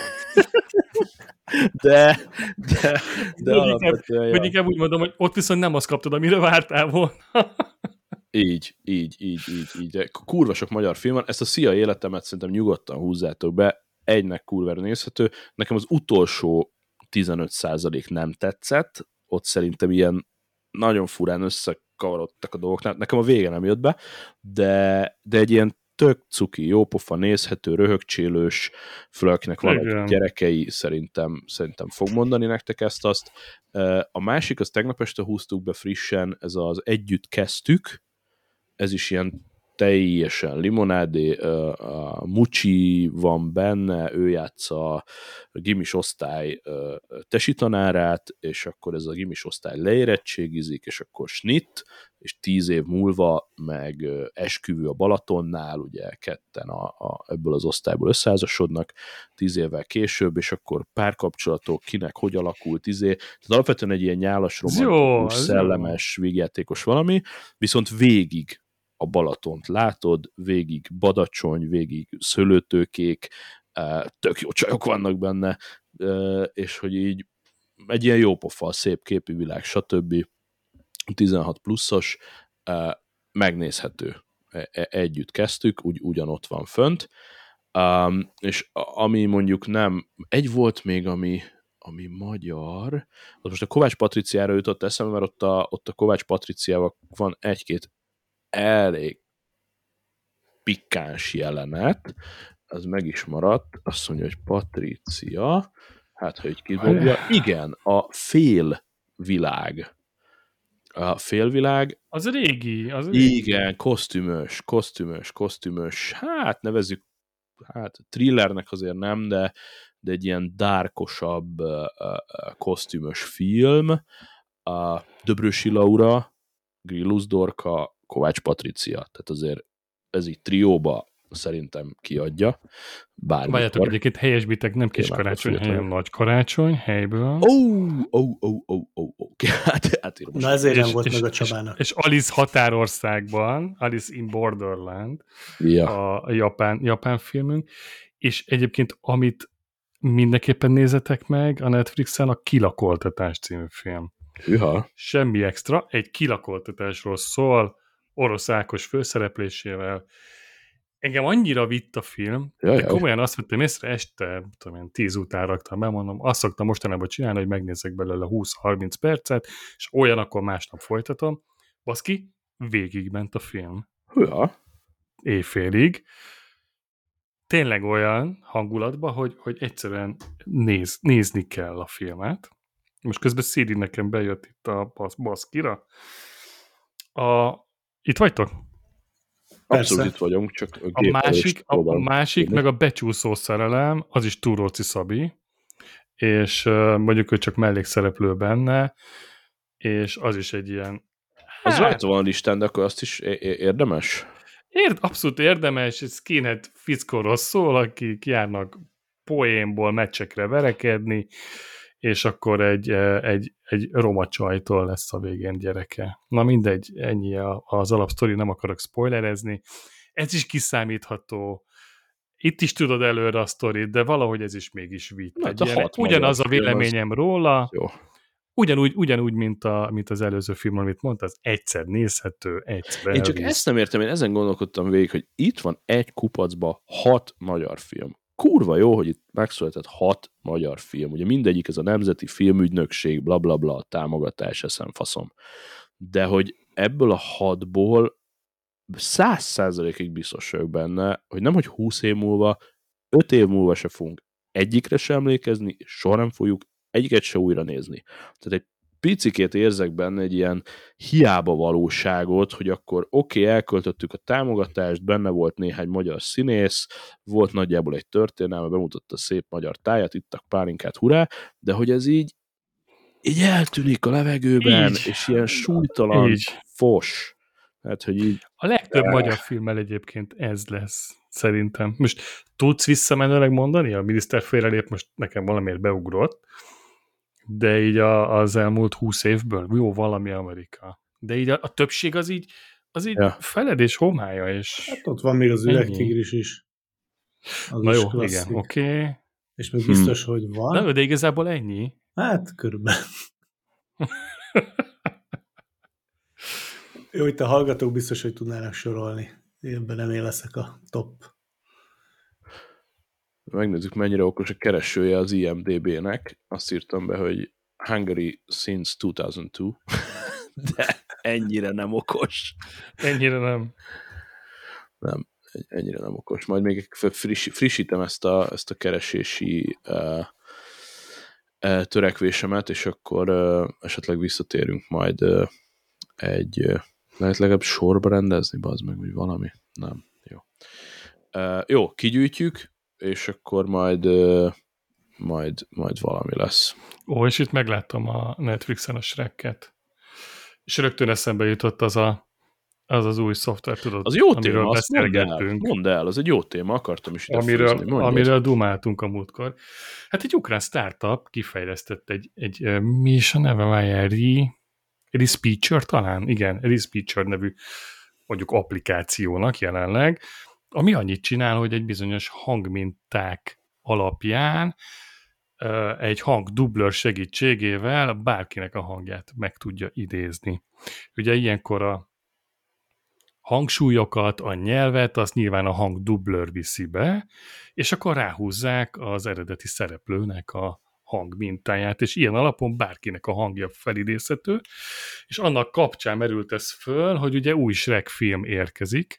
de, de, de alapvetően, vagy inkább úgy mondom, hogy ott viszont nem azt kaptad, amire vártál volna. így, így, így, így, így. Kurva sok magyar film van. Ezt a Szia Életemet szerintem nyugodtan húzzátok be. Egynek kurvára nézhető. Nekem az utolsó tizenöt százalék nem tetszett. Ott szerintem ilyen nagyon furán összekavarodtak a dolgok. Nekem a vége nem jött be, de, de egy ilyen tök cuki, jópofa, nézhető, röhögcsélős Flöknek van gyerekei, szerintem, szerintem fog mondani nektek ezt-azt. A másik, az tegnap este húztuk be frissen, ez az Együtt kezdtük, ez is ilyen teljesen limonádé, a Mucsi van benne, ő játsza a gimis osztály tesi tanárát, és akkor ez a gimis osztály leérettségizik, és akkor snit, és tíz év múlva meg esküvő a Balatonnál, ugye ketten a, a, ebből az osztályból összeházasodnak, tíz évvel később, és akkor párkapcsolatok, kinek hogy alakult, izé. Tehát alapvetően egy ilyen nyálas, romantikus, szellemes, végjátékos valami, viszont végig a Balatont látod, végig Badacsony, végig szőlőtőkék, tök jó csajok vannak benne, és hogy így egy ilyen jó pofa, szép képi világ, stb. tizenhat pluszos, megnézhető. Együtt kezdtük, úgy, ugyanott van fönt, és ami mondjuk nem, egy volt még, ami, ami magyar, az most a Kovács Patriciára jutott eszembe, mert ott a, ott a Kovács Patriciával van egy-két elég pikáns jelenet, az meg is maradt, azt mondja, hogy Patricia, hát, hogy kidobja, igen, a félvilág. A félvilág. Az régi, az régi. Igen, kosztümös, kosztümös, kosztümös, hát nevezzük, hát thrillernek azért nem, de, de egy ilyen dárkosabb uh, uh, kosztümös film. A Döbrősi Laura, Grillus Dorka, Kovács Patricia. Tehát azért ez így trióba szerintem kiadja. Bármikor. Várjátok, egyébként helyesbitek, nem kis karácsony, hanem nagy karácsony helyből. Ó, ó, ó, ó, ó, ó. Na ezért nem és, volt és, meg a Csabának. És, és Alice Határországban, Alice in Borderland, ja. a japán, japán filmünk, és egyébként amit mindenképpen nézzetek meg a Netflixen, a Kilakoltatás című film. Hűha. Semmi extra, egy kilakoltatásról szól, Orosz Ákos főszereplésével. Engem annyira vitt a film, jaj, de komolyan azt vettem észre, este tudom én, tíz után raktam be, mondom, azt szoktam mostanában csinálni, hogy megnézek belőle húsz-harminc percet, és olyan akkor másnap folytatom. Baszki, végigment a film. Hűha. Éjfélig. Tényleg olyan hangulatban, hogy, hogy egyszerűen néz, nézni kell a filmet. Most közben Sziri nekem bejött itt a basz, baszkira. A, itt vagytok? Abszolút itt vagyunk, csak a, a másik, a, a másik meg a Becsúszó szerelem, az is Turóci Szabi, és uh, mondjuk, hogy csak mellékszereplő benne, és az is egy ilyen... Hát, az rajta van a listán, de akkor azt is érdemes? Érd, abszolút érdemes, skinhead fickóról szól, akik járnak poénból meccsekre verekedni, és akkor egy, egy, egy roma csajtól lesz a végén gyereke. Na mindegy, ennyi az alapsztori, nem akarok spoilerezni. Ez is kiszámítható. Itt is tudod előre a sztorit, de valahogy ez is mégis vitt. Na, Egy a ilyen, hat ugyanaz a magyar film, véleményem az... róla, Jó. ugyanúgy, ugyanúgy mint, a, mint az előző film, amit mondta, az egyszer nézhető, egyszer Én csak elvisz. ezt nem értem, én ezen gondolkodtam végig, hogy itt van egy kupacba hat magyar film. Kurva jó, hogy itt megszületett hat magyar film. Ugye mindegyik ez a Nemzeti Filmügynökség, blablabla, bla, bla, támogatás, eszem faszom. De hogy ebből a hatból száz százalékig biztos vagyok benne, hogy nem, hogy húsz év múlva, öt év múlva se fogunk egyikre sem emlékezni, és soha nem fogjuk egyiket se újra nézni. Tehát egy picikét érzek benne egy ilyen hiába valóságot, hogy akkor oké, okay, elköltöttük a támogatást, benne volt néhány magyar színész, volt nagyjából egy történelme, bemutatta szép magyar tájat, ittak pálinkát, hurrá, de hogy ez így, így eltűnik a levegőben, így, és ilyen súlytalan, így. fos. Hát, hogy így... A legtöbb magyar filmmel egyébként ez lesz, szerintem. Most tudsz visszamenőleg mondani? A miniszter félrelép, most nekem valamiért beugrott, de így a, az elmúlt húsz évből, jó, valami Amerika. De így a, a többség az így, az így Ja. feled és homája, és Hát ott van még az Üvegtigris is. Az Na is jó, klasszik. igen, oké. Okay. És még biztos, hmm. hogy van. Na, de igazából ennyi. Hát, körülbelül. Jó, itt a hallgatók biztos, hogy tudnának sorolni. Ebben nem én leszek a top. Megnézzük, mennyire okos a keresője az I M D B-nek. Azt írtam be, hogy Hungary since two thousand two. De ennyire nem okos. Ennyire nem. Nem, ennyire nem okos. Majd még friss, frissítem ezt a, ezt a keresési uh, uh, törekvésemet, és akkor uh, esetleg visszatérünk majd uh, egy, uh, lehet legalább sorba rendezni, bazd meg, vagy valami. Nem, jó. Uh, jó, kigyűjtjük, és akkor majd, uh, majd, majd valami lesz. Ó, és itt megláttam a Netflixen a Shrek-et. És rögtön eszembe jutott az a, az, az új szoftver, tudod, az jó amiről téma, azt mondd el, beszélgettünk. mondd el, az egy jó téma, akartam is ide amiről, főzni, amiről dumáltunk a múltkor. Hát egy ukrán startup kifejlesztett egy, egy mi is a neve, várjál, Re, Respeecher talán? Igen, Respeecher nevű mondjuk applikációnak jelenleg, ami annyit csinál, hogy egy bizonyos hangminták alapján egy hangdublőr segítségével bárkinek a hangját meg tudja idézni. Ugye ilyenkor a hangsúlyokat, a nyelvet, azt nyilván a hangdublőr viszi be, és akkor ráhúzzák az eredeti szereplőnek a hangmintáját, és ilyen alapon bárkinek a hangja felidézhető, és annak kapcsán merült ez föl, hogy ugye új Shrek film érkezik,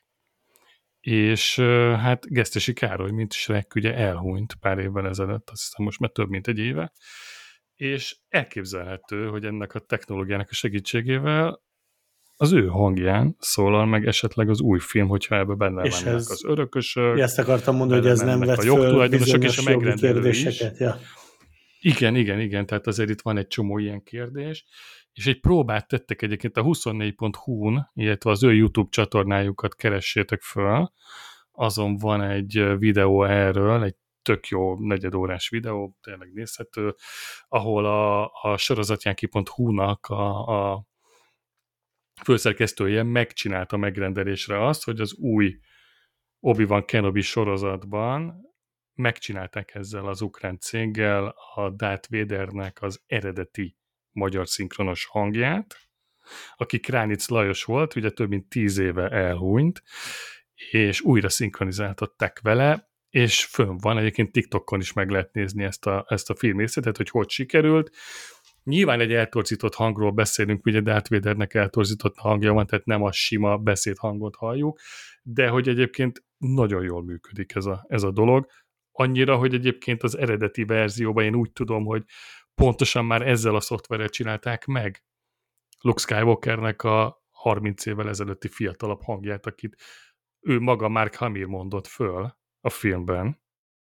és hát Gesztesi Károly, mint Shrek, ugye elhunyt pár évvel ezelőtt, azt hiszem most már több mint egy éve, és elképzelhető, hogy ennek a technológiának a segítségével az ő hangján szólal meg esetleg az új film, hogyha ebbe benne és mennek ez, az örökösök. Ezt akartam mondani, hogy ez nem vett a jogtulajdonosok és a megrendelő is. Ja. Igen, igen, igen, tehát azért itt van egy csomó ilyen kérdés, és egy próbát tettek egyébként a huszonnégy pont hu-n, illetve az ő YouTube csatornájukat keressétek föl, azon van egy videó erről, egy tök jó negyedórás videó, tényleg nézhető, ahol a, a sorozatjánki pont hu-nak a, a főszerkesztője megcsinálta megrendelésre azt, hogy az új Obi-Wan Kenobi sorozatban megcsinálták ezzel az ukrán céggel a Darth Vadernek az eredeti magyar szinkronos hangját, aki Kránic Lajos volt, ugye több mint tíz éve elhunyt, és újra szinkronizáltatták vele, és fönn van, egyébként TikTokon is meg lehet nézni ezt a, ezt a filmészetet, hogy hogy sikerült. Nyilván egy eltorzított hangról beszélünk, ugye Darth Vadernek eltorzított hangja van, tehát nem a sima beszédhangot halljuk, de hogy egyébként nagyon jól működik ez a, ez a dolog. Annyira, hogy egyébként az eredeti verzióban én úgy tudom, hogy pontosan már ezzel a szoftverrel csinálták meg Luke Skywalkernek a harminc évvel ezelőtti fiatalabb hangját, akit ő maga Mark Hamill mondott föl a filmben,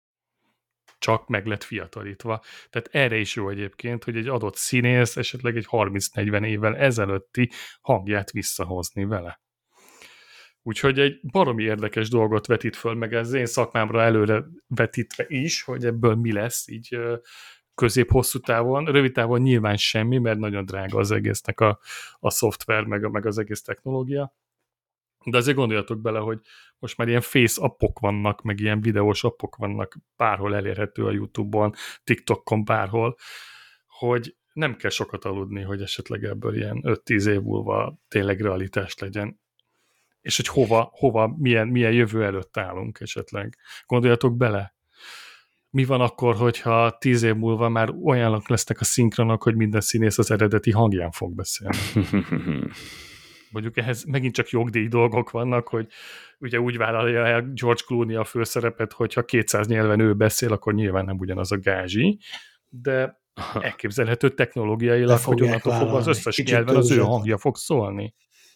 csak meg lett fiatalítva. Tehát erre is jó egyébként, hogy egy adott színész esetleg egy harminc-negyven évvel ezelőtti hangját visszahozni vele. Úgyhogy egy baromi érdekes dolgot vetít föl, meg ez én szakmámra előre vetítve is, hogy ebből mi lesz így közép-hosszú távon. Rövid távon nyilván semmi, mert nagyon drága az egésznek a, a szoftver, meg, a, meg az egész technológia. De azért gondoljatok bele, hogy most már ilyen face appok vannak, meg ilyen videós appok vannak, bárhol elérhető a YouTube-on, TikTokon, bárhol, hogy nem kell sokat aludni, hogy esetleg ebből ilyen öt-tíz év múlva tényleg realitás legyen. És hogy hova, hova milyen, milyen jövő előtt állunk esetleg. Gondoljatok bele. Mi van akkor, hogyha tíz év múlva már olyanok lesznek a szinkronok, hogy minden színész az eredeti hangján fog beszélni? Mondjuk ehhez megint csak jogdíj dolgok vannak, hogy ugye úgy vállalja el George Clooney a főszerepet, hogyha kétszáz nyelven ő beszél, akkor nyilván nem ugyanaz a gázsi, de elképzelhető technológiailag, hogy onnantól fogva az összes Kicsit nyelven az ő hangja fog szólni.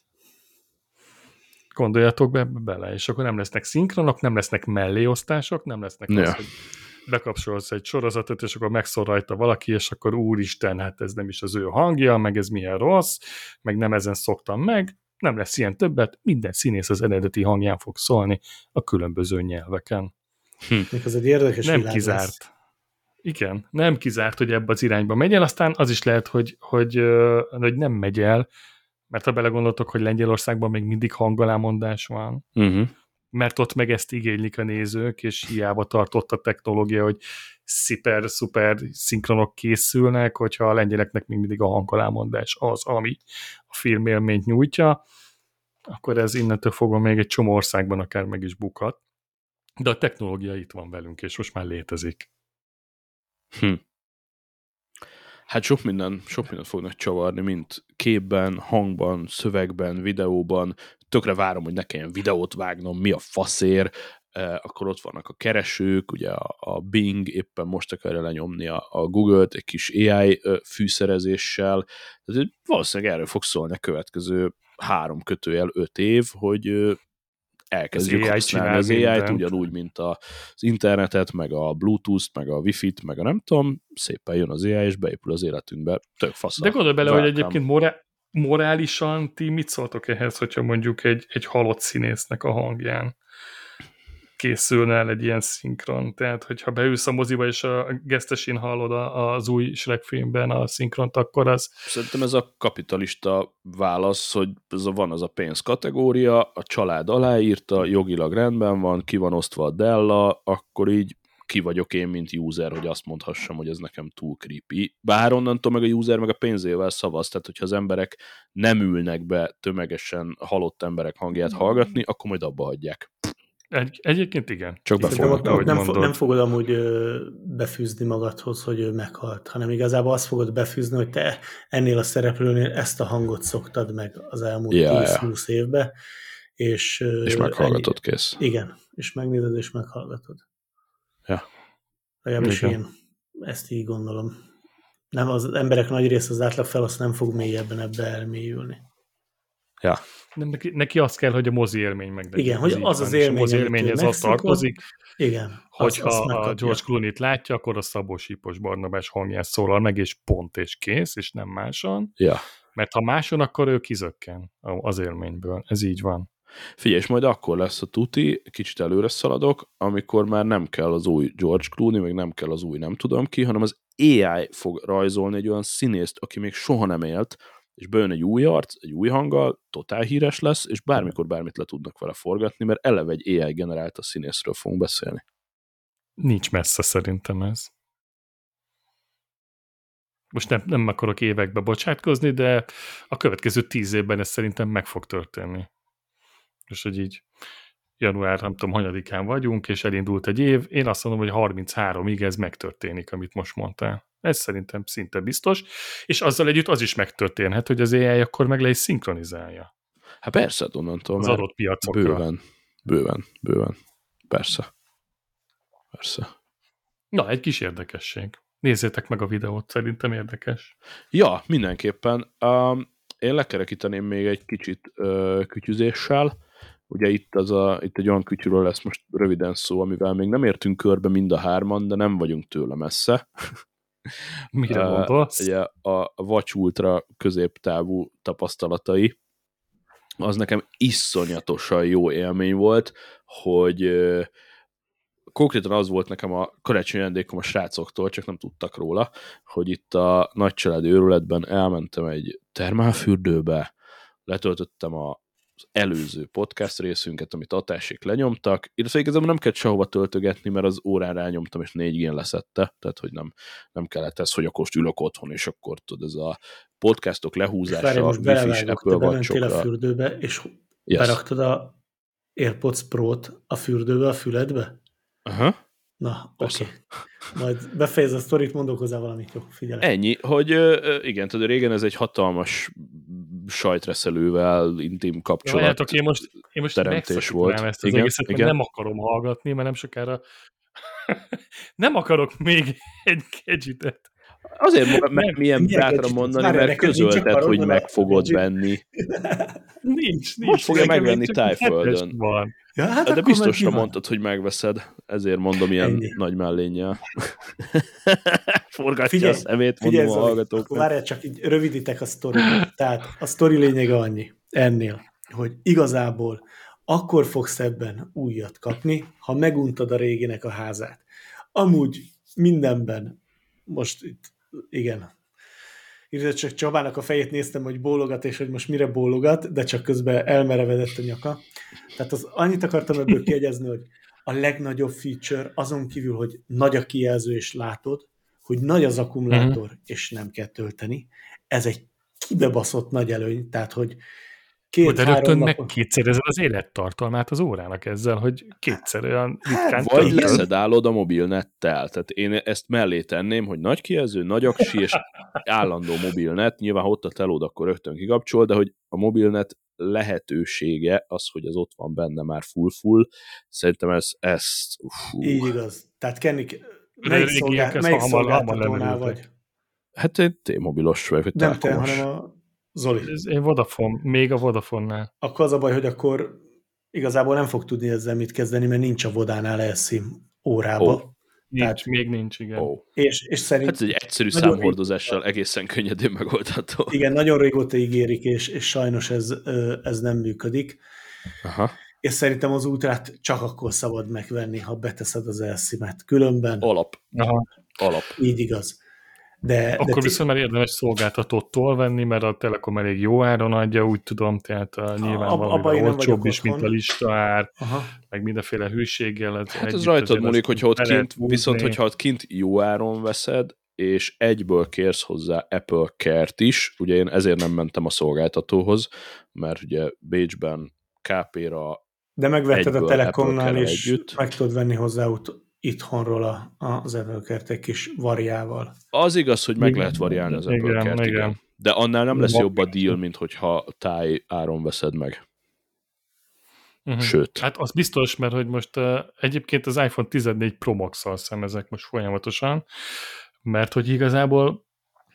Gondoljatok be, bele, és akkor nem lesznek szinkronok, nem lesznek melléosztások, nem lesznek ja. az, hogy bekapcsolsz egy sorozatot, és akkor megszól rajta valaki, és akkor úristen, hát ez nem is az ő hangja, meg ez milyen rossz, meg nem ezen szoktam meg, nem lesz ilyen többet, minden színész az eredeti hangján fog szólni a különböző nyelveken. Hm. Ez egy érdekes nem kizárt. Lesz. Igen, nem kizárt, hogy ebbe az irányba megy el, aztán az is lehet, hogy, hogy, hogy nem megy el, mert ha belegondoltok, hogy Lengyelországban még mindig hangalámondás van, uh-huh. mert ott meg ezt igénylik a nézők, és hiába tartott a technológia, hogy szuper-szuper szinkronok készülnek, hogyha a lengyeleknek még mindig a hangalámondás az, ami a filmélményt nyújtja, akkor ez innentől fogva még egy csomó országban akár meg is bukhat. De a technológia itt van velünk, és most már létezik. Hm. Hát sok minden, sok mindent fognak csavarni, mint képben, hangban, szövegben, videóban. Tökre várom, hogy ne kelljen videót vágnom, mi a faszér. E, akkor ott vannak a keresők, ugye a, a Bing éppen most akarja lenyomni a, a Google-t egy kis á i fűszerezéssel. Tehát valószínűleg erről fog szólni a következő három kötőjel öt év, hogy elkezdjük használni az á i-t, ugyanúgy, mint az internetet, meg a Bluetooth-t, meg a Wi-Fi-t, meg a nem tudom, szépen jön az á i, és beépül az életünkbe. Tök fasz. De gondolj bele, Welcome. Hogy egyébként morá- morálisan ti mit szóltok ehhez, hogyha mondjuk egy, egy halott színésznek a hangján készülne el egy ilyen szinkron. Tehát, hogyha beülsz a moziba, és a gesztesén hallod az új Shrek filmben a szinkront, akkor az... Szerintem ez a kapitalista válasz, hogy ez a, van az a pénz kategória, a család aláírta, jogilag rendben van, ki van osztva a della, akkor így ki vagyok én, mint user, hogy azt mondhassam, hogy ez nekem túl creepy. Bár onnantól meg a user meg a pénzével szavaz, tehát hogyha az emberek nem ülnek be tömegesen halott emberek hangját hallgatni, akkor majd abba hagyják. Egy, egyébként igen. Csak befogadni, nem, nem, fo- nem fogod amúgy ö, befűzni magadhoz, hogy ő meghalt, hanem igazából azt fogod befűzni, hogy te ennél a szereplőnél ezt a hangot szoktad meg az elmúlt yeah, tíz-húsz yeah. évben. És, ö, és meghallgatod, ennyi, kész. Igen, és megnézed, és meghallgatod. Ja. Legalábbis én ezt így gondolom. Nem, az emberek nagy része, az átlag felasz nem fog mélyebben ebbe elmélyülni. Ja. Nem, neki, neki az kell, hogy a mozi élmény meg. Igen, hogy az az élmény, a mozi élményhez az tartozik. Igen. Hogyha az, az a George Clooney-t látja, akkor a Szabó Sipos Barnabás hangját szólal meg, és pont, és kész, és nem máson. Ja. Mert ha máson, akkor ő kizökken az élményből. Ez így van. Figyelj, és majd akkor lesz a tuti, kicsit előre szaladok, amikor már nem kell az új George Clooney, meg nem kell az új nem tudom ki, hanem az á i fog rajzolni egy olyan színészt, aki még soha nem élt, és bejön egy új arc, egy új hanggal, totál híres lesz, és bármikor bármit le tudnak vele forgatni, mert eleve egy á i generált a színészről fogunk beszélni. Nincs messze szerintem ez. Most nem, nem akarok évekbe bocsátkozni, de a következő tíz évben ez szerintem meg fog történni. És hogy így január, nem tudom, hanyadikán vagyunk, és elindult egy év, én azt mondom, hogy harmincháromig ez megtörténik, amit most mondtál. Ez szerintem szinte biztos, és azzal együtt az is megtörténhet, hogy az á i akkor meg le is szinkronizálja. Hát persze, onnantól az adott piacokra. Bőven, bőven, bőven. Persze. Persze. Na, egy kis érdekesség. Nézzétek meg a videót, szerintem érdekes. Ja, mindenképpen. Um, én lekerekíteném még egy kicsit uh, kütyüzéssel. Ugye itt, az a, itt egy olyan kütyűről lesz most röviden szó, amivel még nem értünk körbe mind a hárman, de nem vagyunk tőle messze. Mire gondolsz? Uh, ugye a, a Watch Ultra középtávú tapasztalatai. az nekem iszonyatosan jó élmény volt, hogy ö, konkrétan az volt nekem a karácsonyi ajándékom a srácoktól, csak nem tudtak róla, hogy itt a nagycsaládi őrületben elmentem egy termálfürdőbe, letöltöttem a az előző podcast részünket, amit Atásék lenyomtak, illetve igazából nem kellett sehova töltögetni, mert az órán rányomtam, és négy gén leszette, tehát hogy nem, nem kellett ez, hogy akkor most ülök otthon, és akkor tudod, ez a podcastok lehúzása, Várj, most wifi-s Apple te bementél a Watch-okra. fürdőbe, és Yes. beraktad a AirPods Pro-t a fürdőbe, a füledbe? Aha. Na, Persze. oké. Okay. Majd befejezd a sztorit, mondok hozzá valamit. Jó, figyelek. Ennyi, hogy ö, igen, tudod, régen ez egy hatalmas sajtreszelővel intim kapcsolat. Várjátok, én most, én most teremtés volt. ezt az Igen, egészet, mert igen. nem akarom hallgatni, mert nem sokára nem akarok még egy gadgetet. Azért, mert milyen milyen bátran gadget? mondani, Várjál, mert neked nincs közölted, akarod, hogy mert meg a fogod gadget- venni. Nincs, nincs. Most fogja Nekem megvenni még csak Tájföldön. hetes van. Ja, hát De akkor biztosra meg mi van? mondtad, hogy megveszed, ezért mondom ilyen Ennyi. nagy mellénnyel. Forgatja Figyelj, a szemét, Figyelj, mondom a Zoli, akkor hallgatóknak. várjál, csak így rövidítek a sztorit. Tehát a sztori lényege annyi ennél, hogy igazából akkor fogsz ebben újat kapni, ha meguntad a réginek a házát. Amúgy mindenben, most itt, igen, itt csak Csabának a fejét néztem, hogy bólogat, és hogy most mire bólogat, de csak közben elmerevedett a nyaka. Tehát az, annyit akartam ebből kiegyezni, hogy a legnagyobb feature azon kívül, hogy nagy a kijelző és látod, hogy nagy az akkumulátor, uh-huh. és nem kell tölteni. Ez egy kibebaszott nagy előny, tehát hogy Két, de rögtön meg napon... kétszerezed az élettartalmát az órának ezzel, hogy kétszer olyan ritkán Vagy töltöd. leszedálod a mobilnettel. Tehát én ezt mellé tenném, hogy nagy kijelző, nagy aksi és állandó mobilnet. Nyilván ha ott a telód, akkor rögtön kikapcsol, de hogy a mobilnet lehetősége az, hogy az ott van benne már full-full. Szerintem ez, ez fú. Így igaz. Tehát Kenny, De melyik, régiek szolgál, ezt melyik hamar- hamar szolgáltatónál lemerültek. vagy? Hát egy T-mobilos vagy, vagy Nem te, telekomos. hanem a Zoli. Ez én Vodafone, még a Vodafone-nál. Akkor az a baj, hogy akkor igazából nem fog tudni ezzel mit kezdeni, mert nincs a Vodánál elszím órába. Oh. Nincs, Tehát- még nincs, igen. Oh. És, és szerint Hát ez egy egyszerű Nagyon számhordozással egészen könnyedén megoldható. igen, nagyon régóta ígérik, és, és sajnos ez, ö, ez nem működik. Aha. És szerintem az útrát csak akkor szabad megvenni, ha beteszed az elszimet. Különben Alap. Aha. Alap. így igaz. De, Akkor de ti- viszont már érdemes szolgáltatótól venni, mert a Telekom elég jó áron adja, úgy tudom, tehát uh, nyilván Ab- abban én valamivel nem olcsóbb vagyok is, mint a otthon. listár, Aha. meg mindenféle hűséggel. Hát ez együtt rajtad azért múlik, azt hogyha ott be lehet kint, húzni. viszont hogyha ott kint jó áron veszed, és egyből kérsz hozzá Apple Care-t is, ugye én ezért nem mentem a szolgáltatóhoz, mert ugye Bécsben ká pé-ra De megvetted egyből a Telekomnál, Apple és együtt. meg tudod venni hozzá ut- itthonról a, az Apple egy kis variával. az igaz, hogy meg Igen, lehet variálni az Apple igen, Care-t, igen. igen. De annál nem lesz Ma- jobb a deal, mint hogyha táj áron veszed meg. Uh-huh. Sőt. Hát az biztos, mert hogy most uh, egyébként az iPhone tizennégy Pro Max-szal szemezek most folyamatosan, mert hogy igazából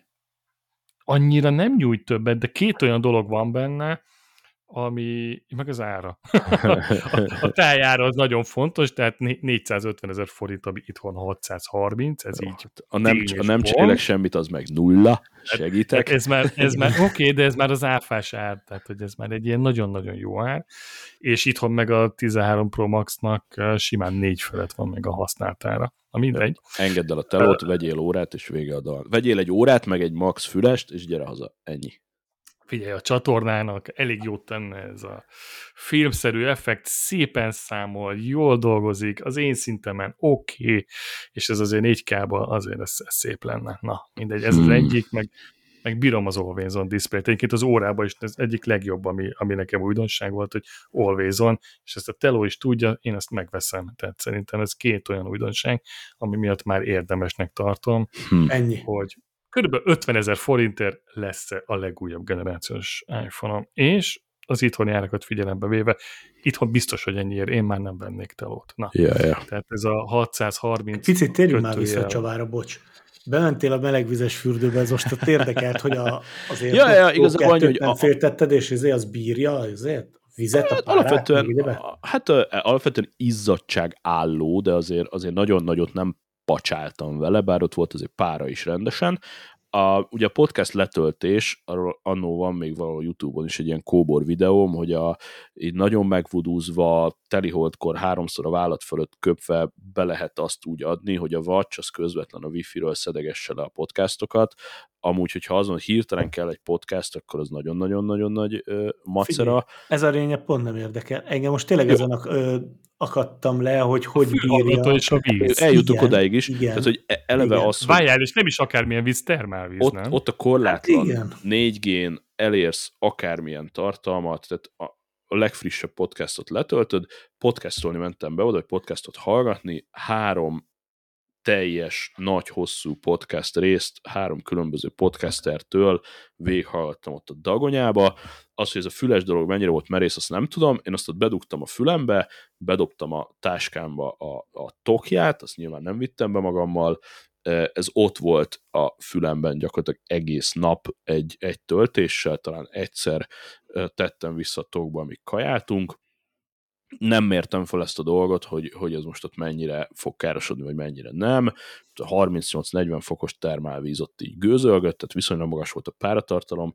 annyira nem nyújt többet, de két olyan dolog van benne, ami, meg az ára. a, a tájára az nagyon fontos, tehát né- négyszázötven ezer forint, ami itthon hatszázharminc, ez így A nem, tény és a nem pont. cserélek semmit, az meg nulla. Tehát Segítek. ez már, ez már oké, okay, de ez már az áfás ár, tehát hogy ez már egy ilyen nagyon-nagyon jó ár, és itthon meg a tizenhárom Pro Max-nak uh, simán négy felett van meg a használt ára. Na mindegy. Engedd el a telót, vegyél órát, és vége a dal. Vegyél egy órát, meg egy max fülest, és gyere haza. Ennyi. Figyelj, a csatornának elég jót tenne ez a filmszerű effekt, szépen számol, jól dolgozik, az én szintemen oké, okay, és ez azért négy ká-ban azért ez, ez szép lenne. Na, mindegy, ez Hmm. az egyik, meg, meg bírom az Always On diszplét. Egyébként az órában is ez egyik legjobb, ami, ami nekem újdonság volt, hogy Always On, és ezt a Teló is tudja, én ezt megveszem. Tehát szerintem ez két olyan újdonság, ami miatt már érdemesnek tartom, Hm. Ennyi. hogy körülbelül ötvenezer forintért lesz a legújabb generációs iPhone-om, és az itthoni árakat figyelembe véve, itthon biztos, hogy ennyiért én már nem vennék telót. Na, Ja, ja. tehát ez a hatszázharminc Picit térjünk már vissza kötőjel. Csavára, bocs. Bementél a melegvizes fürdőbe, ez most ott érdekelt, hogy a, azért Ja, ja, igazából annyi, hogy nem a- féltetted, és ezért az bírja azért? A vizet, a Hát párát? alapvetően, meg idebe? a- hát ö, alapvetően izzadság álló, de azért, azért nagyon nagyot nem pacsáltam vele, bár ott volt azért pára is rendesen. a, ugye a podcast letöltés, arról annó van még valahol YouTube-on is egy ilyen kóbor videóm, hogy a, így nagyon megvudúzva, teliholdkor háromszor a vállat fölött köpve be lehet azt úgy adni, hogy a Watch az közvetlen a Wi-Fi-ről szedegesse le a podcastokat. Amúgy, hogyha azon hirtelen kell egy podcast, akkor az nagyon-nagyon-nagyon nagy ö, macera. Figyelj, ez a lényeg pont nem érdekel. Engem most tényleg ezen ak- ö, akadtam le, hogy hogy bírja. És a víz. Eljutok Igen, odáig is. igen, tehát, hogy eleve igen. az, hogy Várjál, és nem is akármilyen víz, termálvíz, ott, nem? ott a korlátlan Hát igen. négy gén elérsz akármilyen tartalmat, tehát a, a legfrissebb podcastot letöltöd, podcastolni mentem be oda, hogy podcastot hallgatni, három teljes, nagy, hosszú podcast részt, három különböző podcastertől végighallgattam ott a dagonyába. Az, hogy ez a füles dolog mennyire volt merész, azt nem tudom. Én azt ott bedugtam a fülembe, bedobtam a táskámba a, a tokját, azt nyilván nem vittem be magammal. Ez ott volt a fülemben gyakorlatilag egész nap egy, egy töltéssel, talán egyszer tettem vissza a tokba, amíg kajáltunk. Nem mértem fel ezt a dolgot, hogy, hogy ez most ott mennyire fog károsodni, vagy mennyire nem. A harmincnyolc-negyven fokos termálvíz ott így gőzölgött, tehát viszonylag magas volt a páratartalom.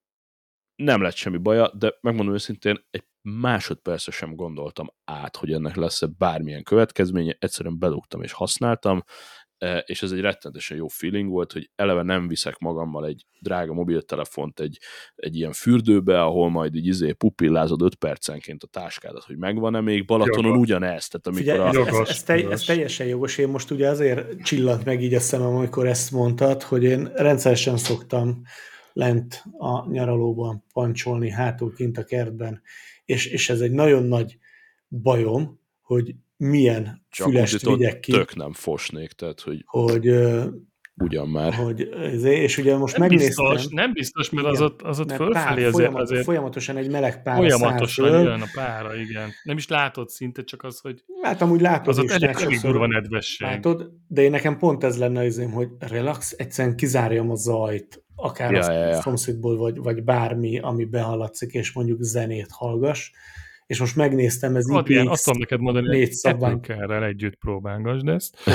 Nem lett semmi baja, de megmondom őszintén, egy másodpercre sem gondoltam át, hogy ennek lesz-e bármilyen következménye. Egyszerűen bedugtam és használtam, és ez egy rettenetesen jó feeling volt, hogy eleve nem viszek magammal egy drága mobiltelefont egy, egy ilyen fürdőbe, ahol majd így izé pupillázod öt percenként a táskádat, hogy megvan-e még. Balatonon jogos. Ugyanez. Tehát amikor Figyelj, a... ez, Jogos, ez, ez, te, jogos. ez teljesen jogos. Én most ugye azért csillant meg így a szemem, amikor ezt mondtad, hogy én rendszeresen szoktam lent a nyaralóban pancsolni, hátul kint a kertben, és, és ez egy nagyon nagy bajom, hogy milyen Csak fülest úgy, vigyek ki, tök nem fosnék, tehát hogy hogy, ö, ugyan már. hogy és ugye most Nem megnéztem. biztos, nem biztos, mert az Igen, ott, az ott mert fölfelé pár, azért, folyamat, azért folyamatosan egy meleg pára folyamatosan száll föl. jön a pára, igen. Nem is látod szinte, csak az, hogy Hát amúgy látod az ott is, elég, tehát elég sokszor durva nedvesség. látod, de én nekem pont ez lenne az én, hogy relax, egyszerűen kizárjam a zajt, akár Ja, a ja, ja. szomszédból, vagy, vagy bármi, ami behallatszik, és mondjuk zenét hallgass. És most megnéztem, ez Adrián, I P X azt tudom neked mondani, négy hogy szabvány. Apple-kel együtt próbálgasd ezt. Ö,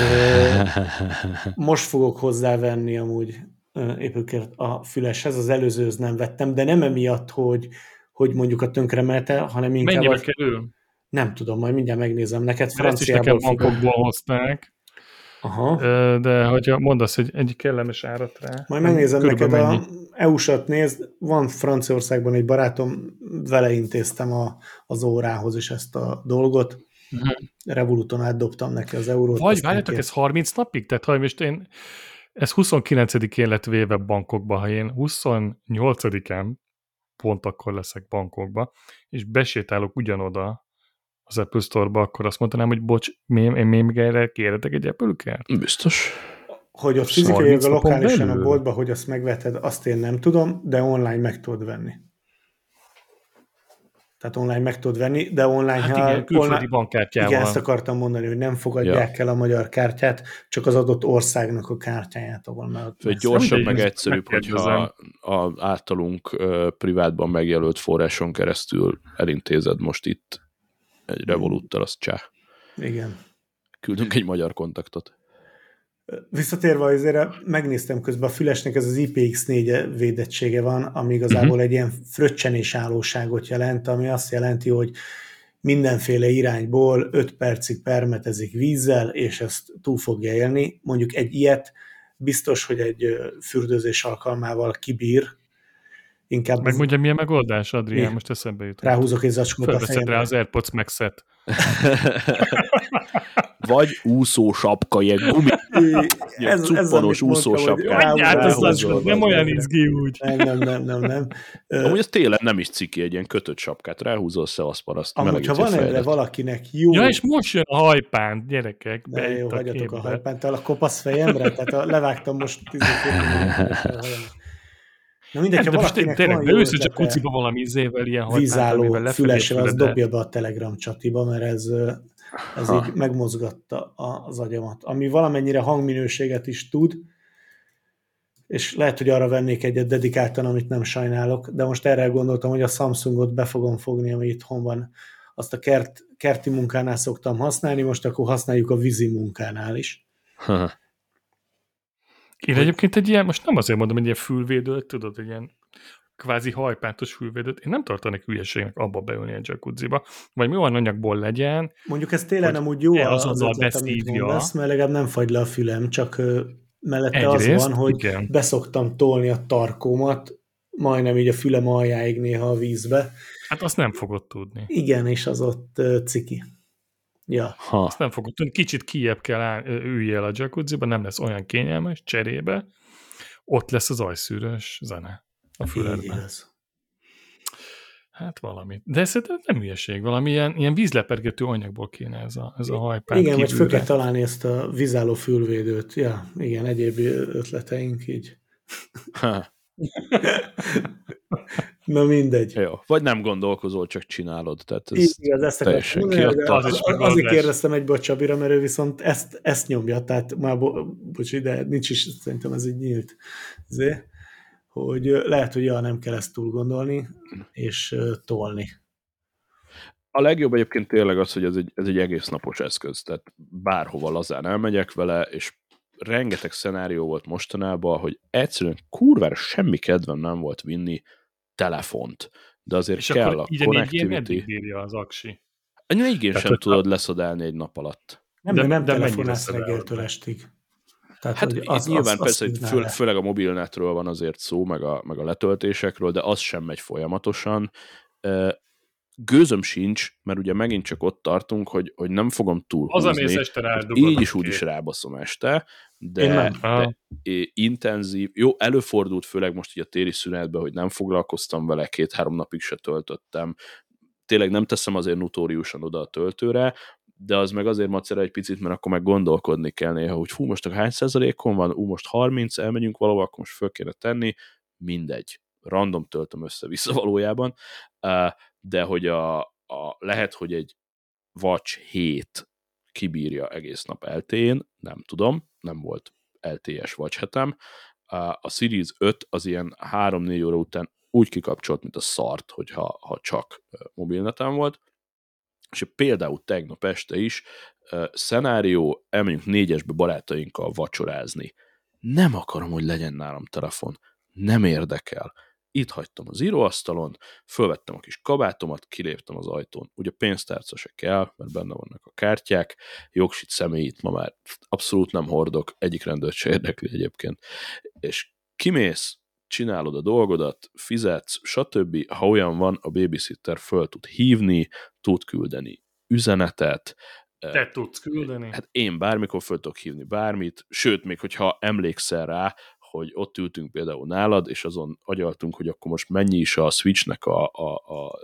most fogok hozzávenni amúgy épp a füleshez, az előzőhöz nem vettem, de nem emiatt, hogy, hogy mondjuk a tönkremelte, hanem inkább... Mennyibe az, kerül? nem tudom, majd mindjárt megnézem. Neked Mert ezt is nekem franciából bankokból hozták, Aha. Ö, de hogyha mondasz egy, egy kellemes árat rá. Majd megnézem neked mennyi? a é u-sat, nézd, van Franciaországban egy barátom, vele intéztem a, az órához is ezt a dolgot. Uh-huh. Revoluton átdobtam neki az eurót. Vagy várjátok, ez harminc napig? Tehát ha most én, ez huszonkilencedikén lett véve bankokba, ha én huszonnyolcadikán pont akkor leszek bankokba, és besétálok ugyanoda az Apple Store-ba, akkor azt mondanám, hogy bocs, én még erre kérhetek egy Apple-kert? Biztos. Hogy ott fizikai harminc a lokálisan napon a boltba, hogy azt megveted, azt én nem tudom, de online meg tudod venni. Tehát online meg tudod venni, de online... Hát ha igen, külföldi online, bankkártyával. igen, ezt akartam mondani, hogy nem fogadják Ja. el a magyar kártyát, csak az adott országnak a kártyáját, ahol már ott Vagy messze. gyorsabb, Mindegy, meg ezt egyszerűbb, hogyha megkérdezem. a általunk ö, privátban megjelölt forráson keresztül elintézed most itt egy Revoluttal, az csá. Igen. Küldünk egy magyar kontaktot. Visszatérve azért, megnéztem közben a fülesnek, ez az I P X négy védettsége van, ami igazából uh-huh. egy ilyen fröccsenés állóságot jelent, ami azt jelenti, hogy mindenféle irányból öt percig permetezik vízzel, és ezt túl fogja élni. Mondjuk egy ilyet biztos, hogy egy fürdőzés alkalmával kibír. Inkább Megmondja, milyen megoldás, Adrián? Mi? Most eszembe jutott. Ráhúzok egy zacskót a Fölveszed fejemre. rá az AirPods Max-et. Vagy úszósapka, ilyen gumi, ilyen cuppanos úszósapka. Anyját, az Ráhúzol zacskót, nem be. olyan izgi úgy. Nem, nem, nem, nem, nem. Amúgy ez télen nem is ciki, egy ilyen kötött sapkát ráhúzol, szevaszparaszt, Amúgy, ha melegíti a van erre fejedet. valakinek jó... Ja, és most jön a hajpánt, gyerekek. De jó, beüt a hagyjatok a képbe. hajpánttal a kopasz fejemre, tehát a, levágtam most Na mindegy, ha Nem, de most valakinek tényleg, van de jó őszintén csak ötlete, kuciba valami izével, ilyen hajpánt, vízálló amivel lefelé fülesre, az fülede. dobja be a Telegram csatiba, mert ez, ez Ha. így megmozgatta az agyamat. Ami valamennyire hangminőséget is tud, és lehet, hogy arra vennék egyet dedikáltan, amit nem sajnálok, de most erre gondoltam, hogy a Samsungot be fogom fogni, ami itthon van. Azt a kert, kerti munkánál szoktam használni, most akkor használjuk a vízi munkánál is. Ha. Én egyébként egy ilyen, most nem azért mondom, egy ilyen fülvédőt, tudod, egy ilyen kvázi hajpántos fülvédőt, én nem tartanék hülyeségnek abba beülni a jacuzziba, vagy mi olyan anyagból legyen. Mondjuk ez télen nem úgy jó az ötlet, amit mondasz, mert legalább nem fagy le a fülem, csak mellette egyrészt, az van, hogy igen. Beszoktam tolni a tarkómat, majdnem így a fülem aljáig néha a vízbe. Hát azt nem fogod tudni. Igen, és az ott ciki. Ja. Ha. Azt nem fogod tudni. Kicsit kijebb kell áll, üljél a jacuzziba, nem lesz olyan kényelmes, cserébe. Ott lesz az ajszűrős zene a füledben. Hát valami. De szerintem nem hülyeség, valami ilyen, ilyen vízlepergető anyagból kéne ez a, ez a hajpán. Igen, vagy föl kell találni ezt a vízálló fülvédőt. Ja, igen, egyéb ötleteink így. Ha. Na mindegy. Jó. Vagy nem gondolkozol, csak csinálod. Tehát ez igaz, ezt teljesen kiadta. Az is azért kérdeztem egyből a Csabira, mert ő viszont ezt, ezt nyomja, tehát már bo- bocsi, de nincs is, szerintem ez így nyílt. Ezért, hogy lehet, hogy ja, nem kell ezt túl gondolni, és uh, tolni. A legjobb egyébként tényleg az, hogy ez egy, ez egy egész napos eszköz, tehát bárhova lazán elmegyek vele, és rengeteg szenárió volt mostanában, hogy egyszerűen kurvára semmi kedvem nem volt vinni telefont, de azért és kell a connectivity. Meddig bírja az aksi? A négy gén sem tudod a... leszadálni egy nap alatt. Nem, de, nem de telefonálsz reggeltől estig. Tehát, hát az, nyilván az, persze, hogy fő, főleg a mobilnetről van azért szó, meg a, meg a letöltésekről, de az sem megy folyamatosan. Gőzöm sincs, mert ugye megint csak ott tartunk, hogy, hogy nem fogom túlhúzni. Így is úgy is rábaszom este, de, de intenzív, jó, előfordult főleg most így a téli szünetben, hogy nem foglalkoztam vele, két-három napig se töltöttem. Tényleg nem teszem azért notóriusan oda a töltőre, de az meg azért macera egy picit, mert akkor meg gondolkodni kell néha, hogy hú, most hány százalékon van, ú, most harminc, elmegyünk valahol, akkor most föl kéne tenni, mindegy. Random töltöm össze-vissza valójában, de hogy a, a, lehet, hogy egy Watch hét kibírja egész nap el té én, nem tudom, nem volt el té es Watch hetem. A Series öt az ilyen három-négy óra után úgy kikapcsolt, mint a szart, hogyha ha csak mobilnetem volt. És például tegnap este is szenárió, elmegyünk négyesbe barátainkkal vacsorázni. Nem akarom, hogy legyen nálam telefon. Nem érdekel. Itt hagytam az íróasztalon, fölvettem a kis kabátomat, kiléptem az ajtón. Ugye pénztárca se kell, mert benne vannak a kártyák, jogsit, személyit ma már abszolút nem hordok, egyik rendőrt se érdekli egyébként. És kimész, csinálod a dolgodat, fizetsz, stb. Ha olyan van, a babysitter föl tud hívni, tud küldeni üzenetet. Te tudsz küldeni? Hát én bármikor föl tudok hívni bármit, sőt, még hogyha emlékszel rá, hogy ott ültünk például nálad, és azon agyaltunk, hogy akkor most mennyi is a Switchnek a, a, a,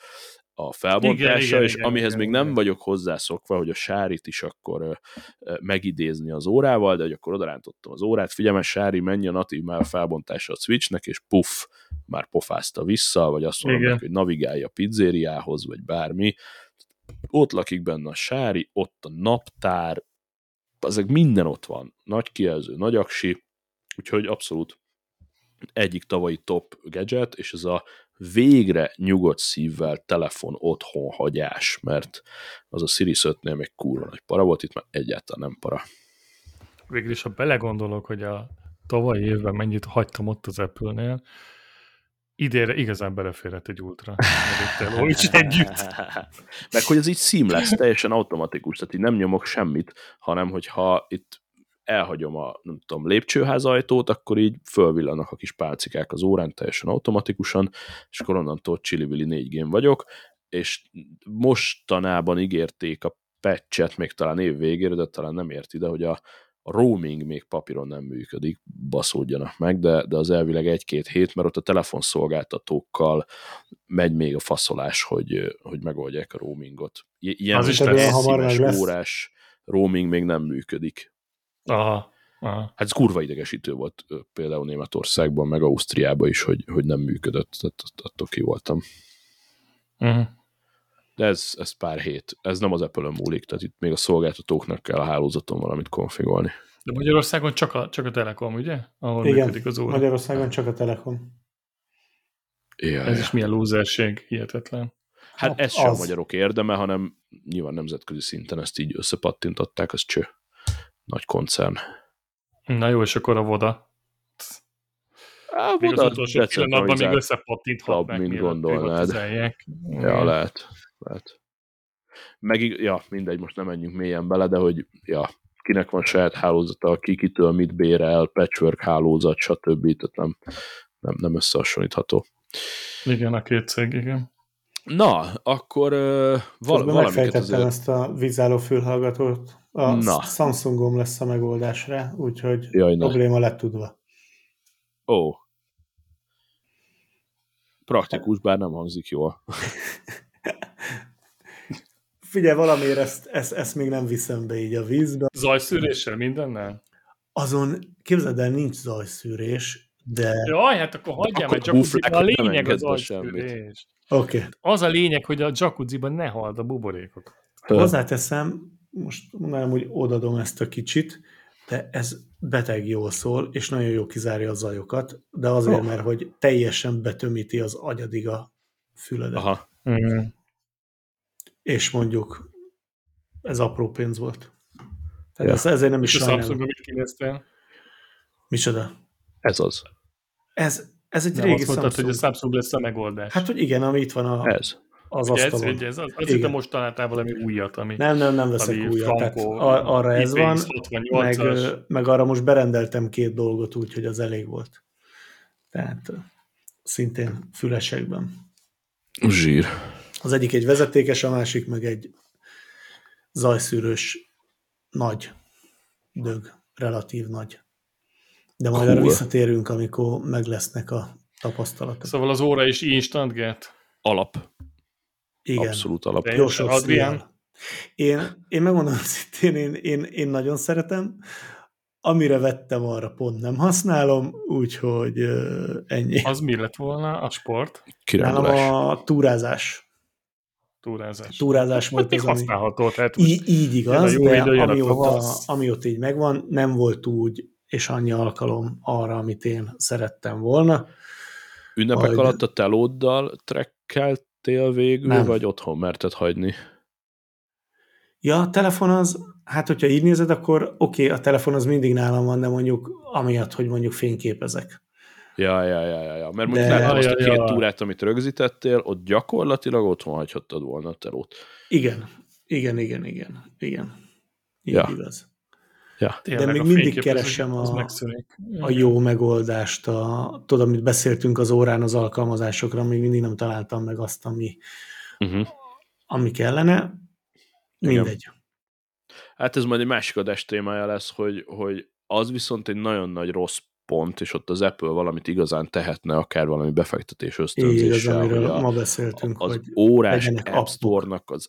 a felbontása, igen, igen, és igen, amihez igen, még igen. nem vagyok hozzászokva, hogy a Sárit is akkor megidézni az órával, de hogy akkor odarántottam az órát, figyelme, Sári, menj a natív már a felbontása a Switchnek, és puff, már pofázta vissza, vagy azt mondom neki, hogy navigálja a pizzériához, vagy bármi. Ott lakik benne a Sári, ott a naptár, ezek minden ott van. Nagy kijelző, nagy aksi, úgyhogy abszolút egyik tavalyi top gadget, és ez a végre nyugodt szívvel telefon otthon hagyás, mert az a Series ötnél még kurva nagy para volt, itt már egyáltalán nem para. Végülis, ha belegondolok, hogy a tavalyi évben mennyit hagytam ott az Apple-nél, idénre igazán beleférhet egy Ultra. Is együtt. Meg hogy ez így seamless, teljesen automatikus, tehát így nem nyomok semmit, hanem hogyha itt elhagyom a, nem tudom, lépcsőház ajtót, akkor így fölvillanak a kis pálcikák az órán teljesen automatikusan, és akkor onnantól csili-vili négy gén vagyok, és mostanában ígérték a patchet még talán év végére, de talán nem ért ide, hogy a, a roaming még papíron nem működik, baszódjanak meg, de, de az elvileg egy-két hét, mert ott a telefonszolgáltatókkal megy még a faszolás, hogy, hogy megoldják a roamingot. Ilyen az is szíves órás roaming még nem működik. Aha, aha. Hát ez kurva idegesítő volt például Németországban, meg Ausztriában is, hogy, hogy nem működött, tehát attól ki voltam. Uh-huh. De ez, ez pár hét, ez nem az Apple-ön múlik, tehát itt még a szolgáltatóknak kell a hálózaton valamit konfigolni. De Magyarországon csak a, csak a Telekom, ugye? Ahol igen, működik az óra. Magyarországon csak a Telekom. Ja, ez ja. is milyen lúzerség, hihetetlen. Hát, hát ez sem a magyarok érdeme, hanem nyilván nemzetközi szinten ezt így összepattintották, az cső. Nagy koncern. Na jó, és akkor a voda. Á, Még az oda utolsó pillanatban még decentralizált összepattinthatnák, mint mielőtt gondolnád. privatizálják. Ja, lehet. lehet. Meg, ja, mindegy, most nem menjünk mélyen bele, de hogy ja, kinek van saját hálózata, ki kitől mit bérel, patchwork hálózat, stb. Tehát nem, nem, nem összehasonlítható. Igen, a két cég, igen. Na, akkor uh, val- valamiket megfejtettem azért... ezt a vízálló fülhallgatót. A Na. Samsungom lesz a megoldás rá, úgyhogy Jaj, probléma lett tudva. Ó. Praktikus, bár nem hangzik jól. Figyelj, valamiért ezt, ezt, ezt még nem viszem be így a vízbe. Zajszűréssel mindennel? Azon, képzeld el, nincs zajszűrés, de... Jaj, hát akkor hagyjál, Akkor mert a jacuzziban a buflákat nem lényeg az engedd be semmit. zajszűrés. Oké. Okay. Az a lényeg, hogy a jacuzziban ne halld a buborékot. Hozzáteszem, most mondanám, hogy odadom ezt a kicsit, de ez beteg jól szól, és nagyon jó kizárja a zajokat, de azért, oh. mert hogy teljesen betömíti az agyadig a füledet. Aha. Mm. És mondjuk ez apró pénz volt. Tehát ja. ezért nem is sajnálom. És a Samsung mit kinéztél? Micsoda? Ez az. Ez, ez egy nem régi azt mondtad, Samsung. hogy a Samsung lesz a megoldás. Hát, hogy igen, ami itt van a, ez. az ugye asztalon. Ez, ez, az, az itt most találtál valami újat, ami... Nem, nem, nem veszek újat. Tehát ar- arra ez van, meg, meg arra most berendeltem két dolgot úgy, hogy az elég volt. Tehát szintén fülesekben. Zsír. Az egyik egy vezetékes, a másik meg egy zajszűrős nagy dög, relatív nagy. De majd cool. Arra visszatérünk, amikor meg lesznek a tapasztalatok. Szóval az óra is instant get? Alap. Igen. Abszolút alap. Gyorsabb Adrián? Én, én megmondom szintén, én, én, én nagyon szeretem. Amire vettem, arra pont nem használom, úgyhogy uh, ennyi. Az mi lett volna? A sport? Nálam a túrázás. Túrázás. Túrázás volt az, használható. Tehát így, így igaz, de amióta, amióta így megvan, nem volt úgy, és annyi alkalom arra, amit én szerettem volna. Ünnepek hogy... alatt a telóddal trekkeltél végül, nem. Vagy otthon merted hagyni? Ja, a telefon az, hát hogyha így nézed, akkor oké, okay, a telefon az mindig nálam van, de mondjuk amiatt, hogy mondjuk fényképezek. Ja, ja, ja, ja, ja. Mert mondjuk de... láttam azt a két ja. túrát, amit rögzítettél, ott gyakorlatilag otthon hagyhattad volna a telót. Igen, igen, igen, igen, igen. Így ja. igaz. Ja. De még mindig keresem a, a jó megoldást, a, tudod, amit beszéltünk az órán az alkalmazásokra, még mindig nem találtam meg azt, ami, uh-huh. ami kellene. Mindegy. Igen. Hát ez majd egy másik adás témája lesz, hogy, hogy az viszont egy nagyon nagy rossz pont, és ott az Apple valamit igazán tehetne, akár valami befektetés ösztönzéssel. Igaz, amiről ma beszéltünk. Az órás App Store-nak az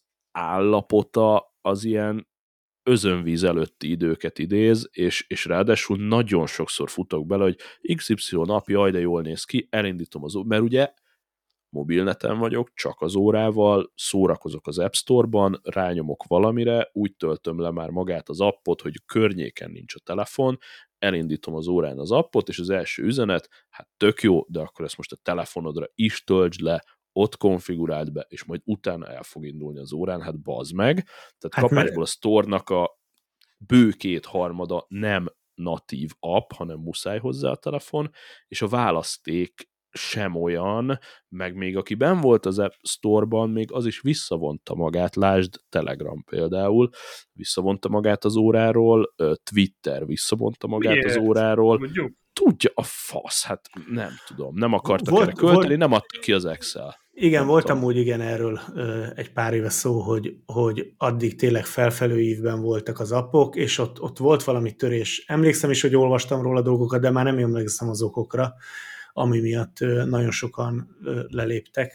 állapota az ilyen özönvíz előtti időket idéz, és, és ráadásul nagyon sokszor futok bele, hogy iksz ipszilon nap, jaj, de jól néz ki, elindítom az órát, mert ugye mobilneten vagyok, csak az órával, szórakozok az App Store-ban, rányomok valamire, úgy töltöm le már magát az appot, hogy környéken nincs a telefon, elindítom az órán az appot, és az első üzenet, hát tök jó, de akkor ezt most a telefonodra is töltsd le, ott konfiguráld be, és majd utána el fog indulni az órán, hát bazd meg. Tehát hát kapásból mert... a Store-nak a bő kétharmada nem natív app, hanem muszáj hozzá a telefon, és a választék sem olyan, meg még aki benn volt az App Store-ban, még az is visszavonta magát, lásd Telegram például, visszavonta magát az óráról, Twitter visszavonta magát Miért? az óráról, Mondjuk. Tudja a fasz, hát nem tudom, nem akartak volt, erre költeni, volt, nem adta ki az Excel. Igen, voltam úgy igen erről ö, egy pár éve szó, hogy, hogy addig tényleg felfelő ívben voltak az appok, és ott, ott volt valami törés. Emlékszem is, hogy olvastam róla dolgokat, de már nem emlékszem az okokra, ami miatt ö, nagyon sokan ö, leléptek.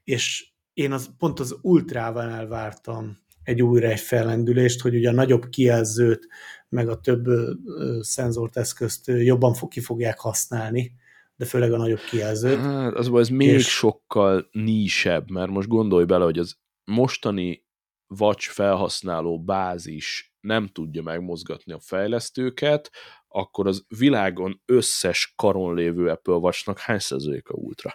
És én az, pont az Ultrával vártam egy újra egy fellendülést, hogy ugye a nagyobb kijelzőt, meg a több ö, szenzort, eszközt jobban fog, ki fogják használni, de főleg a nagyobb kijelzőt. Hát, az ez még és... sokkal nísebb, mert most gondolj bele, hogy az mostani watch felhasználó bázis nem tudja megmozgatni a fejlesztőket, akkor az világon összes karon lévő Apple Watchnak hány százaléka Ultra?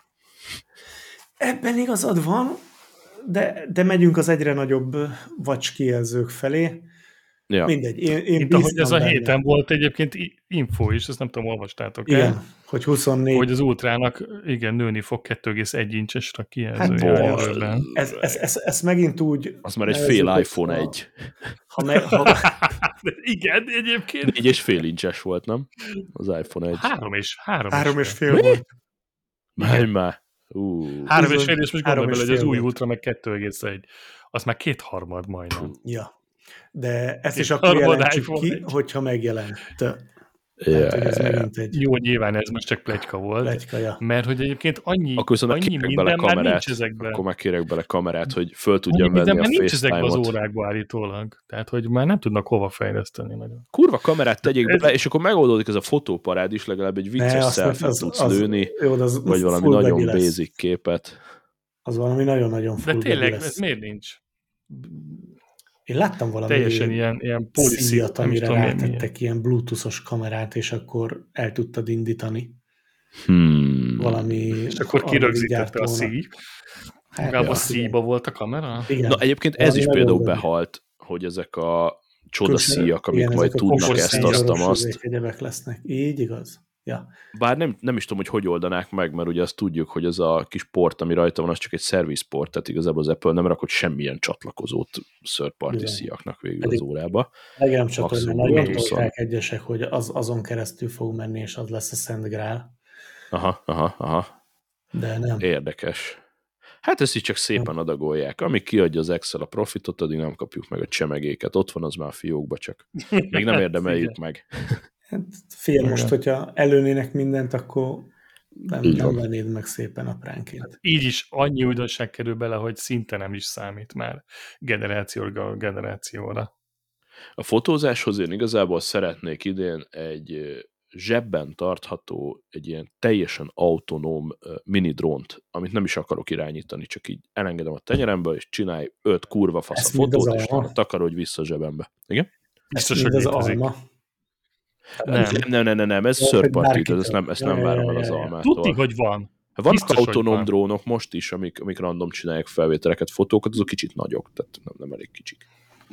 Ebben igazad van, de, de megyünk az egyre nagyobb watch kijelzők felé. Ja. Mindegy, én, én Mint ahogy ez a benne. héten volt egyébként info is, ezt nem tudom, olvastátok Igen, el? hogy huszonnégy. Hogy az Ultrának, igen, nőni fog kettő egész egy incsesre a kijelzője Hát, a jövőben. Ez, ez, ez, ez megint úgy... Az már egy fél iPhone egy. Ha me, ha... Igen, egyébként. Négy és fél incses volt, nem? Az iPhone egy. Három és három, Három és fél Mi? volt. Menj már. Uh. Három és Bizony, fél, és most három gondolj bele, és hogy az fél új volt. Ultra meg kettő egész egy. Az már kétharmad majdnem. Ja. De ezt is Két akkor harmad jelentsük iPhone ki, egy. hogyha megjelent. Yeah. Tehát, hogy ez megint egy Jó, nyilván ez most csak pletyka volt. pletykaja. Mert hogy egyébként annyi, Akkor viszont annyi kérek bele minden már kamerát, nincs ezekben. akkor meg kérek bele kamerát, hogy föl Annyi tudjam minden venni a már nincs ezekben az FaceTime-ot. órákban állítólag. Tehát, hogy már nem tudnak hova fejleszteni nagyon. Kurva kamerát tegyék Ez- bele, és akkor megoldódik ez a fotóparád is, legalább egy vicces Ne, azt- selfie az- tudsz az- lőni, jó, de az vagy valami full nagyon baby lesz. basic képet. Az valami nagyon-nagyon De full tényleg, baby lesz. ez miért nincs? Én láttam valami Teljesen ilyen, ilyen policy, szíjat, nem is amire tudom, milyen- rátettek ilyen bluetoothos kamerát, és akkor el tudtad indítani. Hmm. Valami... És akkor valami kirögzítette a gyártónak. szíj. Hát, Magában ja. a szíjba volt a kamera? Igen. Na egyébként ez Valami is nagyon például baby. behalt, hogy ezek a csodaszíjak, amik Igen, majd ezek a tudnak kokos ezt, szíjak, azt, szenzoros azt. üzék, egyebek lesznek. Így igaz? Ja. Bár nem, nem is tudom, hogy hogy oldanák meg, mert ugye azt tudjuk, hogy ez a kis port, ami rajta van, az csak egy service port, tehát igazából az Apple nem rakott semmilyen csatlakozót third party Bizony. szíjaknak végül Pedig- az órába. Telegram csatornán Maximum nagyon Bluetooth-on. tolják egyesek, hogy az, azon keresztül fog menni, és az lesz a Szent Grál. Aha, aha, aha. De nem. Érdekes. Hát ezt is csak szépen adagolják. Amíg kiadja az Excel a profitot, addig nem kapjuk meg a csemegéket. Ott van az már a fiókba, csak még nem érdemeljük Igen. meg. Hát fél Igen. most, hogyha előnének mindent, akkor nem, Így nem van. vennéd meg szépen apránként. Így is annyi újdonság kerül bele, hogy szinte nem is számít már generációra generációra. A fotózáshoz én igazából szeretnék idén egy ö, zsebben tartható, egy ilyen teljesen autonóm ö, mini drónt, amit nem is akarok irányítani, csak így elengedem a tenyeremből, és csinálj öt kurva fasz a Ez mind az fotót, és alma? takarodj vissza a zsebembe. Igen? Biztos, Mind hogy az létezik. alma. Nem. Nem, nem, nem, nem, nem ez Vagy third party, bárkitől. ez nem, ezt Ja, nem ja, várom ja, el az ja, ja. almától. Tudni, hogy van. Vannak Biztos, hogy autonóm van. drónok most is, amik, amik random csinálják felvételeket, fotókat, azok kicsit nagyok, tehát nem, nem elég kicsik.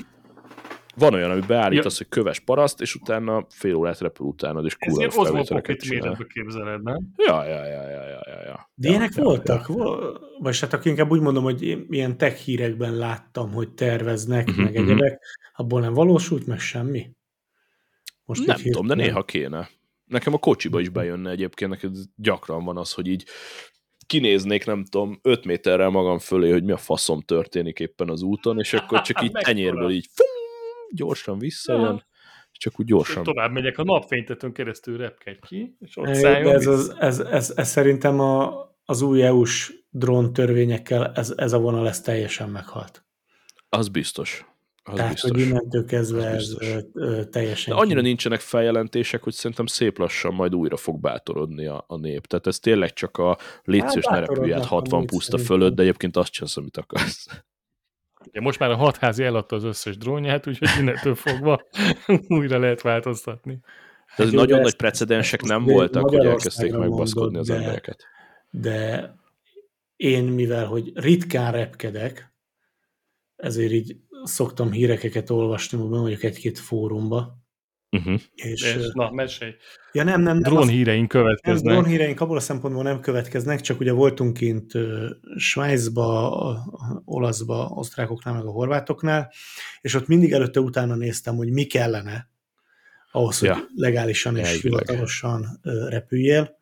Van olyan, ami beállítasz, ja. hogy köves paraszt, és utána fél órát repül utánad, és Ez kurva ilyen Osmo felvételeket Pocket csinál. méretbe képzeled, nem? Ja, ja, ja, ja, ja, ja, ja. De ja, ilyenek ja, voltak, Ja. vo- vagy hát akkor inkább úgy mondom, hogy ilyen tech hírekben láttam, hogy terveznek, Uh-huh, meg uh-huh. egyebek, abból nem valósult meg semmi. Most Nem így tudom, de hirtelen- néha kéne. Nekem a kocsiba is bejönne egyébként, neked gyakran van az, hogy így kinéznék, nem tudom, öt méterrel magam fölé, hogy mi a faszom történik éppen az úton, és akkor csak így Mekkora? tenyérből így fum, gyorsan visszajön, és csak úgy És gyorsan. tovább megyek a napfénytetőn keresztül repkedj ki, és ott De szálljon ez, vissza. az, ez, ez, ez szerintem a, az új é u-s drón törvényekkel ez, ez a vonal ez teljesen meghalt. Az biztos. Az Tehát, biztos. hogy innentől kezdve Az ez biztos. ö, ö, teljesen... De annyira nincsenek feljelentések, hogy szerintem szép lassan majd újra fog bátorodni a, a nép. Tehát ez tényleg csak a létszős Hát ne repülj át bátorodnak hatvan amúgy puszta szerintem. fölött, de egyébként azt csinálsz, amit akarsz. Ja, most már a hatházi eladta az összes drónját, úgyhogy innentől fogva újra lehet változtatni. Tehát ez jó, de nagyon ezt- nagy precedensek ezt nem most voltak, hogy Magyarországra elkezdték megbaszkodni az mondod, de- embereket. de én, mivel hogy ritkán repkedek, ezért így szoktam hírekeket olvasni, mondjuk egy-két fórumba, Uh-huh. és... És, ö, na, mesélj. ja nem, nem, nem, Drón azt- híreink nem, következnek. drónhíreink abból a szempontból nem következnek, csak ugye voltunk kint ö, Svájcba, a- olaszba, osztrákoknál, meg a horvátoknál, és ott mindig előtte-utána néztem, hogy mi kellene ahhoz, hogy Ja. legálisan és Elvileg. hivatalosan ö, repüljél.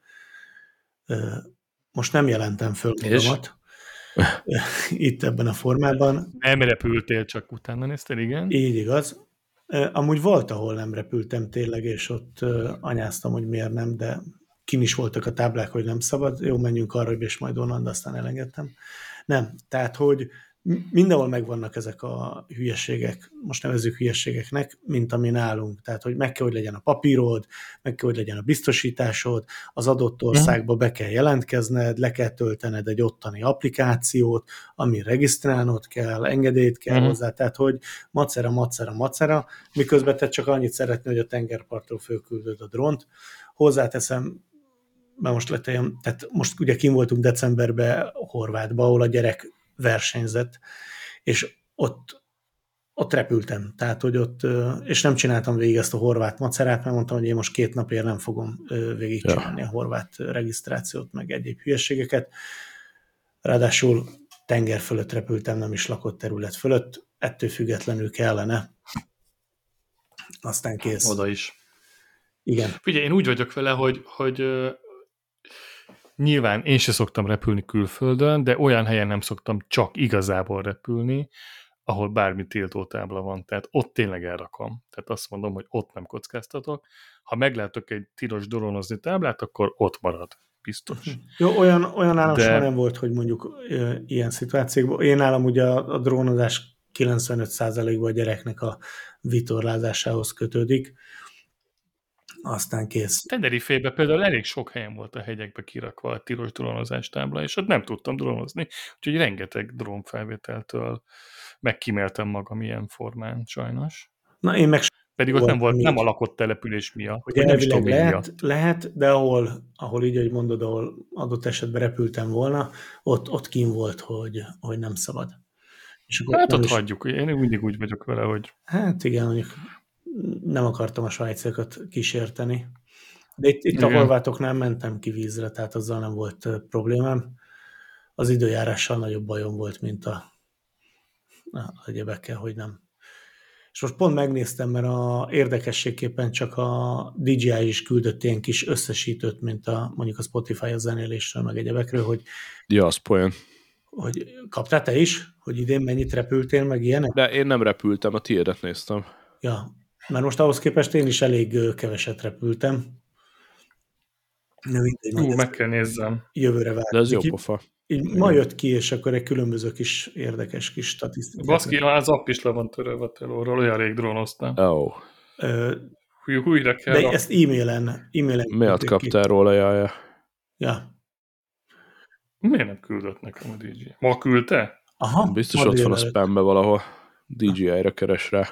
Ö, Most nem jelentem föl És? magamat ö, itt ebben a formában. Nem repültél, csak utána néztél, igen? Így igaz. Ö, Amúgy volt, ahol nem repültem tényleg, és ott ö, anyáztam, hogy miért nem, de kin is voltak a táblák, hogy nem szabad. Jó, menjünk arra, és majd onnan, de aztán elengedtem. Nem, tehát, hogy m- mindenhol megvannak ezek a hülyeségek, most nevezzük hülyeségeknek, mint ami nálunk. Tehát, hogy meg kell, hogy legyen a papírod, meg kell, hogy legyen a biztosításod, az adott országba be kell jelentkezned, le kell töltened egy ottani applikációt, ami regisztrálnod kell, engedélyt kell Mhm. hozzá, tehát, hogy macera, macera, macera, miközben te csak annyit szeretnél, hogy a tengerpartról fölküldöd a drónt. Hozzáteszem, mert most lettem, tehát most ugye kim voltunk decemberben Horvátba, ahol a gyerek versenyzett, és ott, ott repültem, tehát, hogy ott, és nem csináltam végig ezt a horvát macerát, mert mondtam, hogy én most két napért nem fogom végigcsinálni ja. a horvát regisztrációt, meg egyéb hülyeségeket. Ráadásul tenger fölött repültem, nem is lakott terület fölött, ettől függetlenül kellene. Aztán kész. Oda is. Igen. Figyelj, én úgy vagyok vele, hogy, hogy uh, nyilván én se szoktam repülni külföldön, de olyan helyen nem szoktam csak igazából repülni, ahol bármi tiltótábla van. Tehát ott tényleg elrakom. Tehát azt mondom, hogy ott nem kockáztatok. Ha meglátok egy tilos drónozni táblát, akkor ott marad. Biztos. Jó, olyan, olyan nálam de... soha nem volt, hogy mondjuk ö, ilyen szituációkban. Én nálam ugye a, a drónozás kilencvenöt százalékban a gyereknek a vitorlázásához kötődik. Aztán kész. Tenerife-ben például elég sok helyen volt a hegyekbe kirakva a tilos drónozás tábla, és ott nem tudtam drónozni, úgyhogy rengeteg drónfelvételtől megkíméltem magam ilyen formán, sajnos. Na, én meg pedig ott nem volt, nem a lakott település miatt. Ugye elvileg lehet, lehet, de ahol, ahol így, ahogy mondod, ahol adott esetben repültem volna, ott, ott kín volt, hogy, hogy nem szabad. És hát ott is... hagyjuk, én mindig úgy vagyok vele, hogy... Hát igen, mondjuk nem akartam a svájciakat kísérteni. De itt, itt a horvátoknál mentem ki vízre, tehát azzal nem volt problémám. Az időjárással nagyobb bajom volt, mint a, a egyebekkel, hogy nem. És most pont megnéztem, mert a érdekességképpen csak a dé jé i is küldött ilyen kis összesítőt, mint a, mondjuk a Spotify a zenélésről, meg egyebekről, hogy... Ja, az poén. Hogy kaptál te is? Hogy idén mennyit repültél, meg ilyenek? De én nem repültem, a tiédet néztem. Ja, mert most ahhoz képest én is elég keveset repültem. Ne, Ú, meg kell nézzem. Jövőre várjuk. De ez jó pofa. Így ma jött ki, és akkor egy különböző kis érdekes kis statisztikák. Baszki, az app is le van törölve a telóról, olyan rég drónoztam. Oh. Ö, újra kell. De a... ezt e-mailen. e-mailen miért kaptál róla, jaja? Ja. Miért nem küldött nekem a dé jé? Ma küldte? Aha. Biztos ott van a spambe valahol. dé jé i-ra keres rá.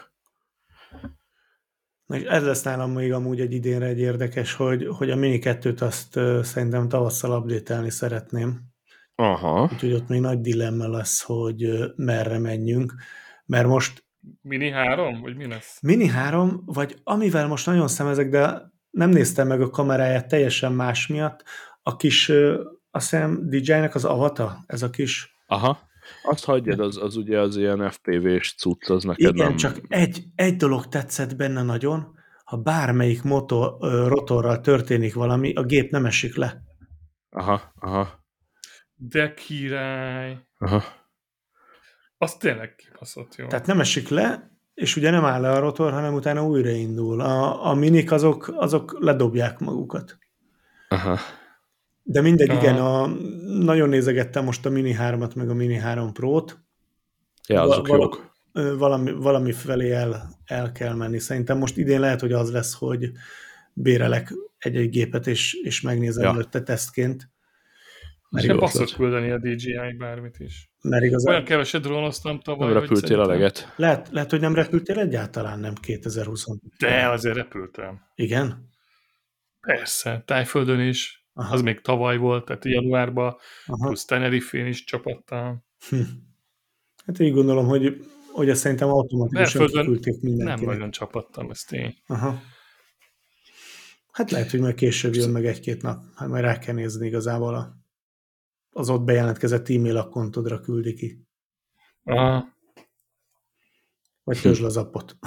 Ez lesz nálam még amúgy egy idénre egy érdekes, hogy, hogy a Mini kettőt azt uh, szerintem tavasszal update-elni szeretném. Aha. Úgyhogy ott még nagy dilemma lesz, hogy uh, merre menjünk. Mert most... Mini három? Vagy mi lesz? Mini három, vagy amivel most nagyon szemezek, de nem néztem meg a kameráját teljesen más miatt. A kis, uh, azt hiszem dé jé-nek az avata, ez a kis... Aha. Azt hagyjad, az, az ugye az ilyen ef pé vé-s cucc, az neked igen, nem... csak egy, egy dolog tetszett benne nagyon, ha bármelyik motor, rotorral történik valami, a gép nem esik le. Aha, aha. De király. Aha. Az tényleg kibaszott jó. Tehát nem esik le, és ugye nem áll le a rotor, hanem utána újraindul. A, a minik azok, azok ledobják magukat. Aha. De mindegy, aha. Igen, a, nagyon nézegettem most a Mini hármat, meg a Mini három Pro-t. Ja, azok Val- jók. Valami, valami felé el, el kell menni. Szerintem most idén lehet, hogy az lesz, hogy bérelek egy-egy gépet, és, és megnézem ja. előtte tesztként. Nem basszott küldeni a dé jé i bármit is. Mert igazán... Olyan keveset drónoztam tavaly. Nem repültél a leget. Lehet, lehet, hogy nem repültél egyáltalán, nem kétezer-húsz. De azért repültem. Igen? Persze, Tájföldön is. Aha. Az még tavaly volt, tehát januárban, aha. Plusz Tenerife-n is csapattam. Hm. Hát így gondolom, hogy, hogy ezt szerintem automatikusan kiküldték mindenkinek. Nem nagyon csapattam, ezt én. Aha. Hát lehet, hogy majd később jön meg egy-két nap. Hát majd rá kell nézni igazából a, az ott bejelentkezett e-mail akkontodra küldi ki. Aha. Vagy közl az appot.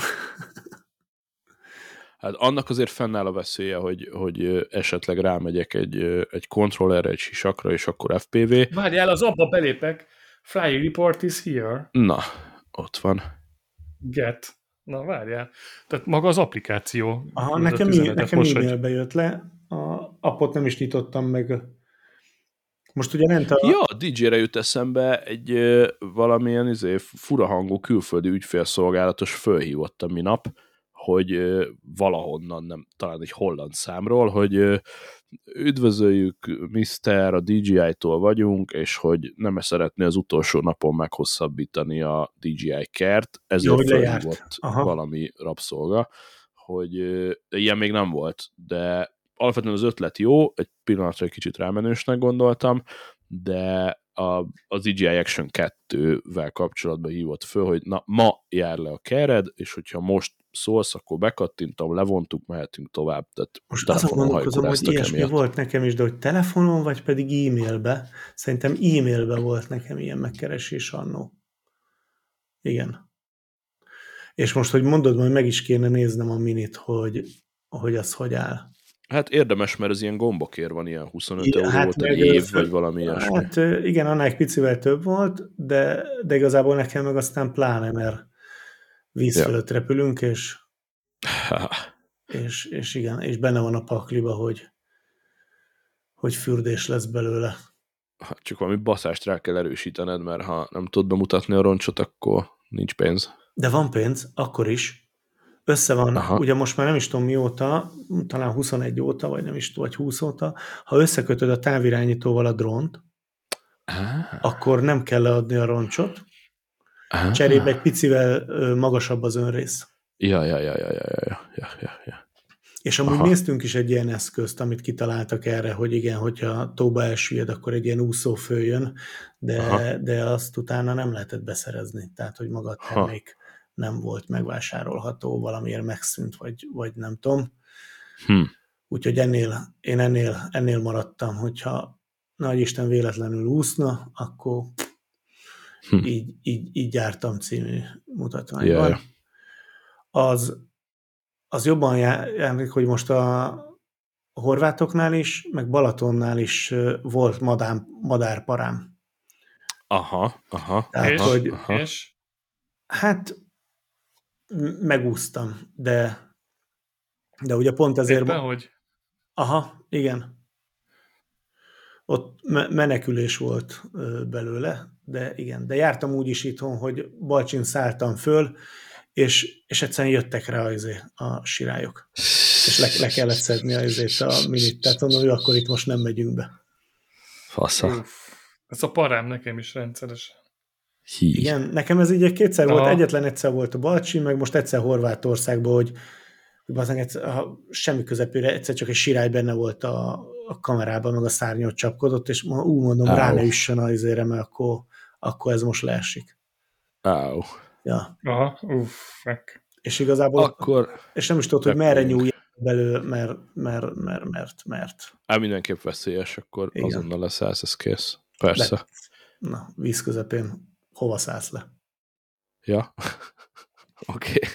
Hát annak azért fennáll a veszélye, hogy, hogy esetleg rámegyek egy, egy kontrollerre, egy sisakra, és akkor ef pé vé. Várjál, az abba belépek. Flying report is here. Na, ott van. Get. Na, várjál. Tehát maga az applikáció. Aha, nekem, nekem e-mailbe jött le. A appot nem is nyitottam meg. Most ugye nem a... Ja, dé jé-re jut eszembe egy valamilyen izé, fura hangú külföldi ügyfélszolgálatos fölhívott a minap, hogy valahonnan, nem, talán egy holland számról, hogy üdvözöljük, miszter, a dé jé i-tól vagyunk, és hogy nem szeretné az utolsó napon meghosszabbítani a dé jé i kert, ezért fölhívott valami rabszolga, hogy ilyen még nem volt, de alapvetően az ötlet jó, egy pillanatra egy kicsit rámenősnek gondoltam, de a, az i gé i Action kettővel kapcsolatban hívott föl, hogy na, ma jár le a kered, és hogyha most szólsz, akkor bekattintom, levontuk, mehetünk tovább. Tehát most azon gondolkozom, hogy ilyesmi emiatt. volt nekem is, de hogy telefonon, vagy pedig e-mailbe. Szerintem e-mailbe volt nekem ilyen megkeresés annó. Igen. És most, hogy mondod, majd meg is kéne néznem a minit, hogy, hogy az hogy áll. Hát érdemes, mert az ilyen gombokért van, ilyen huszonöt Igen, euró hát volt egy év, vagy valami ilyesmi. Hát igen, annál egy picivel több volt, de, de igazából nekem meg aztán pláne, mert víz ja. fölött repülünk, és, és, és igen, és benne van a pakliba, hogy, hogy fürdés lesz belőle. Hát csak valami baszást rá kell erősítened, mert ha nem tudod bemutatni a roncsot, akkor nincs pénz. De van pénz, akkor is. Össze van, aha. Ugye most már nem is tudom mióta, talán huszonegy óta, vagy nem is tudom, vagy húsz óta, ha összekötöd a távirányítóval a drónt, ah. akkor nem kell leadni a roncsot, ah. cserébe egy picivel magasabb az önrész. Ja, ja, ja, ja, ja, ja, ja, ja, ja. És amúgy aha. néztünk is egy ilyen eszközt, amit kitaláltak erre, hogy igen, hogyha tóba elsüllyed, akkor egy ilyen úszó följön, de, de azt utána nem lehetett beszerezni. Tehát, hogy maga a termék ha. nem volt megvásárolható, valamiért megszűnt, vagy, vagy nem tudom. Hm. Úgyhogy ennél, én ennél, ennél maradtam, hogyha nagy Isten véletlenül úszna, akkor hm. így, így, így jártam című mutatványban. Yeah. Az az jobban járnik, hogy most a horvátoknál is, meg Balatonnál is volt madám, madárparám. Aha, aha. Tehát, és, hogy, aha. és? Hát megúsztam, de de ugye pont ezért... Éppen, hogy? Aha, igen. Ott menekülés volt belőle, de igen. De jártam úgy is itthon, hogy Balcsin szálltam föl, és, és egyszerűen jöttek rá azért a sirályok. És le, le kellett szedni azért a minit. Tehát mondom, hogy akkor itt most nem megyünk be. Fasza. Ez a parám nekem is rendszeresen. Hí. Igen, nekem ez így kétszer Aha. volt, egyetlen egyszer volt a Balcsin, meg most egyszer Horvátországban, hogy, hogy egyszer, a, semmi közepére egyszer csak egy sirály benne volt a, a kamerában, meg a szárnyot csapkodott, és úgy mondom, Áó. rá ne üssön azért, mert akkor, akkor ez most leesik. Áó. Ja. Aha, uff, meg. És igazából, akkor és nem is tudod, hogy merre nyúlj belőle, mert, mert, mert, mert, mert. Á, mindenképp veszélyes, akkor igen. azonnal leszállsz, ez kész. Persze. Le, na, víz közepén hova szállsz le? Ja, oké. Okay.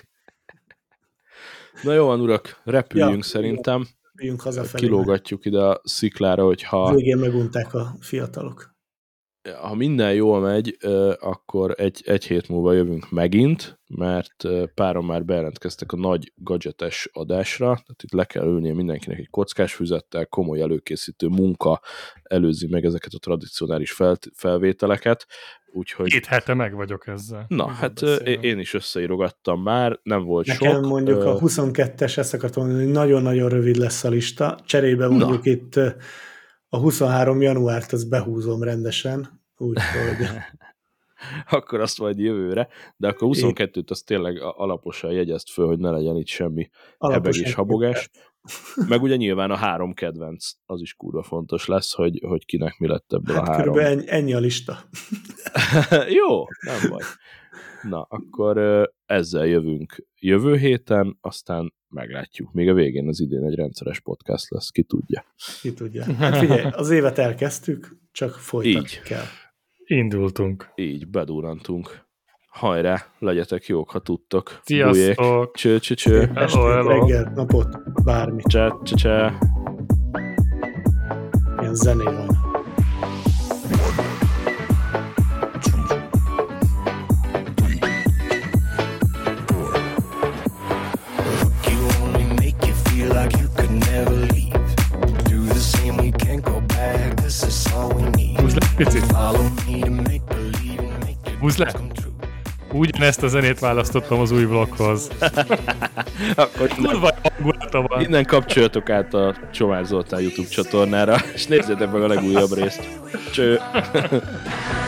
Na jó van, urak, repüljünk ja, szerintem. Repüljünk hazafelé. Kilógatjuk ide a sziklára, hogyha... Végén megunták a fiatalok. Ha minden jól megy, akkor egy, egy hét múlva jövünk megint, mert páran már bejelentkeztek a nagy gadgetes adásra, tehát itt le kell ülnie mindenkinek egy kockás füzettel, komoly előkészítő munka előzi meg ezeket a tradicionális fel, felvételeket, úgyhogy... Két hete meg vagyok ezzel. Na, meg hát beszélem. Én is összeírogattam már, nem volt Nekem sok. Nekem mondjuk a huszonkettes, ezt akartam mondani, hogy nagyon-nagyon rövid lesz a lista, cserébe mondjuk Na. itt a huszonhárom januárt az behúzom rendesen, úgyhogy... akkor azt majd jövőre, de akkor huszonkettőt azt tényleg alaposan jegyezt föl, hogy ne legyen itt semmi hebeg és habogás. Meg ugye nyilván a három kedvenc, az is kurva fontos lesz, hogy, hogy kinek mi lett ebből hát a három. Körülbelül ennyi, ennyi a lista. Jó, nem baj. Na, akkor ezzel jövünk jövő héten, aztán meglátjuk. Még a végén az idén egy rendszeres podcast lesz, ki tudja. Ki tudja. Hát figyelj, az évet elkezdtük, csak folytatni kell. Indultunk. Így, bedurrantunk. Hajrá, legyetek jók, ha tudtok. Sziasztok! Cső, cső, cső. Hello, hello. Reggelt, napot, bármi. Csá, csá, csá. Ilyen zené van. Húzd le! Ugyanezt a zenét választottam az új vloghoz. Akkor kurva hangulata van. Innen kapcsoljatok át a Csomár Zoltán YouTube csatornára, és nézzétek meg a legújabb részt. Cső!